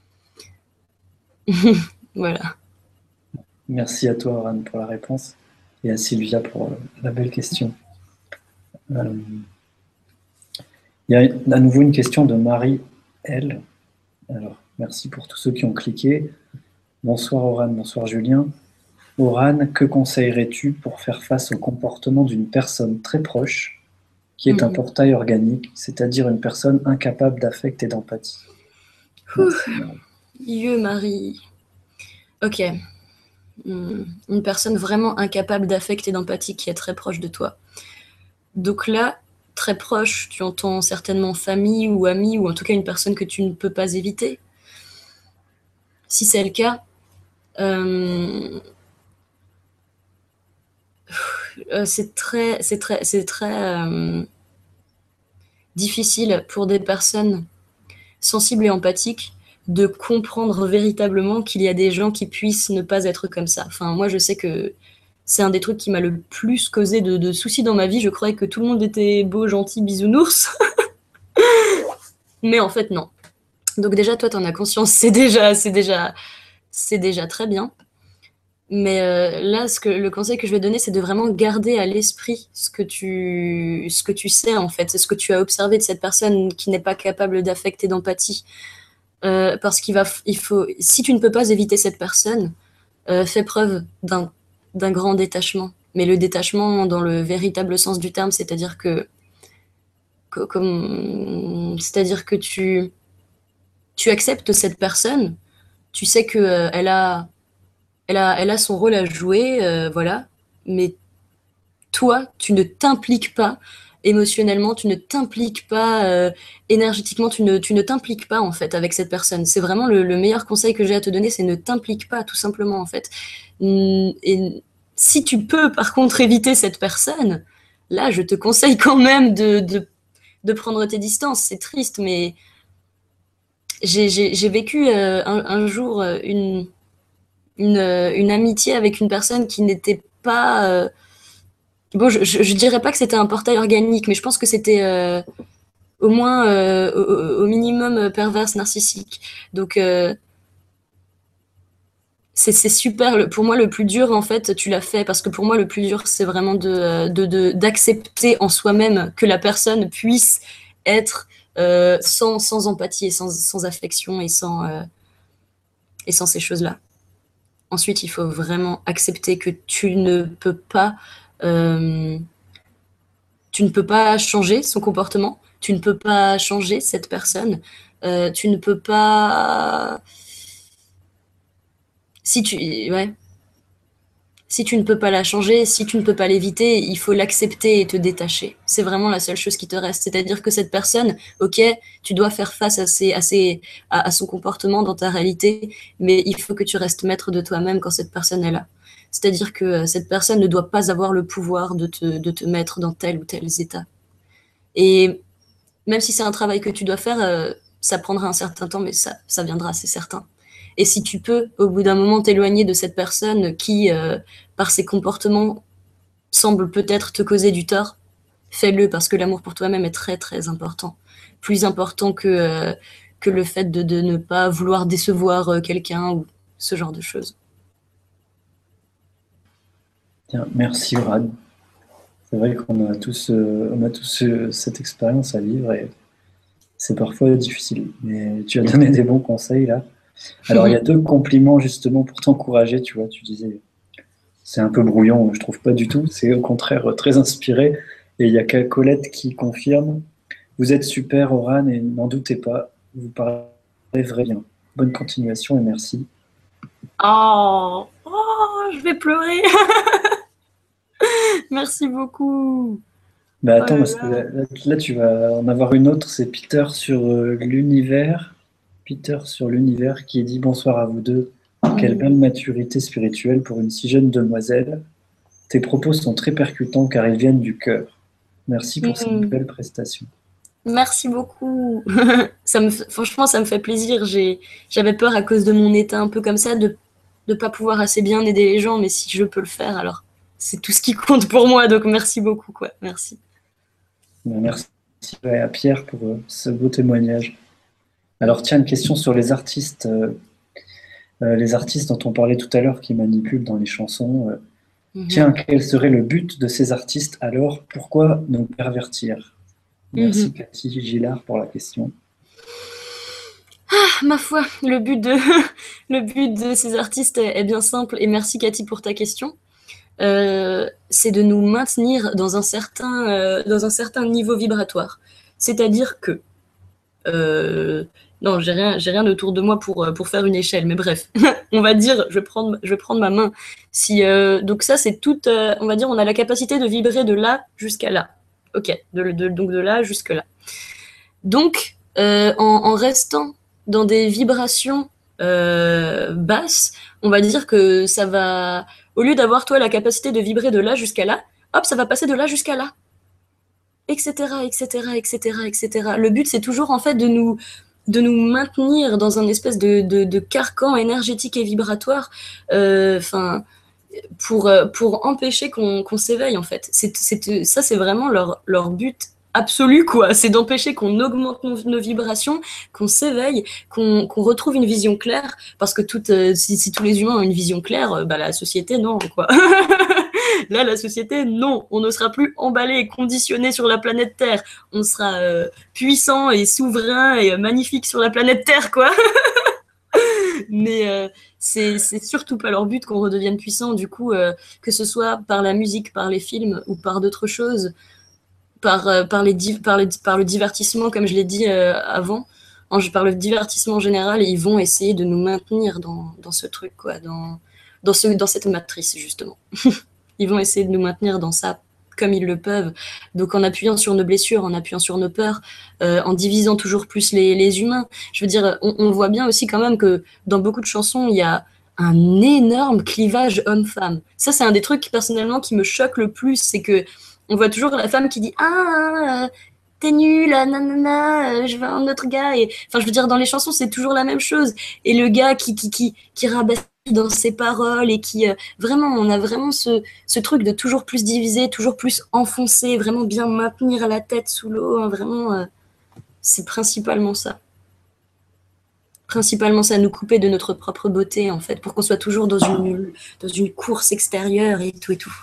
Voilà. Merci à toi, Oran, pour la réponse, et à Sylvia pour la belle question. Euh, il y a à nouveau une question de Marie L. Alors, merci pour tous ceux qui ont cliqué. Bonsoir Oran, bonsoir Julien. Oran, que conseillerais-tu pour faire face au comportement d'une personne très proche qui est un portail organique, c'est-à-dire une personne incapable d'affect et d'empathie? Merci Marie. Marie. Ok. Une personne vraiment incapable d'affect et d'empathie qui est très proche de toi. Donc là, très proche, tu entends certainement famille ou ami, ou en tout cas une personne que tu ne peux pas éviter. Si c'est le cas, c'est très difficile pour des personnes sensibles et empathiques de comprendre véritablement qu'il y a des gens qui puissent ne pas être comme ça. Enfin, moi, je sais que c'est un des trucs qui m'a le plus causé de soucis dans ma vie. Je croyais que tout le monde était beau, gentil, bisounours. Mais en fait, non. Donc déjà, toi, t'en as conscience, c'est déjà très bien. Mais là, le conseil que je vais donner, c'est de vraiment garder à l'esprit ce que tu sais, en fait, ce que tu as observé de cette personne qui n'est pas capable d'affect et d'empathie. Parce si tu ne peux pas éviter cette personne, fais preuve d'un grand détachement. Mais le détachement dans le véritable sens du terme, c'est-à-dire c'est-à-dire que tu acceptes cette personne, tu sais que elle a son rôle à jouer, voilà. Mais toi, tu ne t'impliques pas émotionnellement, tu ne t'impliques pas énergétiquement, tu ne t'impliques pas en fait avec cette personne. C'est vraiment le meilleur conseil que j'ai à te donner, c'est ne t'implique pas tout simplement en fait. Et si tu peux par contre éviter cette personne, là je te conseille quand même de prendre tes distances. C'est triste, mais j'ai vécu un jour une amitié avec une personne qui n'était pas. Bon, je dirais pas que c'était un portail organique, mais je pense que c'était au moins, au minimum, perverse, narcissique. Donc, C'est super. Pour moi, le plus dur, en fait, tu l'as fait parce que pour moi, le plus dur, c'est vraiment d'accepter en soi-même que la personne puisse être sans empathie et sans affection et sans ces choses-là. Ensuite, il faut vraiment accepter que euh, tu ne peux pas changer son comportement, tu ne peux pas changer cette personne, tu ne peux pas. Si tu, ouais, si tu ne peux pas la changer, si tu ne peux pas l'éviter, il faut l'accepter et te détacher. C'est vraiment la seule chose qui te reste. C'est-à-dire que cette personne, ok, tu dois faire face à son comportement dans ta réalité, mais il faut que tu restes maître de toi-même quand cette personne est là. C'est-à-dire que cette personne ne doit pas avoir le pouvoir de te mettre dans tel ou tel état. Et même si c'est un travail que tu dois faire, ça prendra un certain temps, mais ça viendra, c'est certain. Et si tu peux, au bout d'un moment, t'éloigner de cette personne qui, par ses comportements, semble peut-être te causer du tort, fais-le parce que l'amour pour toi-même est très très important. Plus important que le fait de ne pas vouloir décevoir quelqu'un ou ce genre de choses. Bien, merci Brad. C'est vrai on a tous cette expérience à vivre et c'est parfois difficile. Mais tu as donné des bons conseils là. Alors il y a deux compliments justement pour t'encourager, tu vois, tu disais c'est un peu brouillon, je trouve pas du tout, c'est au contraire très inspiré. Et il y a Colette qui confirme, vous êtes super Oran et n'en doutez pas, vous parlez vrai bien. Bonne continuation et merci. Oh, je vais pleurer. Merci beaucoup. Bah Oh attends, là parce que là. là, tu vas en avoir une autre, c'est Peter sur l'univers. Peter sur l'univers qui dit bonsoir à vous deux. Quelle belle maturité spirituelle pour une si jeune demoiselle. Tes propos sont très percutants car ils viennent du cœur. Merci pour cette Mm. belle prestation. Merci beaucoup. Franchement, ça me fait plaisir. J'avais peur à cause de mon état un peu comme ça de ne pas pouvoir assez bien aider les gens, mais si je peux le faire, alors c'est tout ce qui compte pour moi. Donc merci beaucoup, quoi. Merci. Merci à Pierre pour ce beau témoignage. Alors tiens, une question sur les artistes dont on parlait tout à l'heure qui manipulent dans les chansons. Mhm. Tiens, quel serait le but de ces artistes alors? Pourquoi nous pervertir? Merci Mhm. Cathy Gillard pour la question. Ma foi, le but de ces artistes est bien simple. Et merci Cathy pour ta question. C'est de nous maintenir dans un certain niveau vibratoire. C'est-à-dire que Euh, non, j'ai rien autour de moi pour faire une échelle, mais bref, on va dire, je vais prendre ma main. Si, donc ça, c'est tout, on va dire, on a la capacité de vibrer de là jusqu'à là. Ok, donc de là jusque là. Donc, en restant dans des vibrations basses, on va dire que ça va, au lieu d'avoir toi la capacité de vibrer de là jusqu'à là, hop, ça va passer de là jusqu'à là, etc., etc., etc., etc. Le but, c'est toujours en fait de nous maintenir dans un espèce de carcan énergétique et vibratoire, enfin, pour empêcher qu'on s'éveille en fait. Ça, c'est vraiment leur but absolu, quoi. C'est d'empêcher qu'on augmente nos vibrations, qu'on s'éveille, qu'on retrouve une vision claire, parce que si tous les humains ont une vision claire, bah, la société, non, quoi. Là, la société, non, on ne sera plus emballé et conditionné sur la planète Terre. On sera puissant et souverain et magnifique sur la planète Terre, quoi. Mais c'est surtout pas leur but qu'on redevienne puissant. Du coup, que ce soit par la musique, par les films ou par d'autres choses, par le divertissement, comme je l'ai dit avant, par le divertissement en général, ils vont essayer de nous maintenir dans ce truc, quoi, dans cette matrice, justement. Ils vont essayer de nous maintenir dans ça comme ils le peuvent. Donc en appuyant sur nos blessures, en appuyant sur nos peurs, en divisant toujours plus les humains. Je veux dire, on voit bien aussi quand même que dans beaucoup de chansons, il y a un énorme clivage homme-femme. Ça, c'est un des trucs personnellement qui me choque le plus, c'est que on voit toujours la femme qui dit ah t'es nulle, ah, nanana, je veux un autre gars. Et enfin, je veux dire, dans les chansons, c'est toujours la même chose. Et le gars qui rabaisse dans ses paroles et qui vraiment, on a vraiment ce truc de toujours plus diviser, toujours plus enfoncer, vraiment bien maintenir la tête sous l'eau. Hein, vraiment, c'est principalement ça. principalement ça, nous couper de notre propre beauté, en fait, pour qu'on soit toujours dans une course extérieure et tout et tout.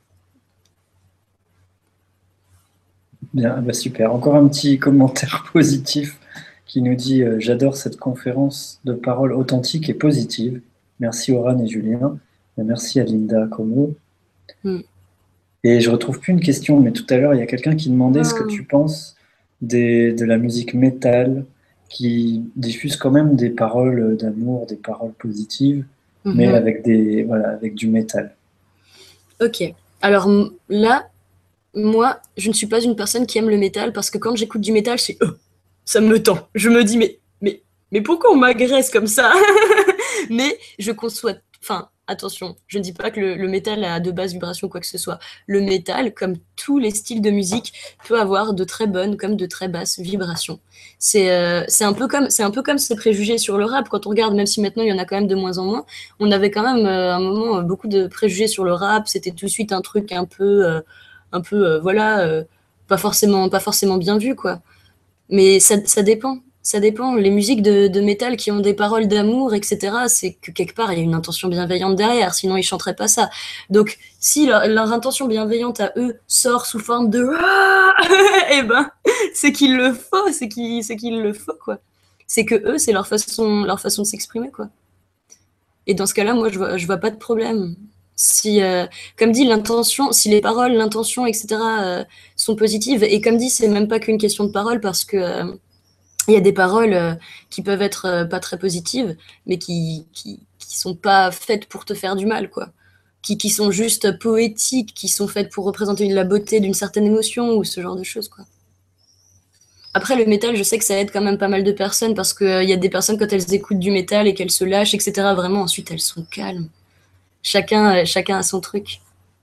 Bien, bah super. Encore un petit commentaire positif qui nous dit j'adore cette conférence de paroles authentiques et positives. Merci Oran et Julien. Et merci à Linda Como. Mm. Et je retrouve plus une question, mais tout à l'heure, il y a quelqu'un qui demandait ce que tu penses de la musique métal qui diffuse quand même des paroles d'amour, des paroles positives, mais Mhm. voilà, avec du métal. Ok. Alors là, moi, je ne suis pas une personne qui aime le métal parce que quand j'écoute du métal, ça me tend. Je me dis, mais pourquoi on m'agresse comme ça? Mais je conçois. Enfin, attention, je ne dis pas que le métal a de basses vibrations ou quoi que ce soit. Le métal, comme tous les styles de musique, peut avoir de très bonnes comme de très basses vibrations. C'est un peu comme ces préjugés sur le rap. Quand on regarde, même si maintenant il y en a quand même de moins en moins, on avait quand même à un moment beaucoup de préjugés sur le rap. C'était tout de suite un truc voilà, pas forcément bien vu, quoi. Mais ça dépend. Ça dépend. Les musiques de métal qui ont des paroles d'amour, etc., c'est que quelque part, il y a une intention bienveillante derrière, sinon ils chanteraient pas ça. Donc, si leur intention bienveillante à eux sort sous forme de eh ben, c'est qu'il le faut, c'est qu'il le faut, quoi. C'est que eux, c'est leur façon de s'exprimer, quoi. Et dans ce cas-là, moi, je vois pas de problème. Si, comme dit, l'intention, si les paroles, l'intention, etc., sont positives, et comme dit, c'est même pas qu'une question de paroles, parce que il y a des paroles qui peuvent être pas très positives, mais qui sont pas faites pour te faire du mal, quoi. Qui sont juste poétiques, qui sont faites pour représenter la beauté d'une certaine émotion, ou ce genre de choses, quoi. Après, le métal, je sais que ça aide quand même pas mal de personnes, parce qu'il y a des personnes, quand elles écoutent du métal et qu'elles se lâchent, etc., vraiment, ensuite, elles sont calmes. Chacun a son truc.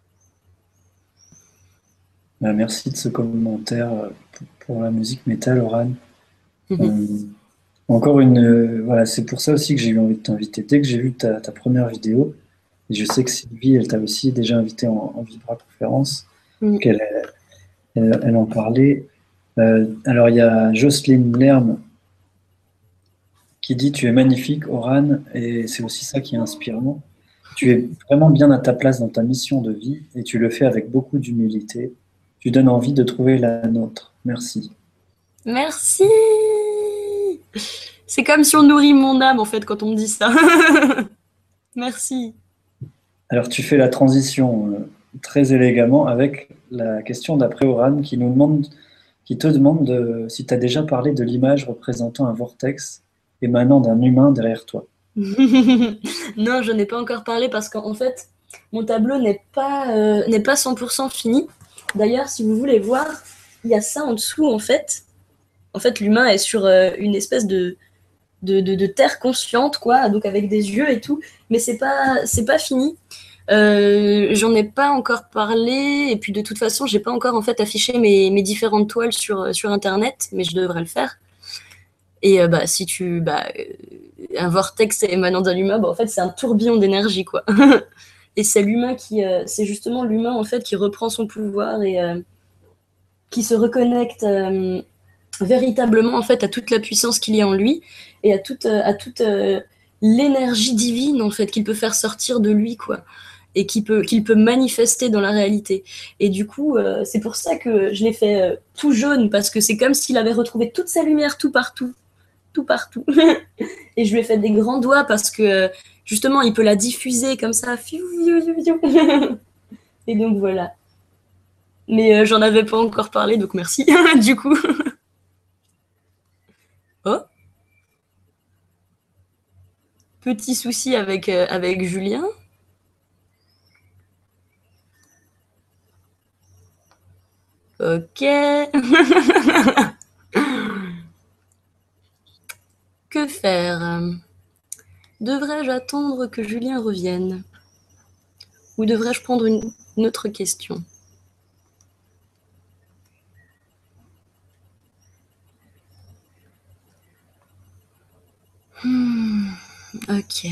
Merci de ce commentaire pour la musique métal, Oran. Mhm. Euh, Encore voilà, c'est pour ça aussi que j'ai eu envie de t'inviter. Dès que j'ai vu ta première vidéo, et je sais que Sylvie, elle t'a aussi déjà invité en Vibra conférence, Mhm. qu'elle elle en parlait. Alors, il y a Jocelyne Lerme qui dit tu es magnifique, Oran, et c'est aussi ça qui est inspirant. Tu es vraiment bien à ta place dans ta mission de vie et tu le fais avec beaucoup d'humilité. Tu donnes envie de trouver la nôtre. Merci. Merci. C'est comme si on nourrit mon âme, en fait, quand on me dit ça. Merci. Alors, tu fais la transition très élégamment avec la question d'après Oran qui te demande si tu as déjà parlé de l'image représentant un vortex émanant d'un humain derrière toi. Non, je n'ai pas encore parlé parce qu'en fait, mon tableau n'est pas 100% fini. D'ailleurs, si vous voulez voir, il y a ça en dessous, en fait. En fait, l'humain est sur une espèce de terre consciente, quoi, donc avec des yeux et tout. Mais c'est pas fini. J'en ai pas encore parlé. Et puis, de toute façon, j'ai pas encore, en fait, affiché mes différentes toiles sur Internet, mais je devrais le faire. Et bah, si tu. Bah, un vortex émanant d'un humain, bah, en fait, c'est un tourbillon d'énergie, quoi. Et c'est l'humain c'est justement l'humain, en fait, qui reprend son pouvoir et qui se reconnecte véritablement, en fait, à toute la puissance qu'il y a en lui et à toute l'énergie divine, en fait, qu'il peut faire sortir de lui, quoi. Et qu'il peut manifester dans la réalité. Et du coup, c'est pour ça que je l'ai fait tout jaune, parce que c'est comme s'il avait retrouvé toute sa lumière tout partout, tout partout. Et je lui ai fait des grands doigts parce que justement, il peut la diffuser comme ça. Et donc voilà. Mais j'en avais pas encore parlé, donc merci. Du coup. Oh, petit souci avec Julien. Ok. Que faire? Devrais-je attendre que Julien revienne? Ou devrais-je prendre une autre question? Ok.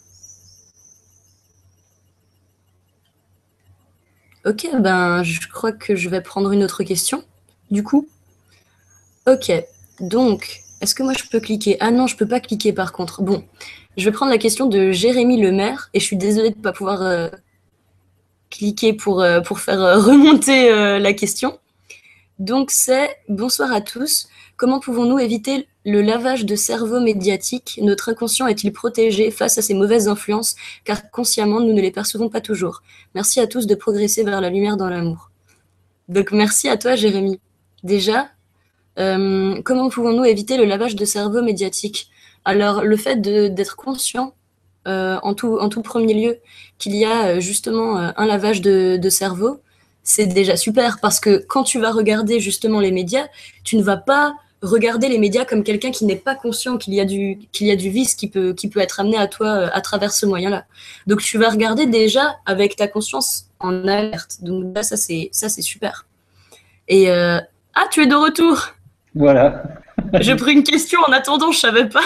Ok, ben je crois que je vais prendre une autre question. Du coup. Ok. Donc, Est-ce que moi je peux cliquer? Ah non, je peux pas cliquer par contre. Bon, je vais prendre la question de Jérémy Lemaire et je suis désolée de ne pas pouvoir cliquer pour faire remonter la question. Donc c'est bonsoir à tous. Comment pouvons-nous éviter le lavage de cerveau médiatique? Notre inconscient est-il protégé face à ces mauvaises influences, car consciemment nous ne les percevons pas toujours? Merci à tous de progresser vers la lumière dans l'amour. Donc merci à toi Jérémy. Déjà, comment pouvons-nous éviter le lavage de cerveau médiatique? Alors le fait d'être conscient en tout premier lieu qu'il y a justement un lavage de cerveau, c'est déjà super parce que quand tu vas regarder justement les médias, tu ne vas pas regarder les médias comme quelqu'un qui n'est pas conscient qu'il y a du vice qui peut être amené à toi à travers ce moyen-là. Donc tu vas regarder déjà avec ta conscience en alerte. Donc là, ça c'est super. Et ah, tu es de retour. Voilà. J'ai pris une question en attendant, je savais pas.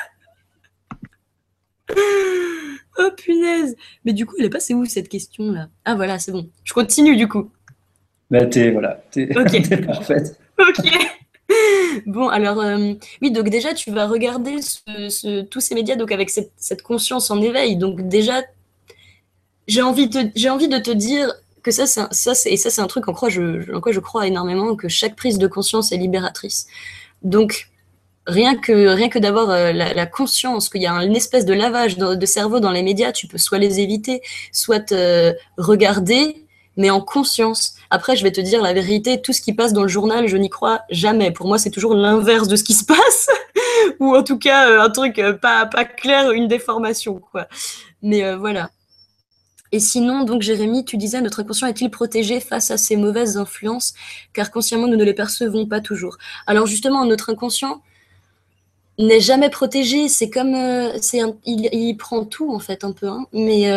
Oh punaise! Mais du coup, elle est passée où cette question-là? Ah voilà, c'est bon. Je continue du coup. Bah, t'es Ok. t'es parfaite. Ok. Bon, alors, oui, donc déjà, tu vas regarder tous ces médias donc avec cette conscience en éveil. Donc déjà, j'ai envie de te dire que ça, c'est un truc en quoi je crois énormément, que chaque prise de conscience est libératrice. Donc, rien que d'avoir la conscience qu'il y a une espèce de lavage de cerveau dans les médias, tu peux soit les éviter, soit regarder, mais en conscience. Après, je vais te dire la vérité, tout ce qui passe dans le journal, je n'y crois jamais. Pour moi, c'est toujours l'inverse de ce qui se passe, ou en tout cas un truc pas clair, une déformation, quoi. Mais voilà. Et sinon, donc Jérémy, tu disais, notre inconscient est-il protégé face à ces mauvaises influences, car consciemment, nous ne les percevons pas toujours. Alors justement, notre inconscient n'est jamais protégé. C'est comme, il prend tout en fait un peu, hein. Mais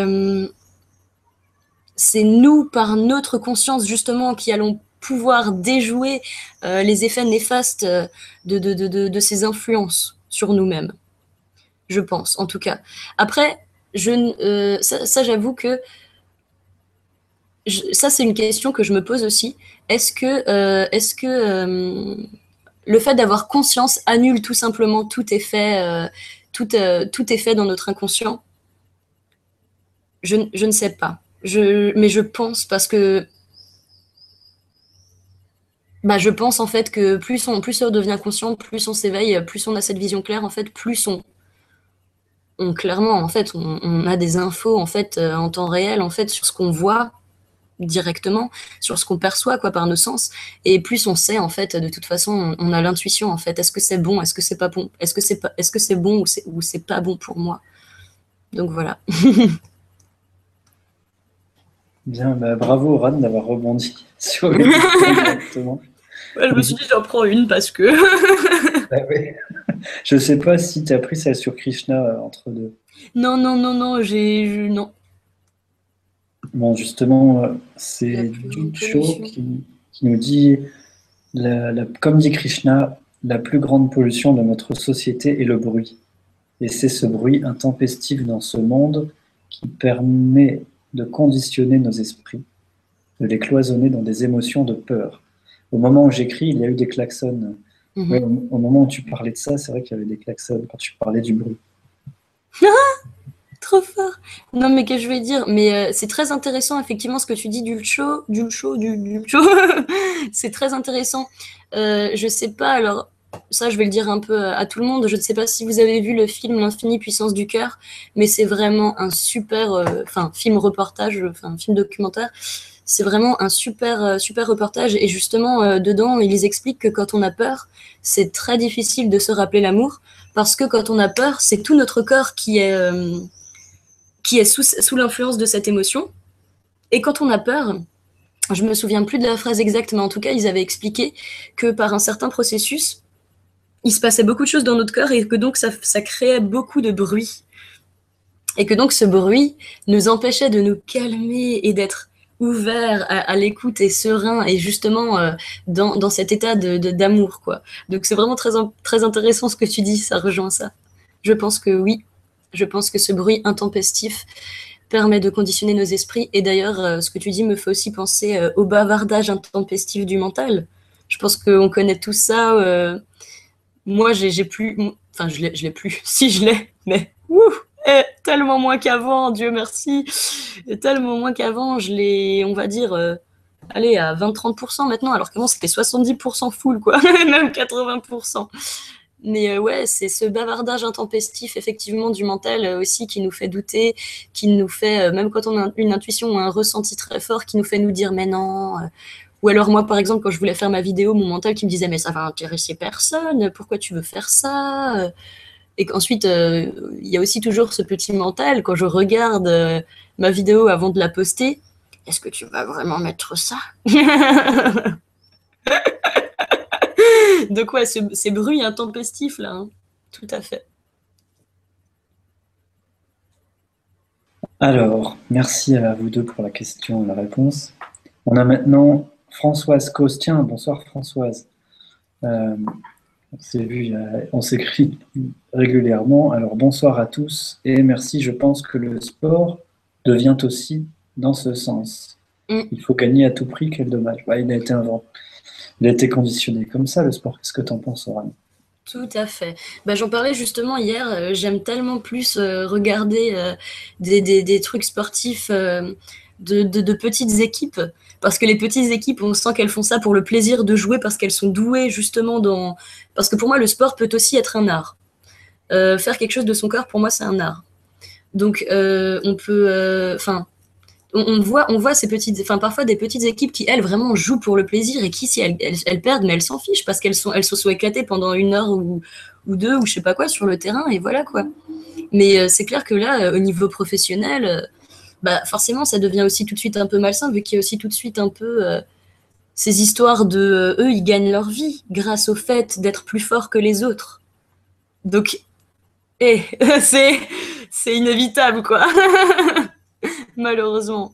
c'est nous, par notre conscience justement, qui allons pouvoir déjouer les effets néfastes de ces influences sur nous-mêmes. Je pense, en tout cas. Après, ça j'avoue que ça c'est une question que je me pose aussi. Est-ce que le fait d'avoir conscience annule tout simplement tout effet, tout effet dans notre inconscient? Je ne sais pas. Mais je pense parce que je pense en fait que plus on devient conscient, plus on s'éveille, plus on a cette vision claire, en fait, plus clairement, en fait, on a des infos en fait en temps réel en fait sur ce qu'on voit directement, sur ce qu'on perçoit quoi par nos sens, et plus on sait en fait de toute façon, on a l'intuition en fait. Est-ce que c'est bon, est-ce que c'est pas bon, est-ce que c'est bon ou c'est pas bon pour moi. Donc voilà. Bien, bah, bravo Oran d'avoir rebondi sur une question directement. Ouais, je me suis dit j'en prends une parce que Ah ouais. Je sais pas si tu as pris celle sur Krishna entre deux. non, non. Bon, justement, Il y a c'est plus grande Ducho pollution. qui nous dit, comme dit Krishna, la plus grande pollution de notre société est le bruit. Et c'est ce bruit intempestif dans ce monde qui permet de conditionner nos esprits, de les cloisonner dans des émotions de peur. Au moment où j'écris, il y a eu des klaxons. Mhm. Ouais, au moment où tu parlais de ça, c'est vrai qu'il y avait des klaxons quand tu parlais du bruit. Trop fort. Non, mais que je vais dire, mais c'est très intéressant effectivement ce que tu dis Dulcho. C'est très intéressant. Je sais pas, alors ça je vais le dire un peu à tout le monde. Je ne sais pas si vous avez vu le film L'infinie puissance du cœur, mais c'est vraiment un super, film reportage, film documentaire. C'est vraiment un super reportage et justement dedans ils expliquent que quand on a peur, c'est très difficile de se rappeler l'amour parce que quand on a peur, c'est tout notre corps qui est sous l'influence de cette émotion. Et quand on a peur, je me souviens plus de la phrase exacte, mais en tout cas, ils avaient expliqué que par un certain processus, il se passait beaucoup de choses dans notre corps et que donc ça créait beaucoup de bruit. Et que donc ce bruit nous empêchait de nous calmer et d'être ouverts à l'écoute et serein et justement dans cet état d'amour, quoi. Donc c'est vraiment très intéressant ce que tu dis, ça rejoint ça. Je pense que oui, je pense que ce bruit intempestif permet de conditionner nos esprits. Et d'ailleurs, ce que tu dis me fait aussi penser au bavardage intempestif du mental. Je pense qu'on connaît tout ça. Moi, j'ai plus, enfin, je l'ai plus. Si je l'ai, mais tellement moins qu'avant, Dieu merci. Et tellement moins qu'avant, je l'ai, on va dire, allez, à 20-30% maintenant, alors qu'avant c'était 70% full, quoi, même 80%. Mais ouais, c'est ce bavardage intempestif, effectivement, du mental aussi qui nous fait douter, qui nous fait, même quand on a une intuition ou un ressenti très fort, qui nous fait nous dire mais non. Ou alors moi, par exemple, quand je voulais faire ma vidéo, mon mental qui me disait mais ça va intéresser personne, pourquoi tu veux faire ça? Et qu'ensuite, il y a aussi toujours ce petit mental, quand je regarde ma vidéo avant de la poster, est-ce que tu vas vraiment mettre ça? Donc ouais, ces bruits intempestifs là, hein. Tout à fait. Alors, merci à vous deux pour la question et la réponse. On a maintenant Françoise Costien. Bonsoir Françoise. Euh, on s'est vu, on s'écrit régulièrement. Alors bonsoir à tous et merci. Je pense que le sport devient aussi dans ce sens. Mm. Il faut gagner à tout prix, quel dommage. Bah, il a été inventé. Il a été conditionné comme ça, le sport. Qu'est-ce que tu en penses, Oran? Tout à fait. Bah, j'en parlais justement hier, j'aime tellement plus regarder des trucs sportifs de petites équipes, parce que les petites équipes, on sent qu'elles font ça pour le plaisir de jouer, parce qu'elles sont douées justement dans... Parce que pour moi, le sport peut aussi être un art. Faire quelque chose de son corps, pour moi, c'est un art. Donc, on peut... Enfin, on voit ces petites, enfin parfois des petites équipes qui elles vraiment jouent pour le plaisir et qui si elles perdent mais elles s'en fichent parce elles se sont éclatées pendant une heure ou deux ou je sais pas quoi sur le terrain et voilà quoi. Mais c'est clair que là au niveau professionnel, bah forcément ça devient aussi tout de suite un peu malsain vu qu'il y a aussi tout de suite un peu ces histoires de eux ils gagnent leur vie grâce au fait d'être plus forts que les autres. Donc eh, c'est inévitable quoi. Malheureusement.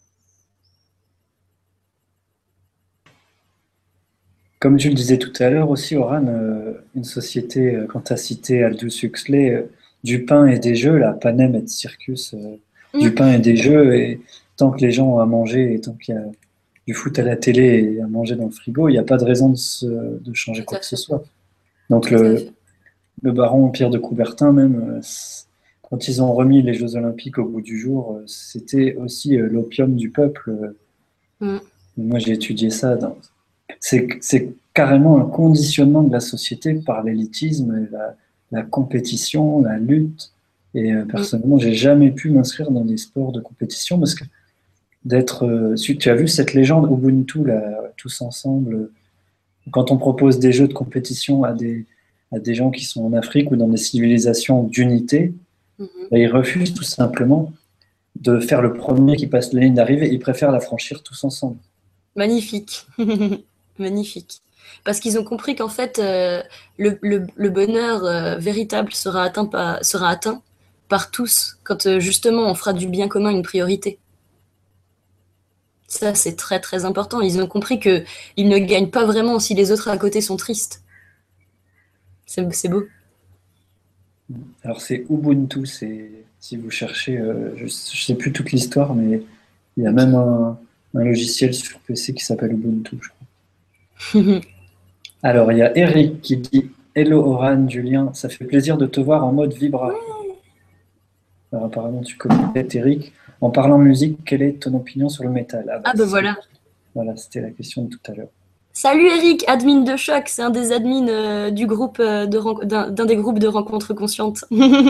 Comme tu le disais tout à l'heure aussi, Oran, une société, quand tu as cité Aldous Huxley, du pain et des jeux, là, Panem et Circus, du Mm, pain et des jeux, et tant que les gens ont à manger et tant qu'il y a du foot à la télé et à manger dans le frigo, il n'y a pas de raison de changer tout quoi à que ce fait. soit. Donc Tout à fait. le baron Pierre de Coubertin, même, quand ils ont remis les Jeux Olympiques au bout du jour, c'était aussi l'opium du peuple. Mm, Moi, j'ai étudié ça. C'est carrément un conditionnement de la société par l'élitisme, et la compétition, la lutte. Et mm. personnellement, j'ai jamais pu m'inscrire dans des sports de compétition parce que tu as vu cette légende Ubuntu, là, tous ensemble, quand on propose des jeux de compétition à des gens qui sont en Afrique ou dans des civilisations d'unité, Mhm. ben, ils refusent tout simplement de faire le premier qui passe la ligne d'arrivée. Ils préfèrent la franchir tous ensemble. Magnifique. Magnifique. Parce qu'ils ont compris qu'en fait, le bonheur véritable sera atteint par tous quand justement on fera du bien commun une priorité. Ça, c'est très très important. Ils ont compris que ils ne gagnent pas vraiment si les autres à côté sont tristes. C'est beau. Alors c'est Ubuntu, c'est si vous cherchez, je ne sais plus toute l'histoire, mais il y a même Ok. un logiciel sur PC qui s'appelle Ubuntu, je crois. Alors il y a Eric qui dit Hello Oran, Julien, ça fait plaisir de te voir en mode vibra. Alors apparemment tu connais Eric. En parlant musique, quelle est ton opinion sur le métal? Ah bah Ah ben voilà. voilà, c'était la question de tout à l'heure. Salut Eric, admin de choc, c'est un des admins du groupe d'un des groupes de rencontres conscientes.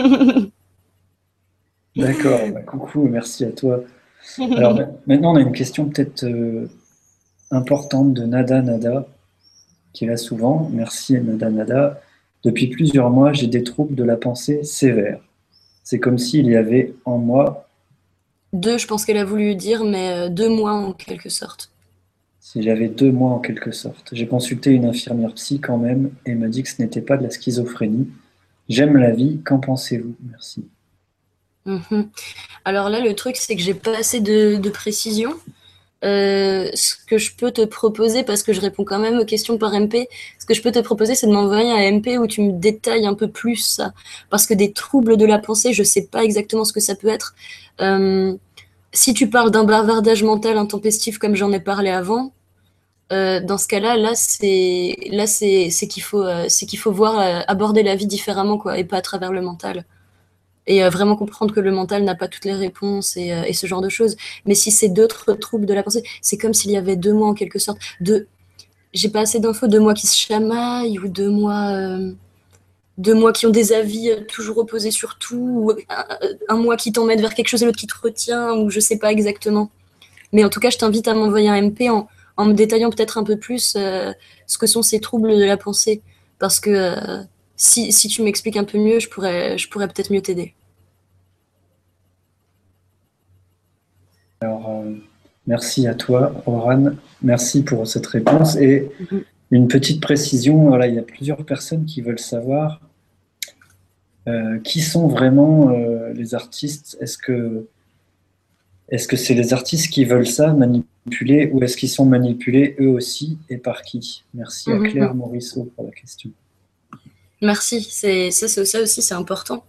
D'accord, bah, coucou, merci à toi. Alors maintenant on a une question peut-être importante de Nada Nada, qui est là souvent. Merci Nada Nada. Depuis plusieurs mois, j'ai des troubles de la pensée sévères. C'est comme s'il y avait en moi, Deux, je pense qu'elle a voulu dire, mais 2 mois en quelque sorte. si j'avais 2 mois en quelque sorte. J'ai consulté une infirmière psy quand même et m'a dit que ce n'était pas de la schizophrénie. J'aime la vie, qu'en pensez-vous? Merci. Mhm. Alors là, le truc, c'est que j'ai pas assez de précision. Ce que je peux te proposer, parce que je réponds quand même aux questions par MP, ce que je peux te proposer, c'est de m'envoyer un MP où tu me détailles un peu plus ça. Parce que des troubles de la pensée, je sais pas exactement ce que ça peut être. Euh, Si tu parles d'un bavardage mental intempestif comme j'en ai parlé avant, dans ce cas-là, c'est qu'il faut voir, aborder la vie différemment, quoi, et pas à travers le mental. Et vraiment comprendre que le mental n'a pas toutes les réponses et ce genre de choses. Mais si c'est d'autres troubles de la pensée, c'est comme s'il y avait 2 mois en quelque sorte. J'ai pas assez d'infos, 2 mois qui se chamaillent ou 2 mois qui ont des avis toujours opposés sur tout, ou un mois qui t'emmène vers quelque chose et l'autre qui te retient, ou je sais pas exactement. Mais en tout cas, je t'invite à m'envoyer un MP en me détaillant peut-être un peu plus ce que sont ces troubles de la pensée. Parce que si tu m'expliques un peu mieux, je pourrais peut-être mieux t'aider. Alors, merci à toi, Oran. Merci pour cette réponse. Et une petite précision, voilà, il y a plusieurs personnes qui veulent savoir qui sont vraiment les artistes. Est-ce que c'est les artistes qui veulent ça, manipuler, ou est-ce qu'ils sont manipulés eux aussi, et par qui? Merci à Claire Morisseau pour la question. Merci, ça aussi c'est important.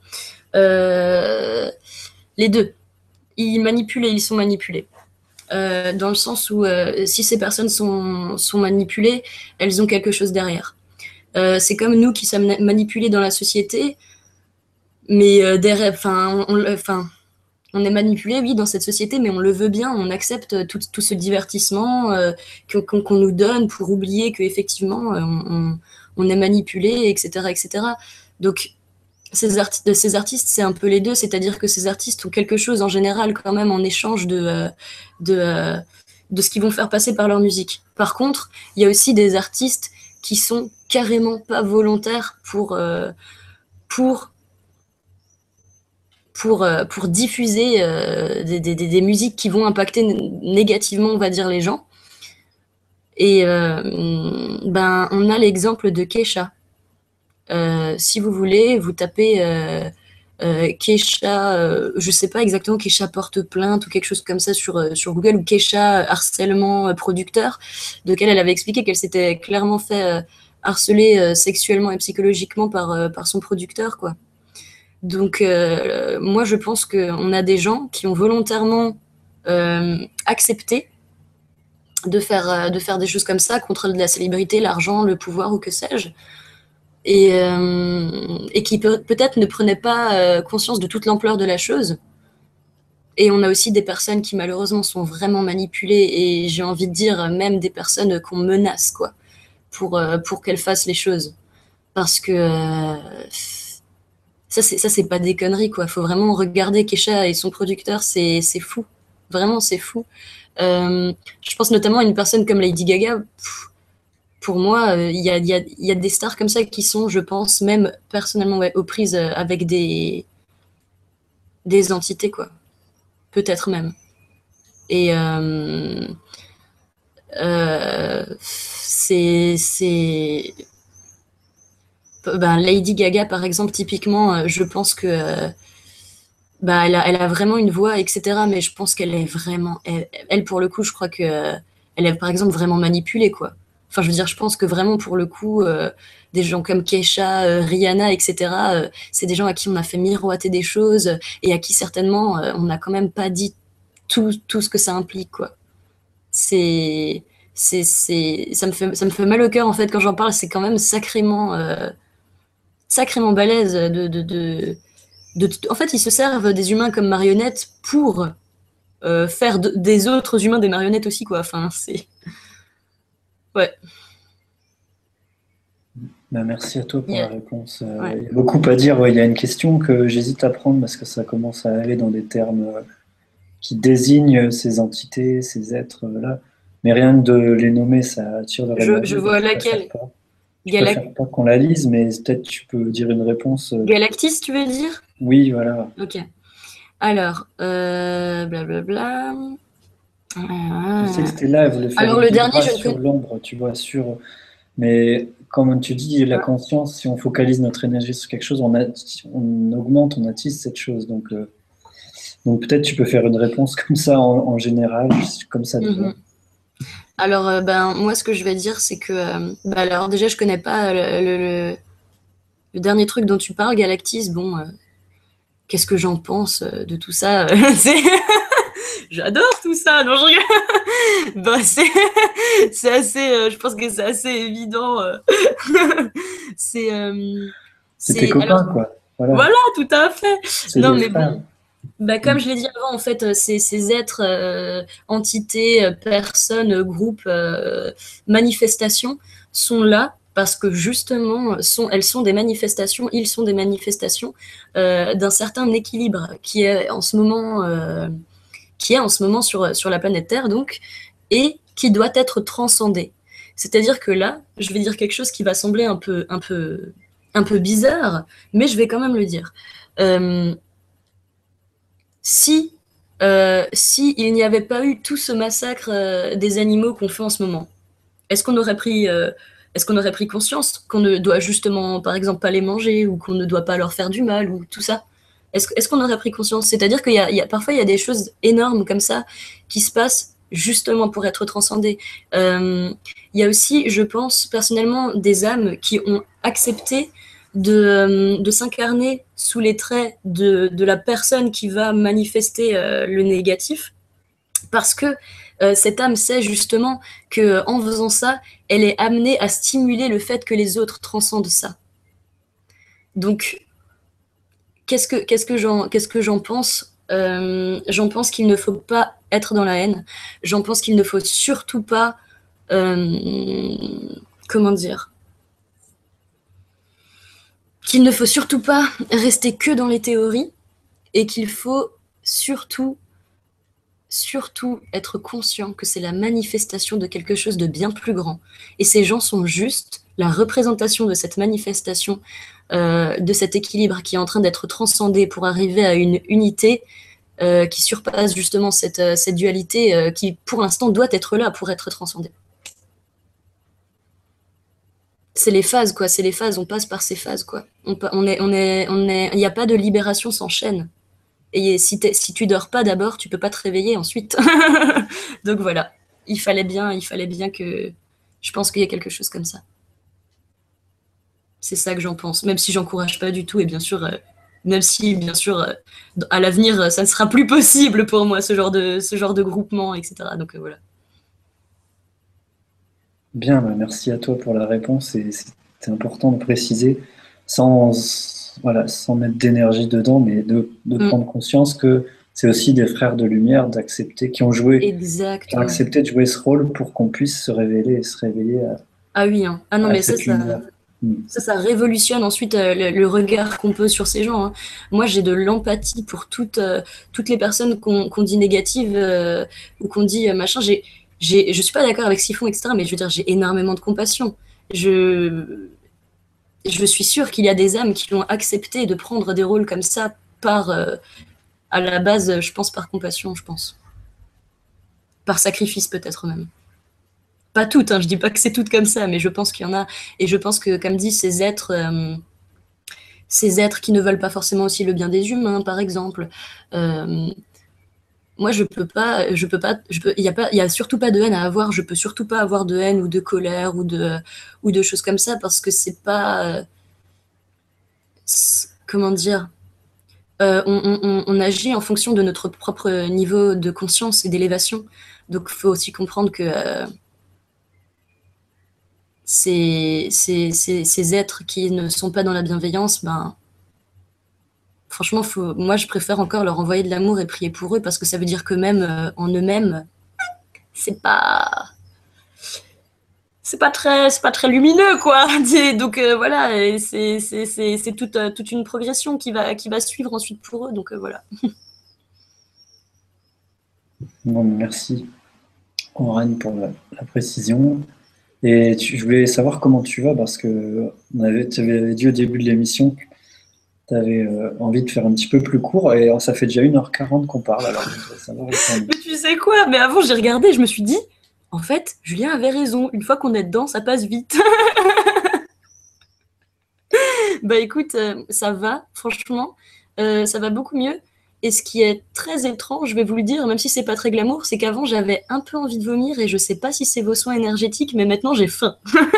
Les deux, ils manipulent et ils sont manipulés. Dans le sens où si ces personnes sont manipulées, elles ont quelque chose derrière. C'est comme nous qui sommes manipulés dans la société, mais derrière, on est manipulé, oui, dans cette société, mais on le veut bien, on accepte tout ce divertissement qu'on nous donne pour oublier qu'effectivement, on est manipulé, etc., etc. Donc, ces artistes, c'est un peu les deux, c'est-à-dire que ces artistes ont quelque chose en général quand même en échange de ce qu'ils vont faire passer par leur musique. Par contre, il y a aussi des artistes qui sont carrément pas volontaires pour diffuser des musiques qui vont impacter négativement, on va dire, les gens. Et on a l'exemple de Kesha. Si vous voulez, vous tapez Kesha, je sais pas exactement, Kesha porte plainte ou quelque chose comme ça sur Google, ou Kesha harcèlement producteur, de laquelle elle avait expliqué qu'elle s'était clairement fait harceler sexuellement et psychologiquement par son producteur, quoi. Donc, moi, je pense qu'on a des gens qui ont volontairement accepté de faire des choses comme ça contre la célébrité, l'argent, le pouvoir ou que sais-je, et qui peut-être ne prenaient pas conscience de toute l'ampleur de la chose. Et on a aussi des personnes qui malheureusement sont vraiment manipulées, et j'ai envie de dire même des personnes qu'on menace, quoi, pour qu'elles fassent les choses. Parce que ça, c'est pas des conneries, quoi. Faut vraiment regarder Kesha et son producteur, c'est fou. Vraiment, c'est fou. Je pense notamment à une personne comme Lady Gaga. Pour moi, il y a des stars comme ça qui sont, je pense, même personnellement, ouais, aux prises avec des entités, quoi. Peut-être même. Et c'est Lady Gaga, par exemple, typiquement, je pense que elle a vraiment une voix, etc. Mais je pense qu'elle est vraiment, elle, pour le coup, je crois que elle est, par exemple, vraiment manipulée, quoi. Enfin, je veux dire, je pense que vraiment, pour le coup, des gens comme Kesha, Rihanna, etc., c'est des gens à qui on a fait miroiter des choses et à qui, certainement, on n'a quand même pas dit tout ce que ça implique, quoi. C'est, ça me fait mal au cœur, en fait, quand j'en parle. C'est quand même sacrément balèze en fait, ils se servent des humains comme marionnettes pour faire des autres humains des marionnettes aussi, quoi. Enfin, c'est... Ouais. Merci à toi pour la réponse. Ouais. Il y a beaucoup à dire. Ouais, il y a une question que j'hésite à prendre parce que ça commence à aller dans des termes qui désignent ces entités, ces êtres-là. Mais rien que de les nommer, ça attire le rayon. Je vois laquelle. Je préfère pas qu'on la lise, mais peut-être tu peux dire une réponse. Galactis, tu veux dire? Oui, voilà. Ok. Alors, blablabla. Je sais que c'était là, elle voulait faire Alors, le dernier, sur l'ombre, tu vois, mais comme tu dis, la conscience, si on focalise notre énergie sur quelque chose, on augmente, on attise cette chose. Donc peut-être tu peux faire une réponse comme ça en général, comme ça. Alors, moi, ce que je vais dire, c'est que... alors, déjà, je connais pas le dernier truc dont tu parles, Galactis. Bon, qu'est-ce que j'en pense de tout ça? J'adore tout ça. Non, je regarde. Bah, c'est assez, je pense que c'est assez évident. C'est, C'est tes alors, copains, quoi. Voilà, voilà, tout à fait. c'est Non, des mais frères. bon, bah, comme je l'ai dit avant, en fait, ces êtres, entités, personnes, groupes, manifestations sont là parce que justement, elles sont des manifestations, ils sont des manifestations d'un certain équilibre qui est en ce moment sur la planète Terre, donc, et qui doit être transcendé. C'est-à-dire que là, je vais dire quelque chose qui va sembler un peu bizarre, mais je vais quand même le dire. Euh, si, si il n'y avait pas eu tout ce massacre des animaux qu'on fait en ce moment, est-ce qu'on aurait pris, est-ce qu'on aurait pris conscience qu'on ne doit justement, par exemple, pas les manger ou qu'on ne doit pas leur faire du mal ou tout ça? Est-ce qu'on aurait pris conscience? C'est-à-dire parfois il y a des choses énormes comme ça qui se passent justement pour être transcendées. Il y a aussi, je pense personnellement, des âmes qui ont accepté de s'incarner sous les traits de la personne qui va manifester le négatif, parce que cette âme sait justement que en faisant ça, elle est amenée à stimuler le fait que les autres transcendent ça. Donc, qu'est-ce que j'en pense? J'en pense qu'il ne faut pas être dans la haine. J'en pense qu'il ne faut surtout pas, comment dire, qu'il ne faut surtout pas rester que dans les théories et qu'il faut surtout être conscient que c'est la manifestation de quelque chose de bien plus grand. Et ces gens sont juste la représentation de cette manifestation, de cet équilibre qui est en train d'être transcendé pour arriver à une unité qui surpasse justement cette dualité qui, pour l'instant, doit être là pour être transcendée. C'est les phases, quoi. C'est les phases. On passe par ces phases, quoi. Il n'y a pas de libération sans chaîne. Et si tu dors pas d'abord, tu peux pas te réveiller ensuite. Donc voilà, il fallait bien que... Je pense qu'il y a quelque chose comme ça. C'est ça que j'en pense, même si j'encourage pas du tout, et bien sûr, même si, bien sûr, à l'avenir, ça ne sera plus possible pour moi, ce genre de groupement, etc. Donc voilà. Bien, bah, merci à toi pour la réponse. Et c'est important de préciser, voilà, sans mettre d'énergie dedans, mais de prendre conscience que c'est aussi des frères de lumière, d'accepter, qui ont Exactement. accepté de jouer ce rôle pour qu'on puisse se révéler et se réveiller Ah oui, hein. Ah non, à mais cette lumière. Mm. ça révolutionne ensuite le regard qu'on peut sur ces gens, hein. Moi, j'ai de l'empathie pour toutes les personnes qu'on dit négatives ou qu'on dit machin. Je suis pas d'accord avec ce qu'ils font, etc. Mais je veux dire, j'ai énormément de compassion. Je, je suis sûre qu'il y a des âmes qui ont accepté de prendre des rôles comme ça à la base, je pense, par compassion, je pense. Par sacrifice, peut-être même. Pas toutes, hein, je dis pas que c'est toutes comme ça, mais je pense qu'il y en a. Et je pense que, comme dit, ces êtres qui ne veulent pas forcément aussi le bien des humains, par exemple. Euh, Moi, il y a surtout pas de haine à avoir. Je peux surtout pas avoir de haine ou de colère ou de choses comme ça parce que c'est pas, comment dire, on agit en fonction de notre propre niveau de conscience et d'élévation. Donc, il faut aussi comprendre que ces êtres qui ne sont pas dans la bienveillance, ben, franchement, moi, je préfère encore leur envoyer de l'amour et prier pour eux parce que ça veut dire que même en eux-mêmes, c'est pas, c'est pas très lumineux, quoi. Donc voilà, c'est toute une progression qui va suivre ensuite pour eux. Donc voilà. Non, merci, Aurane, pour la précision. Et je voulais savoir comment tu vas parce que tu avais dit au début de l'émission que tu avais envie de faire un petit peu plus court et ça fait déjà 1h40 qu'on parle. Alors, je voudrais savoir où t'en es. Mais tu sais quoi? Mais avant, j'ai regardé, je me suis dit, en fait, Julien avait raison. Une fois qu'on est dedans, ça passe vite. Bah écoute, ça va, franchement, ça va beaucoup mieux. Et ce qui est très étrange, je vais vous le dire, même si c'est pas très glamour, c'est qu'avant j'avais un peu envie de vomir et je sais pas si c'est vos soins énergétiques, mais maintenant j'ai faim.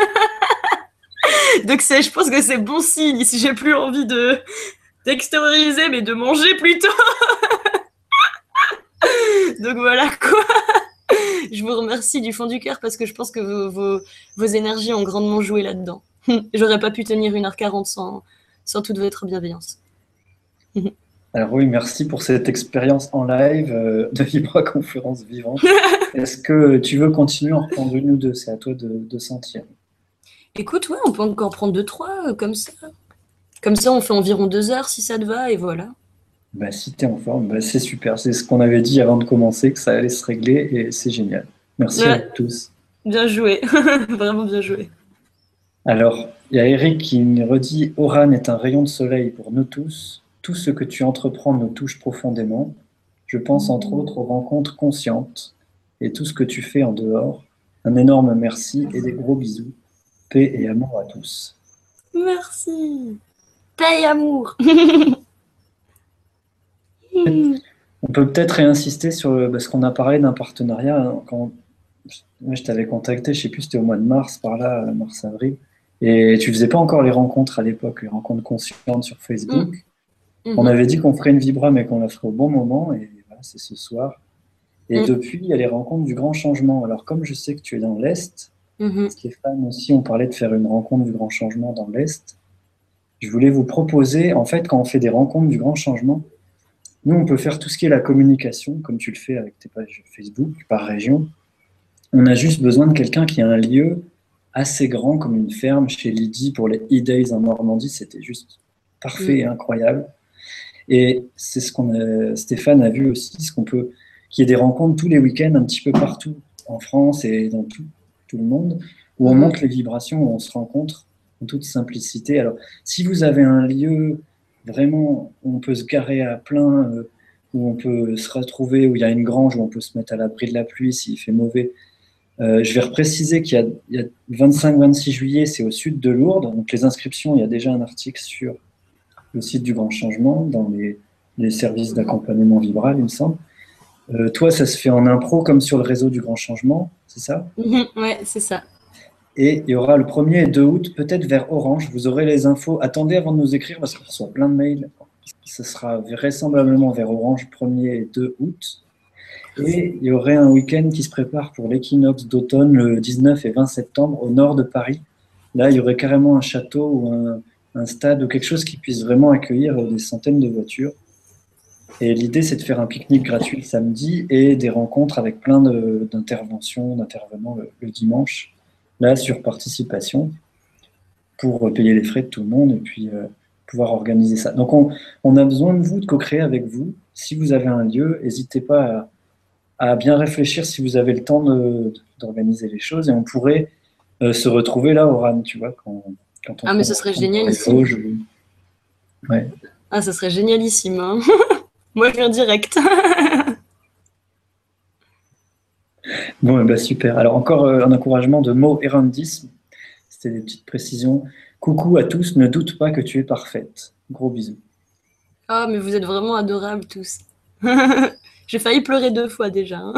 Donc je pense que c'est bon signe si j'ai plus envie d'extérioriser, mais de manger plutôt. Donc voilà quoi. Je vous remercie du fond du cœur parce que je pense que vos énergies ont grandement joué là-dedans. J'aurais pas pu tenir 1h40 sans toute votre bienveillance. Alors oui, merci pour cette expérience en live de vibra-conférence vivante. Est-ce que tu veux continuer à en reprendre une ou deux? C'est à toi de sentir. Écoute, ouais, on peut encore prendre 2, 3 comme ça. Comme ça, on fait environ 2 heures si ça te va, et voilà. Bah, si tu es en forme, bah, c'est super. C'est ce qu'on avait dit avant de commencer, que ça allait se régler et c'est génial. Merci à vous Ouais, tous. bien joué, vraiment bien joué. Alors, il y a Eric qui me redit, Oran est un rayon de soleil pour nous tous. Tout ce que tu entreprends nous touche profondément. Je pense entre autres aux rencontres conscientes et tout ce que tu fais en dehors. Un énorme merci et des gros bisous. Paix et amour à tous. Merci. Paix et amour. On peut peut-être réinsister sur parce qu'on a parlé d'un partenariat, hein. Quand moi, je t'avais contacté, je sais plus, c'était au mois de mars, par là, mars-avril, et tu faisais pas encore les rencontres à l'époque, les rencontres conscientes sur Mm, Facebook. On mhm, avait dit qu'on ferait une vibra, mais qu'on la ferait au bon moment, et voilà, c'est ce soir. Et mm, depuis, il y a les rencontres du grand changement. Alors, comme je sais que tu es dans l'Est, mhm, Stéphane aussi, on parlait de faire une rencontre du grand changement dans l'Est. Je voulais vous proposer, en fait, quand on fait des rencontres du grand changement, nous, on peut faire tout ce qui est la communication, comme tu le fais avec tes pages Facebook, par région. On a juste besoin de quelqu'un qui a un lieu assez grand, comme une ferme chez Lydie pour les E-Days en Normandie. C'était juste parfait mm, et incroyable. Et c'est ce Stéphane a vu aussi, ce qu'on peut, qu'il y ait des rencontres tous les week-ends, un petit peu partout en France et dans tout le monde, où on mhm. monte les vibrations, où on se rencontre en toute simplicité. Alors, si vous avez un lieu vraiment où on peut se garer à plein, où on peut se retrouver, où il y a une grange, où on peut se mettre à l'abri de la pluie s'il fait mauvais, je vais repréciser qu'il y a 25-26 juillet, c'est au sud de Lourdes. Donc les inscriptions, il y a déjà un article sur le site du Grand Changement, dans les services d'accompagnement vibral, il me semble. Toi, ça se fait en impro comme sur le réseau du Grand Changement, c'est ça? Mhm, ouais, c'est ça. Et il y aura le 1er et 2 août, peut-être vers Orange. Vous aurez les infos. Attendez avant de nous écrire parce qu'on reçoit plein de mails. Ce sera vraisemblablement vers Orange, 1er et 2 août. Et il y aurait un week-end qui se prépare pour l'équinoxe d'automne, le 19 et 20 septembre, au nord de Paris. Là, il y aurait carrément un château ou un stade ou quelque chose qui puisse vraiment accueillir des centaines de voitures. Et l'idée, c'est de faire un pique-nique gratuit le samedi et des rencontres avec plein d'interventions, d'intervenants le dimanche, là, sur participation, pour payer les frais de tout le monde et puis pouvoir organiser ça. Donc, on a besoin de vous, de co-créer avec vous. Si vous avez un lieu, n'hésitez pas à bien réfléchir si vous avez le temps d'organiser les choses et on pourrait se retrouver là au RAN, tu vois, quand on Ah, mais fait une ce serait rencontre dans les génialissime. Vosges. Ouais. Ah, ça serait génialissime, hein. Moi, je viens direct. Bon, bah, super. Alors encore un encouragement de Mo Erandisme. C'était des petites précisions. Coucou à tous, ne doute pas que tu es parfaite. Gros bisous. Ah, mais vous êtes vraiment adorables tous. J'ai failli pleurer 2 fois déjà, hein.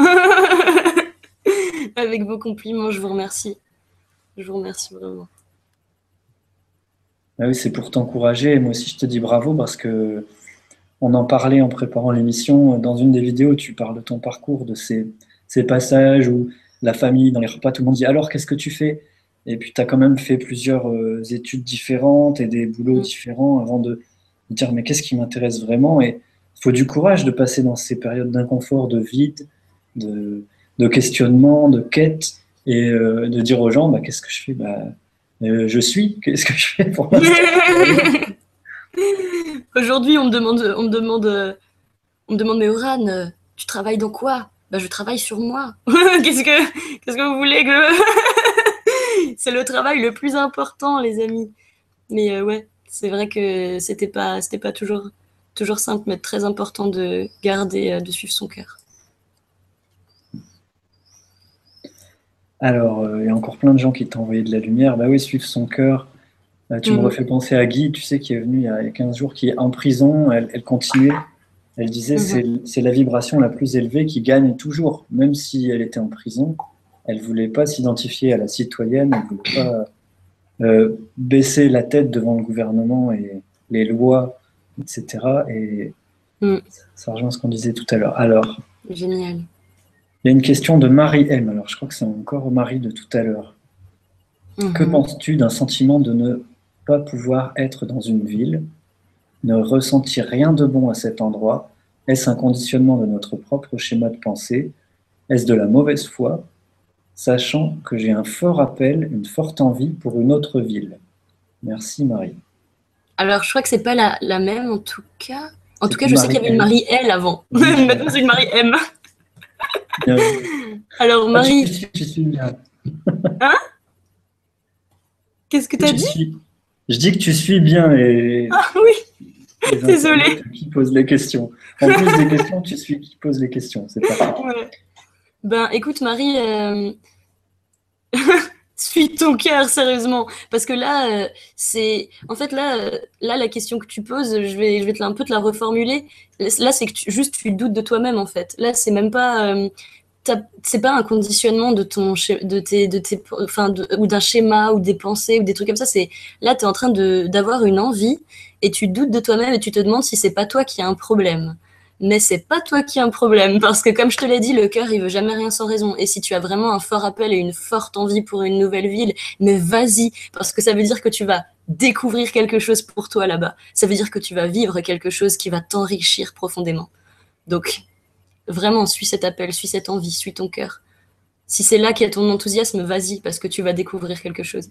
Avec vos compliments, je vous remercie. Je vous remercie vraiment. Ah oui, c'est pour t'encourager. Et moi aussi, je te dis bravo parce que on en parlait en préparant l'émission. Dans une des vidéos, tu parles de ton parcours, de ces passages où la famille, dans les repas, tout le monde dit alors, qu'est-ce que tu fais? Et puis, tu as quand même fait plusieurs études différentes et des boulots Mm. différents avant de dire mais qu'est-ce qui m'intéresse vraiment? Et il faut du courage de passer dans ces périodes d'inconfort, de vide, de, de questionnement, de quête et de dire aux gens bah, qu'est-ce que je fais? Bah, je suis, qu'est-ce que je fais pour l'instant? Aujourd'hui, on me demande, mais Oran, tu travailles dans quoi? Bah, je travaille sur moi. Qu'est-ce que vous voulez que c'est le travail le plus important, les amis. Mais ouais, c'est vrai que c'était pas toujours simple, mais très important de garder, de suivre son cœur. Alors, il y a encore plein de gens qui t'ont envoyé de la lumière. Bah oui, suivre son cœur. Tu me Mhm, refais penser à Guy, tu sais, qui est venue il y a 15 jours, qui est en prison. Elle continuait. Elle disait mhm. c'est la vibration la plus élevée qui gagne toujours, même si elle était en prison. Elle voulait pas s'identifier à la citoyenne, elle voulait pas baisser la tête devant le gouvernement et les lois, etc. Et Mm. ça rejoint ce qu'on disait tout à l'heure. Alors, Génial. Il y a une question de Marie M. Alors, je crois que c'est encore au mari de tout à l'heure. Que Mhm. penses-tu d'un sentiment de ne pas pouvoir être dans une ville, ne ressentir rien de bon à cet endroit? Est-ce un conditionnement de notre propre schéma de pensée? Est-ce de la mauvaise foi, sachant que j'ai un fort appel, une forte envie pour une autre ville? Merci Marie. Alors, je crois que c'est pas la même en tout cas. En tout cas, C'était je sais qu'il Marie y avait une L. Marie L avant. Oui, Maintenant, voilà. c'est une Marie M. Bien vu. Alors, Ah, Marie, tu suis bien. hein? Qu'est-ce que t'as Tu dit? suis. Je dis que tu suis bien Ah oui, les internautes désolée. qui posent les questions. En plus des questions, tu suis qui pose les questions. C'est parfait. Ouais. Ben, écoute, Marie, suis ton cœur, sérieusement. Parce que là, c'est. En fait, là, la question que tu poses, je vais un peu te la reformuler. Là, c'est que juste tu doutes de toi-même, en fait. Là, c'est même pas. C'est pas un conditionnement de ton de tes enfin ou d'un schéma ou des pensées ou des trucs comme ça, c'est là tu es en train de d'avoir une envie et tu doutes de toi-même et tu te demandes si c'est pas toi qui as un problème. Mais c'est pas toi qui as un problème parce que comme je te l'ai dit, le cœur il veut jamais rien sans raison et si tu as vraiment un fort appel et une forte envie pour une nouvelle ville, mais vas-y parce que ça veut dire que tu vas découvrir quelque chose pour toi là-bas. Ça veut dire que tu vas vivre quelque chose qui va t'enrichir profondément. Donc vraiment, suis cet appel, suis cette envie, suis ton cœur. Si c'est là qu'il y a ton enthousiasme, vas-y, parce que tu vas découvrir quelque chose.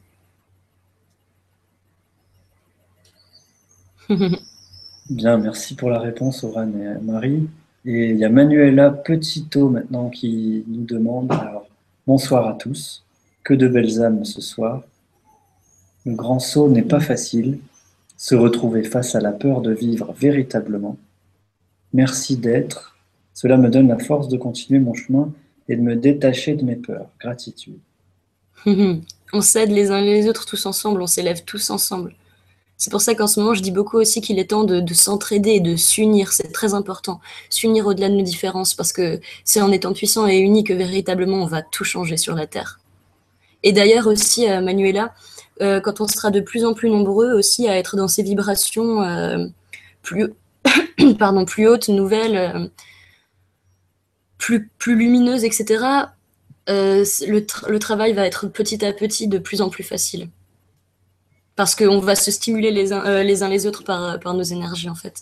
Bien, merci pour la réponse, Oran et Marie. Et il y a Manuela Petito maintenant qui nous demande, alors, bonsoir à tous, que de belles âmes ce soir. Le grand saut n'est pas facile, se retrouver face à la peur de vivre véritablement. Merci d'être, cela me donne la force de continuer mon chemin et de me détacher de mes peurs. Gratitude. On s'aide les uns les autres tous ensemble, on s'élève tous ensemble. C'est pour ça qu'en ce moment, je dis beaucoup aussi qu'il est temps de s'entraider et de s'unir. C'est très important. S'unir au-delà de nos différences, parce que c'est en étant puissant et unis que véritablement on va tout changer sur la Terre. Et d'ailleurs aussi, Manuela, quand on sera de plus en plus nombreux aussi à être dans ces vibrations plus, pardon, plus hautes, nouvelles, plus lumineuses, etc., le travail va être petit à petit de plus en plus facile. Parce qu'on va se stimuler les uns les autres par nos énergies, en fait.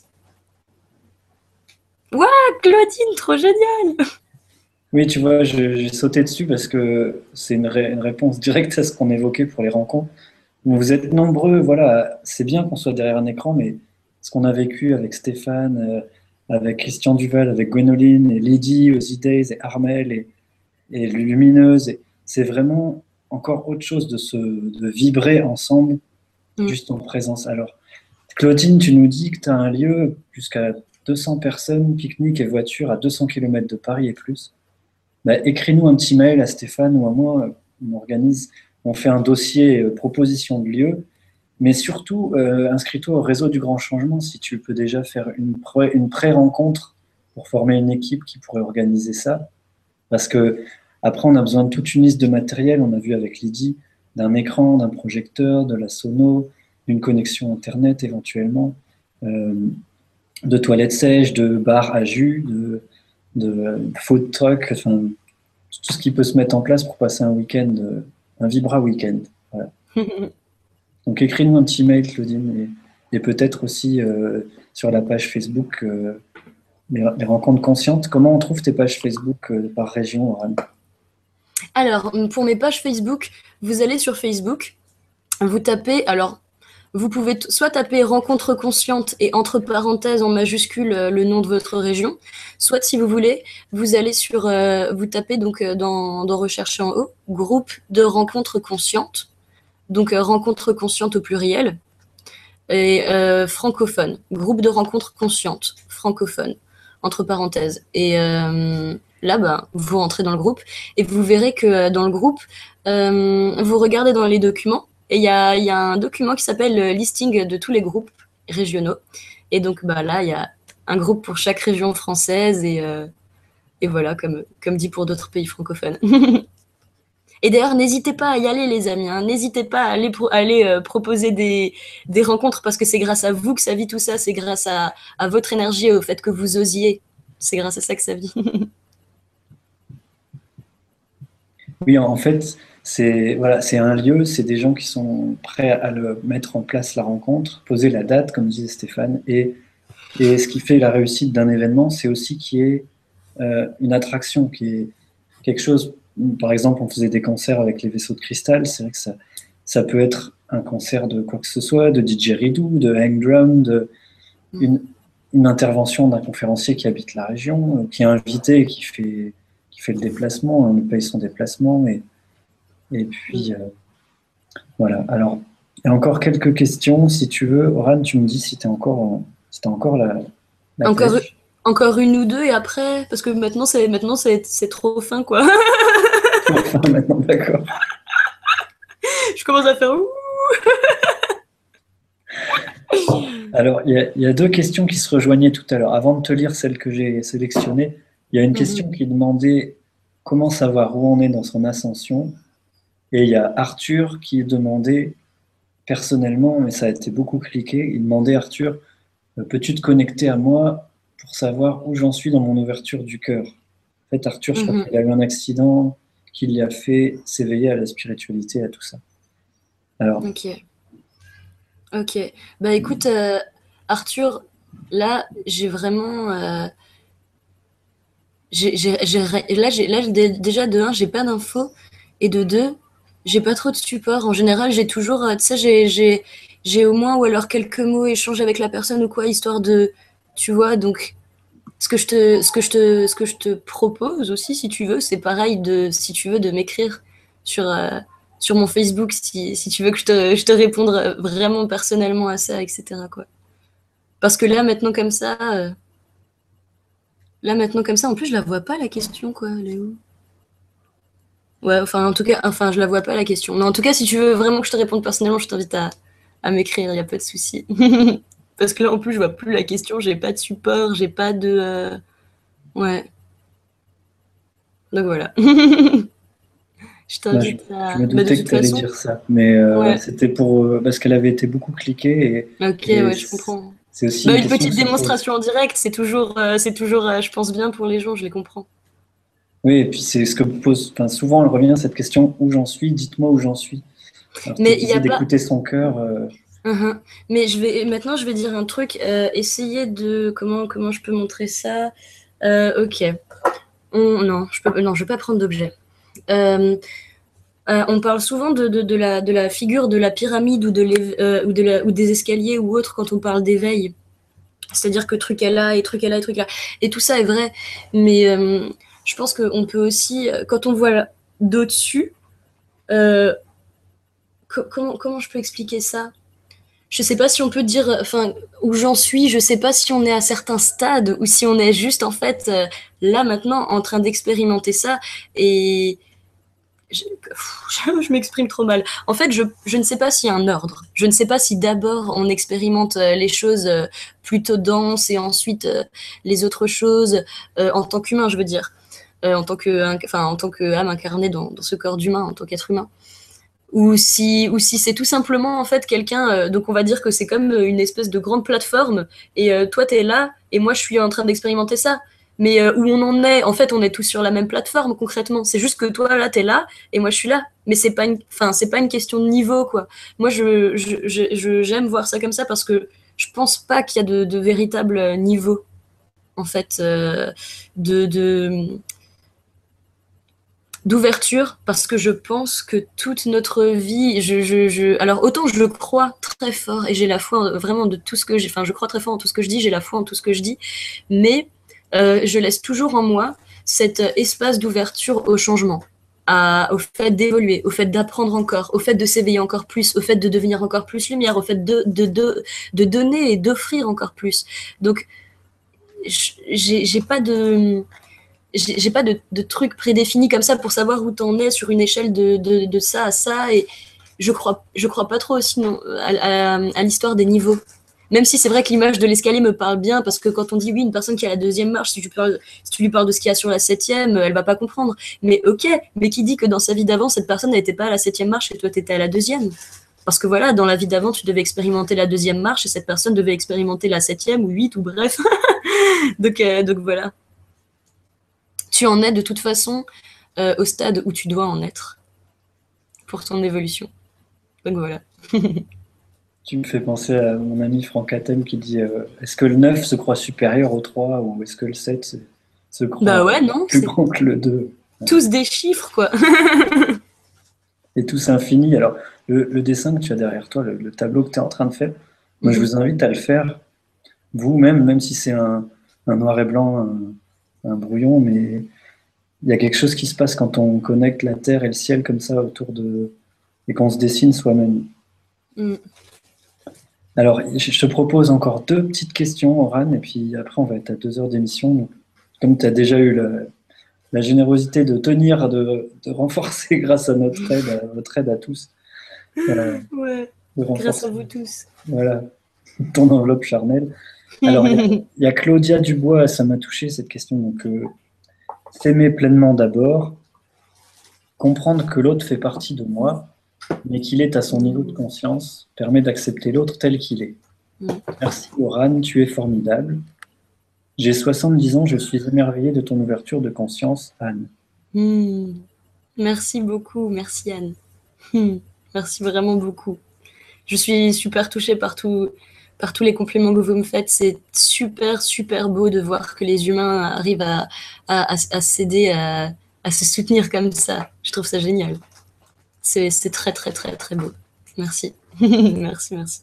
Waouh, Claudine, trop génial! Oui, tu vois, j'ai sauté dessus parce que c'est une réponse directe à ce qu'on évoquait pour les rencontres. Vous êtes nombreux, voilà, c'est bien qu'on soit derrière un écran, mais ce qu'on a vécu avec Stéphane, avec Christian Duval, avec Gwénoline et Lydie, Ozzy Days et Armel et Lumineuse, c'est vraiment encore autre chose de vibrer ensemble, Mm. juste en présence. Alors, Claudine, tu nous dis que tu as un lieu jusqu'à 200 personnes, pique-nique et voiture à 200 km de Paris et plus. Bah, écris-nous un petit mail à Stéphane ou à moi, on organise, on fait un dossier proposition de lieu, mais surtout inscris-toi au réseau du Grand Changement si tu peux déjà faire une pré-rencontre pour former une équipe qui pourrait organiser ça. Parce que après, on a besoin de toute une liste de matériel, on a vu avec Lydie, d'un écran, d'un projecteur, de la sono, d'une connexion Internet éventuellement, euh, de toilettes sèches, de bars à jus, de food truck, enfin, tout ce qui peut se mettre en place pour passer un week-end, un Vibra week-end. Voilà. Donc écris-nous un petit mail, Claudine, et peut-être aussi sur la page Facebook les rencontres conscientes. Comment on trouve tes pages Facebook par région, Oran? Alors, pour mes pages Facebook, vous allez sur Facebook, vous tapez, alors, vous pouvez soit taper rencontre consciente et entre parenthèses en majuscule le nom de votre région, soit si vous voulez, vous allez sur, vous tapez donc dans rechercher en haut, groupe de rencontres conscientes, donc rencontres conscientes au pluriel, et francophone, groupe de rencontres conscientes, francophone, entre parenthèses. Et là, bah, vous rentrez dans le groupe et vous verrez que dans le groupe, vous regardez dans les documents et il y a un document qui s'appelle le listing de tous les groupes régionaux. Et donc bah, là, il y a un groupe pour chaque région française et voilà, comme dit pour d'autres pays francophones. Et d'ailleurs, n'hésitez pas à y aller, les amis. Hein. N'hésitez pas à aller proposer des rencontres parce que c'est grâce à vous que ça vit tout ça. C'est grâce à votre énergie et au fait que vous osiez. C'est grâce à ça que ça vit. Oui, en fait, c'est voilà, c'est un lieu, c'est des gens qui sont prêts à le mettre en place la rencontre, poser la date, comme disait Stéphane, et ce qui fait la réussite d'un événement, c'est aussi qu'il y ait une attraction, qui est quelque chose. Par exemple, on faisait des concerts avec les vaisseaux de cristal, c'est vrai que ça peut être un concert de quoi que ce soit, de DJ Ridou, de Hang Drum, une, une intervention d'un conférencier qui habite la région, qui est invité et qui fait le déplacement, on paye son déplacement, et puis voilà. Alors, il y a encore quelques questions, si tu veux. Oran, tu me dis si tu si t'as encore la Encore, pêche. encore une ou deux et après, parce que maintenant c'est trop fin quoi. Enfin, maintenant, d'accord. Je commence à faire ouh. Alors, il y a deux questions qui se rejoignaient tout à l'heure. Avant de te lire celle que j'ai sélectionnée, il y a une question qui demandait comment savoir où on est dans son ascension. Et il y a Arthur qui demandait personnellement, mais ça a été beaucoup cliqué, il demandait Arthur, peux-tu te connecter à moi pour savoir où j'en suis dans mon ouverture du cœur? En fait, Arthur, je crois qu'il a eu un accident qui lui a fait s'éveiller à la spiritualité, à tout ça. Alors, Ok. Ok. Bah écoute, Arthur, là, j'ai vraiment. Déjà, de un, j'ai pas d'infos. Et de deux, j'ai pas trop de support. En général, j'ai toujours. Tu sais, j'ai au moins, ou alors quelques mots échangés avec la personne ou quoi, histoire de. Tu vois, donc. Ce que je te propose aussi, si tu veux, c'est pareil si tu veux, de m'écrire sur, sur mon Facebook, si tu veux que je te réponde vraiment personnellement à ça, etc., quoi. Parce que là, maintenant, comme ça, en plus, je la vois pas, la question, quoi. Elle est où? Ouais, enfin, en tout cas, enfin, je la vois pas, la question. Mais en tout cas, si tu veux vraiment que je te réponde personnellement, je t'invite à m'écrire, il n'y a pas de souci. Parce que là, en plus, je vois plus la question, j'ai pas de support, j'ai pas de. Ouais, donc voilà. Je moi, t'invite je à. me Bah, de doutais que toute tu allais façon, dire ça, mais ouais. c'était pour parce qu'elle avait été beaucoup cliquée Ok, et ouais, je comprends. c'est aussi Bah, une une question petite qui se pose. démonstration en direct, c'est toujours, je pense bien pour les gens, je les comprends. Oui, et puis c'est ce que pose, enfin, souvent elle revient cette question où j'en suis, dites-moi où j'en suis. Alors, tu Mais il n'y disais a pas. d'écouter son cœur. Uhum. Mais maintenant, je vais dire un truc. Essayer de. Comment je peux montrer ça? Ok. Non, non, je vais pas prendre d'objet. Euh, on parle souvent de la figure de la pyramide ou des escaliers ou autre quand on parle d'éveil. C'est-à-dire que truc est là et truc est là et truc est là. Et tout ça est vrai. Mais je pense qu'on peut aussi, quand on voit d'au-dessus, euh, comment je peux expliquer ça? Je sais pas si on peut dire, enfin, où j'en suis, je sais pas si on est à certains stades ou si on est juste en fait là maintenant en train d'expérimenter ça et je m'exprime trop mal. En fait, je ne sais pas s'il y a un ordre. Je ne sais pas si d'abord on expérimente les choses plutôt denses et ensuite les autres choses en tant qu'humain, je veux dire, en tant que âme incarnée dans ce corps d'humain, en tant qu'être humain. Ou si c'est tout simplement en fait quelqu'un, donc on va dire que c'est comme une espèce de grande plateforme, et toi t'es là, et moi je suis en train d'expérimenter ça. Mais où on en est, en fait on est tous sur la même plateforme concrètement. C'est juste que toi là t'es là, et moi je suis là. Mais c'est pas une question de niveau quoi. Moi j'aime voir ça comme ça parce que je pense pas qu'il y a de véritable niveau en fait de d'ouverture parce que je pense que toute notre vie, alors autant je le crois très fort et j'ai la foi vraiment de tout ce que j'ai, enfin je crois très fort en tout ce que je dis, j'ai la foi en tout ce que je dis, mais je laisse toujours en moi cet espace d'ouverture au changement, au fait d'évoluer, au fait d'apprendre encore, au fait de s'éveiller encore plus, au fait de devenir encore plus lumière, au fait de donner et d'offrir encore plus. Donc j'ai pas j'ai pas de truc prédéfini comme ça pour savoir où t'en es sur une échelle de ça à ça. Et je crois pas trop aussi non, à l'histoire des niveaux. Même si c'est vrai que l'image de l'escalier me parle bien, parce que quand on dit oui, une personne qui est à la deuxième marche, si tu lui parles de ce qu'il y a sur la septième, elle va pas comprendre. Mais ok, mais qui dit que dans sa vie d'avant, cette personne n'était pas à la septième marche et toi t'étais à la deuxième? Parce que voilà, dans la vie d'avant, tu devais expérimenter la deuxième marche et cette personne devait expérimenter la septième ou huit ou bref. Donc voilà. Tu en es de toute façon au stade où tu dois en être pour ton évolution. Donc voilà. Tu me fais penser à mon ami Franck Hatem qui dit est-ce que le 9 se croit supérieur au 3 ou est-ce que le 7 se Bah croit ouais, non, plus c'est grand que le 2? tous des chiffres, quoi. Et tout c'est infini. Alors, le dessin que tu as derrière toi, le tableau que tu es en train de faire, moi je vous invite à le faire vous-même, même si c'est un noir et blanc, un brouillon, mais il y a quelque chose qui se passe quand on connecte la terre et le ciel comme ça autour de... et qu'on se dessine soi-même. Mm. Alors, je te propose encore deux petites questions, Oran, et puis après, on va être à 2 heures d'émission. Donc, comme tu as déjà eu la générosité de tenir, de renforcer grâce à votre aide à tous, Ouais, de grâce à renforcer vous tous. voilà, ton enveloppe charnelle. Alors, il y a Claudia Dubois, ça m'a touché cette question. Donc, s'aimer pleinement d'abord, comprendre que l'autre fait partie de moi, mais qu'il est à son niveau de conscience, permet d'accepter l'autre tel qu'il est. Merci, Oran, tu es formidable. J'ai 70 ans, je suis émerveillée de ton ouverture de conscience, Anne. Merci beaucoup, merci Anne. Merci vraiment beaucoup. Je suis super touchée par tous les compliments que vous me faites. C'est super, super beau de voir que les humains arrivent à s'aider, à se soutenir comme ça. Je trouve ça génial. C'est très, très, très, très beau. Merci. Merci, merci.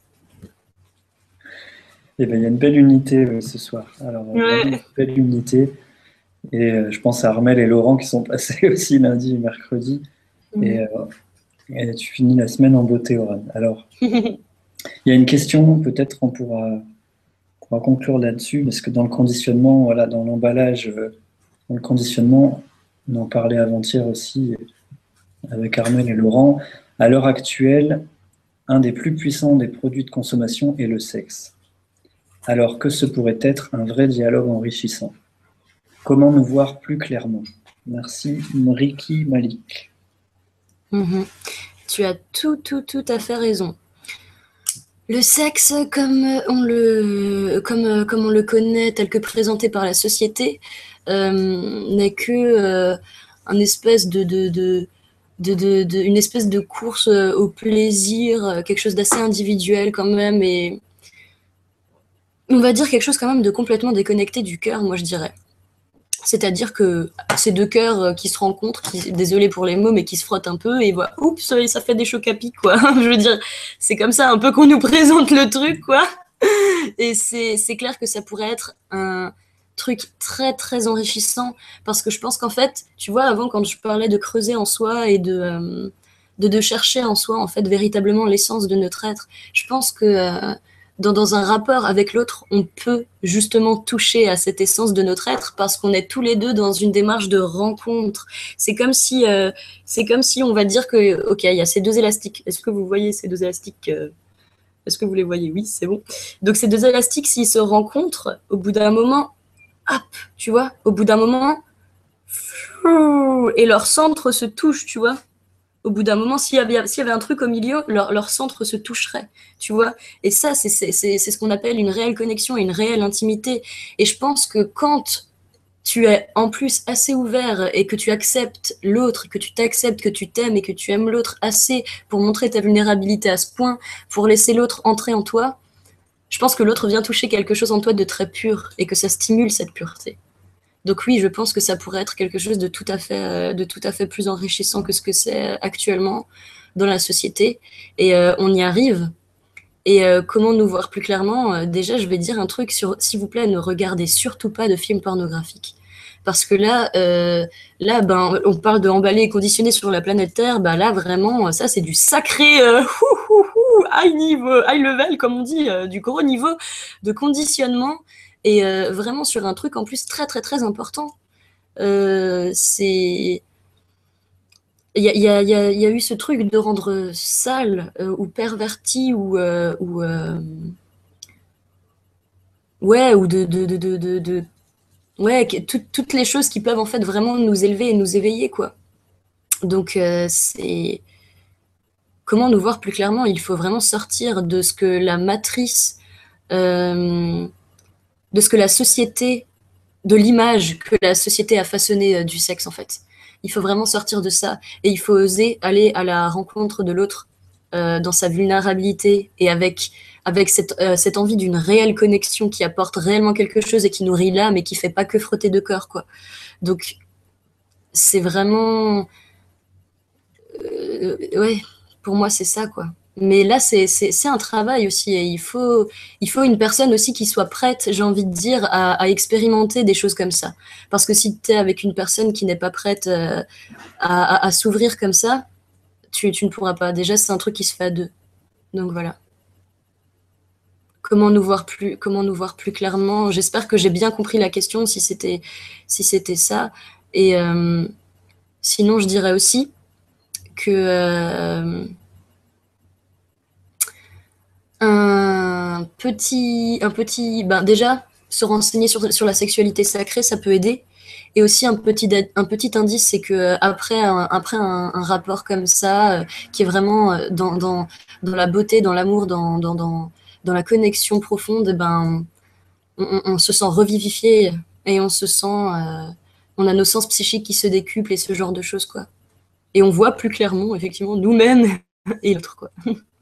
Eh bien, il y a une belle unité ce soir. Alors, vraiment une Ouais. belle unité. Et je pense à Armel et Laurent qui sont passés aussi lundi et mercredi. Et, et tu finis la semaine en beauté, Oran. Alors, il y a une question, peut-être on pourra conclure là-dessus, parce que dans le conditionnement, voilà, dans l'emballage, dans le conditionnement, on en parlait avant-hier aussi avec Armel et Laurent. À l'heure actuelle, un des plus puissants des produits de consommation est le sexe. Alors que ce pourrait être un vrai dialogue enrichissant? Comment nous voir plus clairement? Merci, Mriki Malik. Tu as tout à fait raison. Le sexe, comme on le connaît, tel que présenté par la société, n'est que un espèce une espèce de course au plaisir, quelque chose d'assez individuel quand même, et on va dire quelque chose quand même de complètement déconnecté du cœur, moi je dirais. C'est-à-dire que ces deux cœurs qui se rencontrent, désolé pour les mots, mais qui se frottent un peu, et voilà, oups, ça fait des chocs à pic, quoi. Je veux dire, c'est comme ça un peu qu'on nous présente le truc, quoi. Et c'est clair que ça pourrait être un truc très, très enrichissant, parce que je pense qu'en fait, tu vois, avant, quand je parlais de creuser en soi et de chercher en soi, en fait, véritablement l'essence de notre être, je pense que dans un rapport avec l'autre, on peut justement toucher à cette essence de notre être parce qu'on est tous les deux dans une démarche de rencontre. C'est comme si on va dire que, ok, il y a ces deux élastiques. Est-ce que vous voyez ces deux élastiques Est-ce que vous les voyez? Oui, c'est bon. Donc ces deux élastiques, s'ils se rencontrent, au bout d'un moment, hop, tu vois, au bout d'un moment, et leur centre se touche, tu vois. Au bout d'un moment, s'il y avait un truc au milieu, leur centre se toucherait, tu vois. Et ça, c'est ce qu'on appelle une réelle connexion et une réelle intimité. Et je pense que quand tu es en plus assez ouvert et que tu acceptes l'autre, que tu t'acceptes, que tu t'aimes et que tu aimes l'autre assez pour montrer ta vulnérabilité à ce point, pour laisser l'autre entrer en toi, je pense que l'autre vient toucher quelque chose en toi de très pur et que ça stimule cette pureté. Donc oui, je pense que ça pourrait être quelque chose de tout à fait plus enrichissant que ce que c'est actuellement dans la société. Et on y arrive. Et comment nous voir plus clairement déjà, je vais dire un truc sur, s'il vous plaît, ne regardez surtout pas de films pornographiques. Parce que là, ben, on parle de emballer et conditionner sur la planète Terre. Ben là, vraiment, ça, c'est du sacré high niveau, high level, comme on dit, du gros niveau de conditionnement. Et vraiment sur un truc en plus très, très, très important. C'est il y a eu ce truc de rendre sale ou perverti ouais, ou ouais, toutes les choses qui peuvent en fait vraiment nous élever et nous éveiller, quoi. Donc c'est comment nous voir plus clairement. Il faut vraiment sortir de ce que la matrice, de ce que la société, de l'image que la société a façonnée du sexe, en fait. Il faut vraiment sortir de ça et il faut oser aller à la rencontre de l'autre dans sa vulnérabilité et avec cette envie d'une réelle connexion qui apporte réellement quelque chose et qui nourrit l'âme et qui fait pas que frotter de cœur, quoi. Donc, c'est vraiment... ouais, pour moi, c'est ça, quoi. Mais là, c'est un travail aussi. Et il faut une personne aussi qui soit prête, j'ai envie de dire, à expérimenter des choses comme ça. Parce que si tu es avec une personne qui n'est pas prête à s'ouvrir comme ça, tu ne pourras pas. Déjà, c'est un truc qui se fait à deux. Donc voilà. Comment nous voir plus clairement? J'espère que j'ai bien compris la question, si c'était ça. Et sinon, je dirais aussi que ben déjà, se renseigner sur la sexualité sacrée, ça peut aider. Et aussi un petit indice, c'est que après un rapport comme ça, qui est vraiment dans la beauté, dans l'amour, dans la connexion profonde, ben, on se sent revivifié et on a nos sens psychiques qui se décuplent et ce genre de choses, quoi. Et on voit plus clairement, effectivement, nous-mêmes et l'autre, quoi.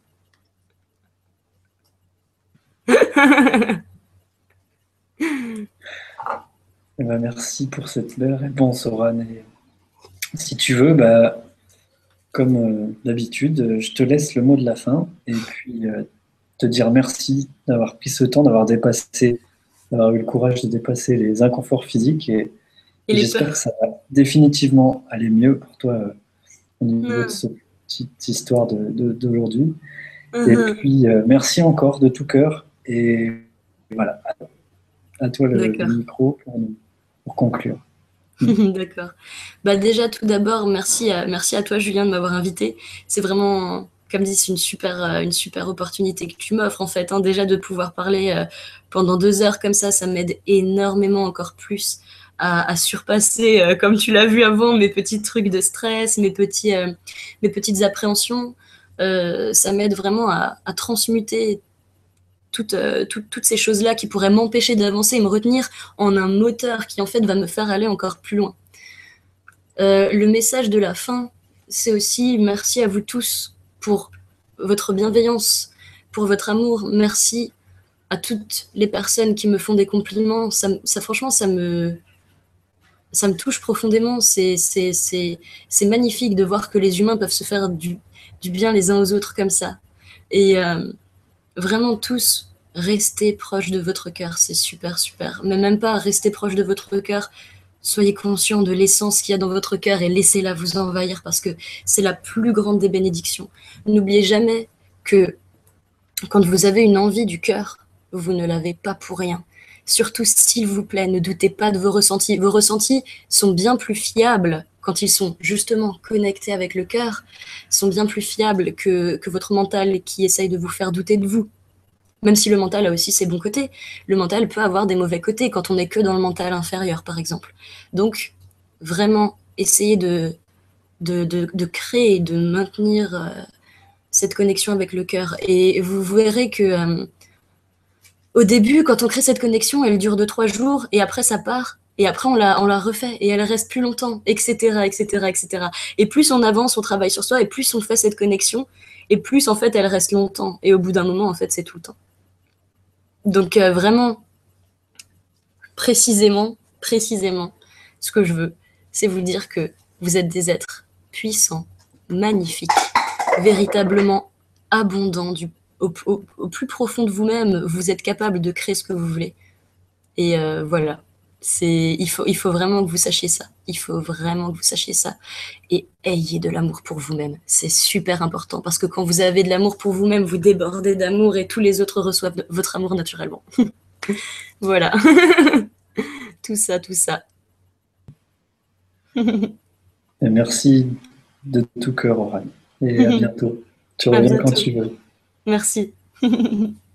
Eh ben, merci pour cette belle réponse, Oran. Et si tu veux, bah, comme d'habitude, je te laisse le mot de la fin et puis te dire merci d'avoir pris ce temps, d'avoir eu le courage de dépasser les inconforts physiques Et et les j'espère que peurs. ça va définitivement aller mieux pour toi au niveau de Mm. cette petite histoire d'aujourd'hui. Et Mhm. puis, merci encore de tout cœur et voilà, à toi le D'accord. micro pour conclure. Mm. D'accord. Bah déjà, tout d'abord, merci à toi, Julien, de m'avoir invité. C'est vraiment, comme dit, c'est une super opportunité que tu m'offres, en fait, hein. Déjà, de pouvoir parler pendant 2 heures comme ça m'aide énormément, encore plus, à surpasser, comme tu l'as vu avant, mes petits trucs de stress, mes petites appréhensions. Ça m'aide vraiment à transmuter toutes ces choses-là qui pourraient m'empêcher d'avancer et me retenir en un moteur qui en fait va me faire aller encore plus loin. Le message de la fin, c'est aussi merci à vous tous pour votre bienveillance, pour votre amour. Merci à toutes les personnes qui me font des compliments. Franchement, ça me touche profondément. C'est magnifique de voir que les humains peuvent se faire du bien les uns aux autres comme ça. Et vraiment tous, restez proches de votre cœur, c'est super, super. Mais même pas restez proche de votre cœur, soyez conscient de l'essence qu'il y a dans votre cœur et laissez-la vous envahir parce que c'est la plus grande des bénédictions. N'oubliez jamais que quand vous avez une envie du cœur, vous ne l'avez pas pour rien. Surtout, s'il vous plaît, ne doutez pas de vos ressentis. Vos ressentis sont bien plus fiables quand ils sont justement connectés avec le cœur, sont bien plus fiables que votre mental qui essaye de vous faire douter de vous. Même si le mental a aussi ses bons côtés, le mental peut avoir des mauvais côtés quand on n'est que dans le mental inférieur, par exemple. Donc, vraiment, essayez de créer et de maintenir cette connexion avec le cœur. Et vous verrez que au début, quand on crée cette connexion, elle dure 2, 3 jours et après ça part. Et après, on la refait et elle reste plus longtemps, etc., etc., etc. Et plus on avance, on travaille sur soi et plus on fait cette connexion et plus en fait elle reste longtemps. Et au bout d'un moment, en fait, c'est tout le temps. Donc vraiment, précisément, ce que je veux, c'est vous dire que vous êtes des êtres puissants, magnifiques, véritablement abondants au plus profond de vous-même. Vous êtes capable de créer ce que vous voulez. Et voilà. Il faut vraiment que vous sachiez ça. Il faut vraiment que vous sachiez ça. Et ayez de l'amour pour vous-même. C'est super important parce que quand vous avez de l'amour pour vous-même, vous débordez d'amour et tous les autres reçoivent votre amour naturellement. Voilà. Tout ça, tout ça. Et merci de tout cœur, Oran. Et à bientôt. Tu À reviens quand bientôt. tu veux. Merci.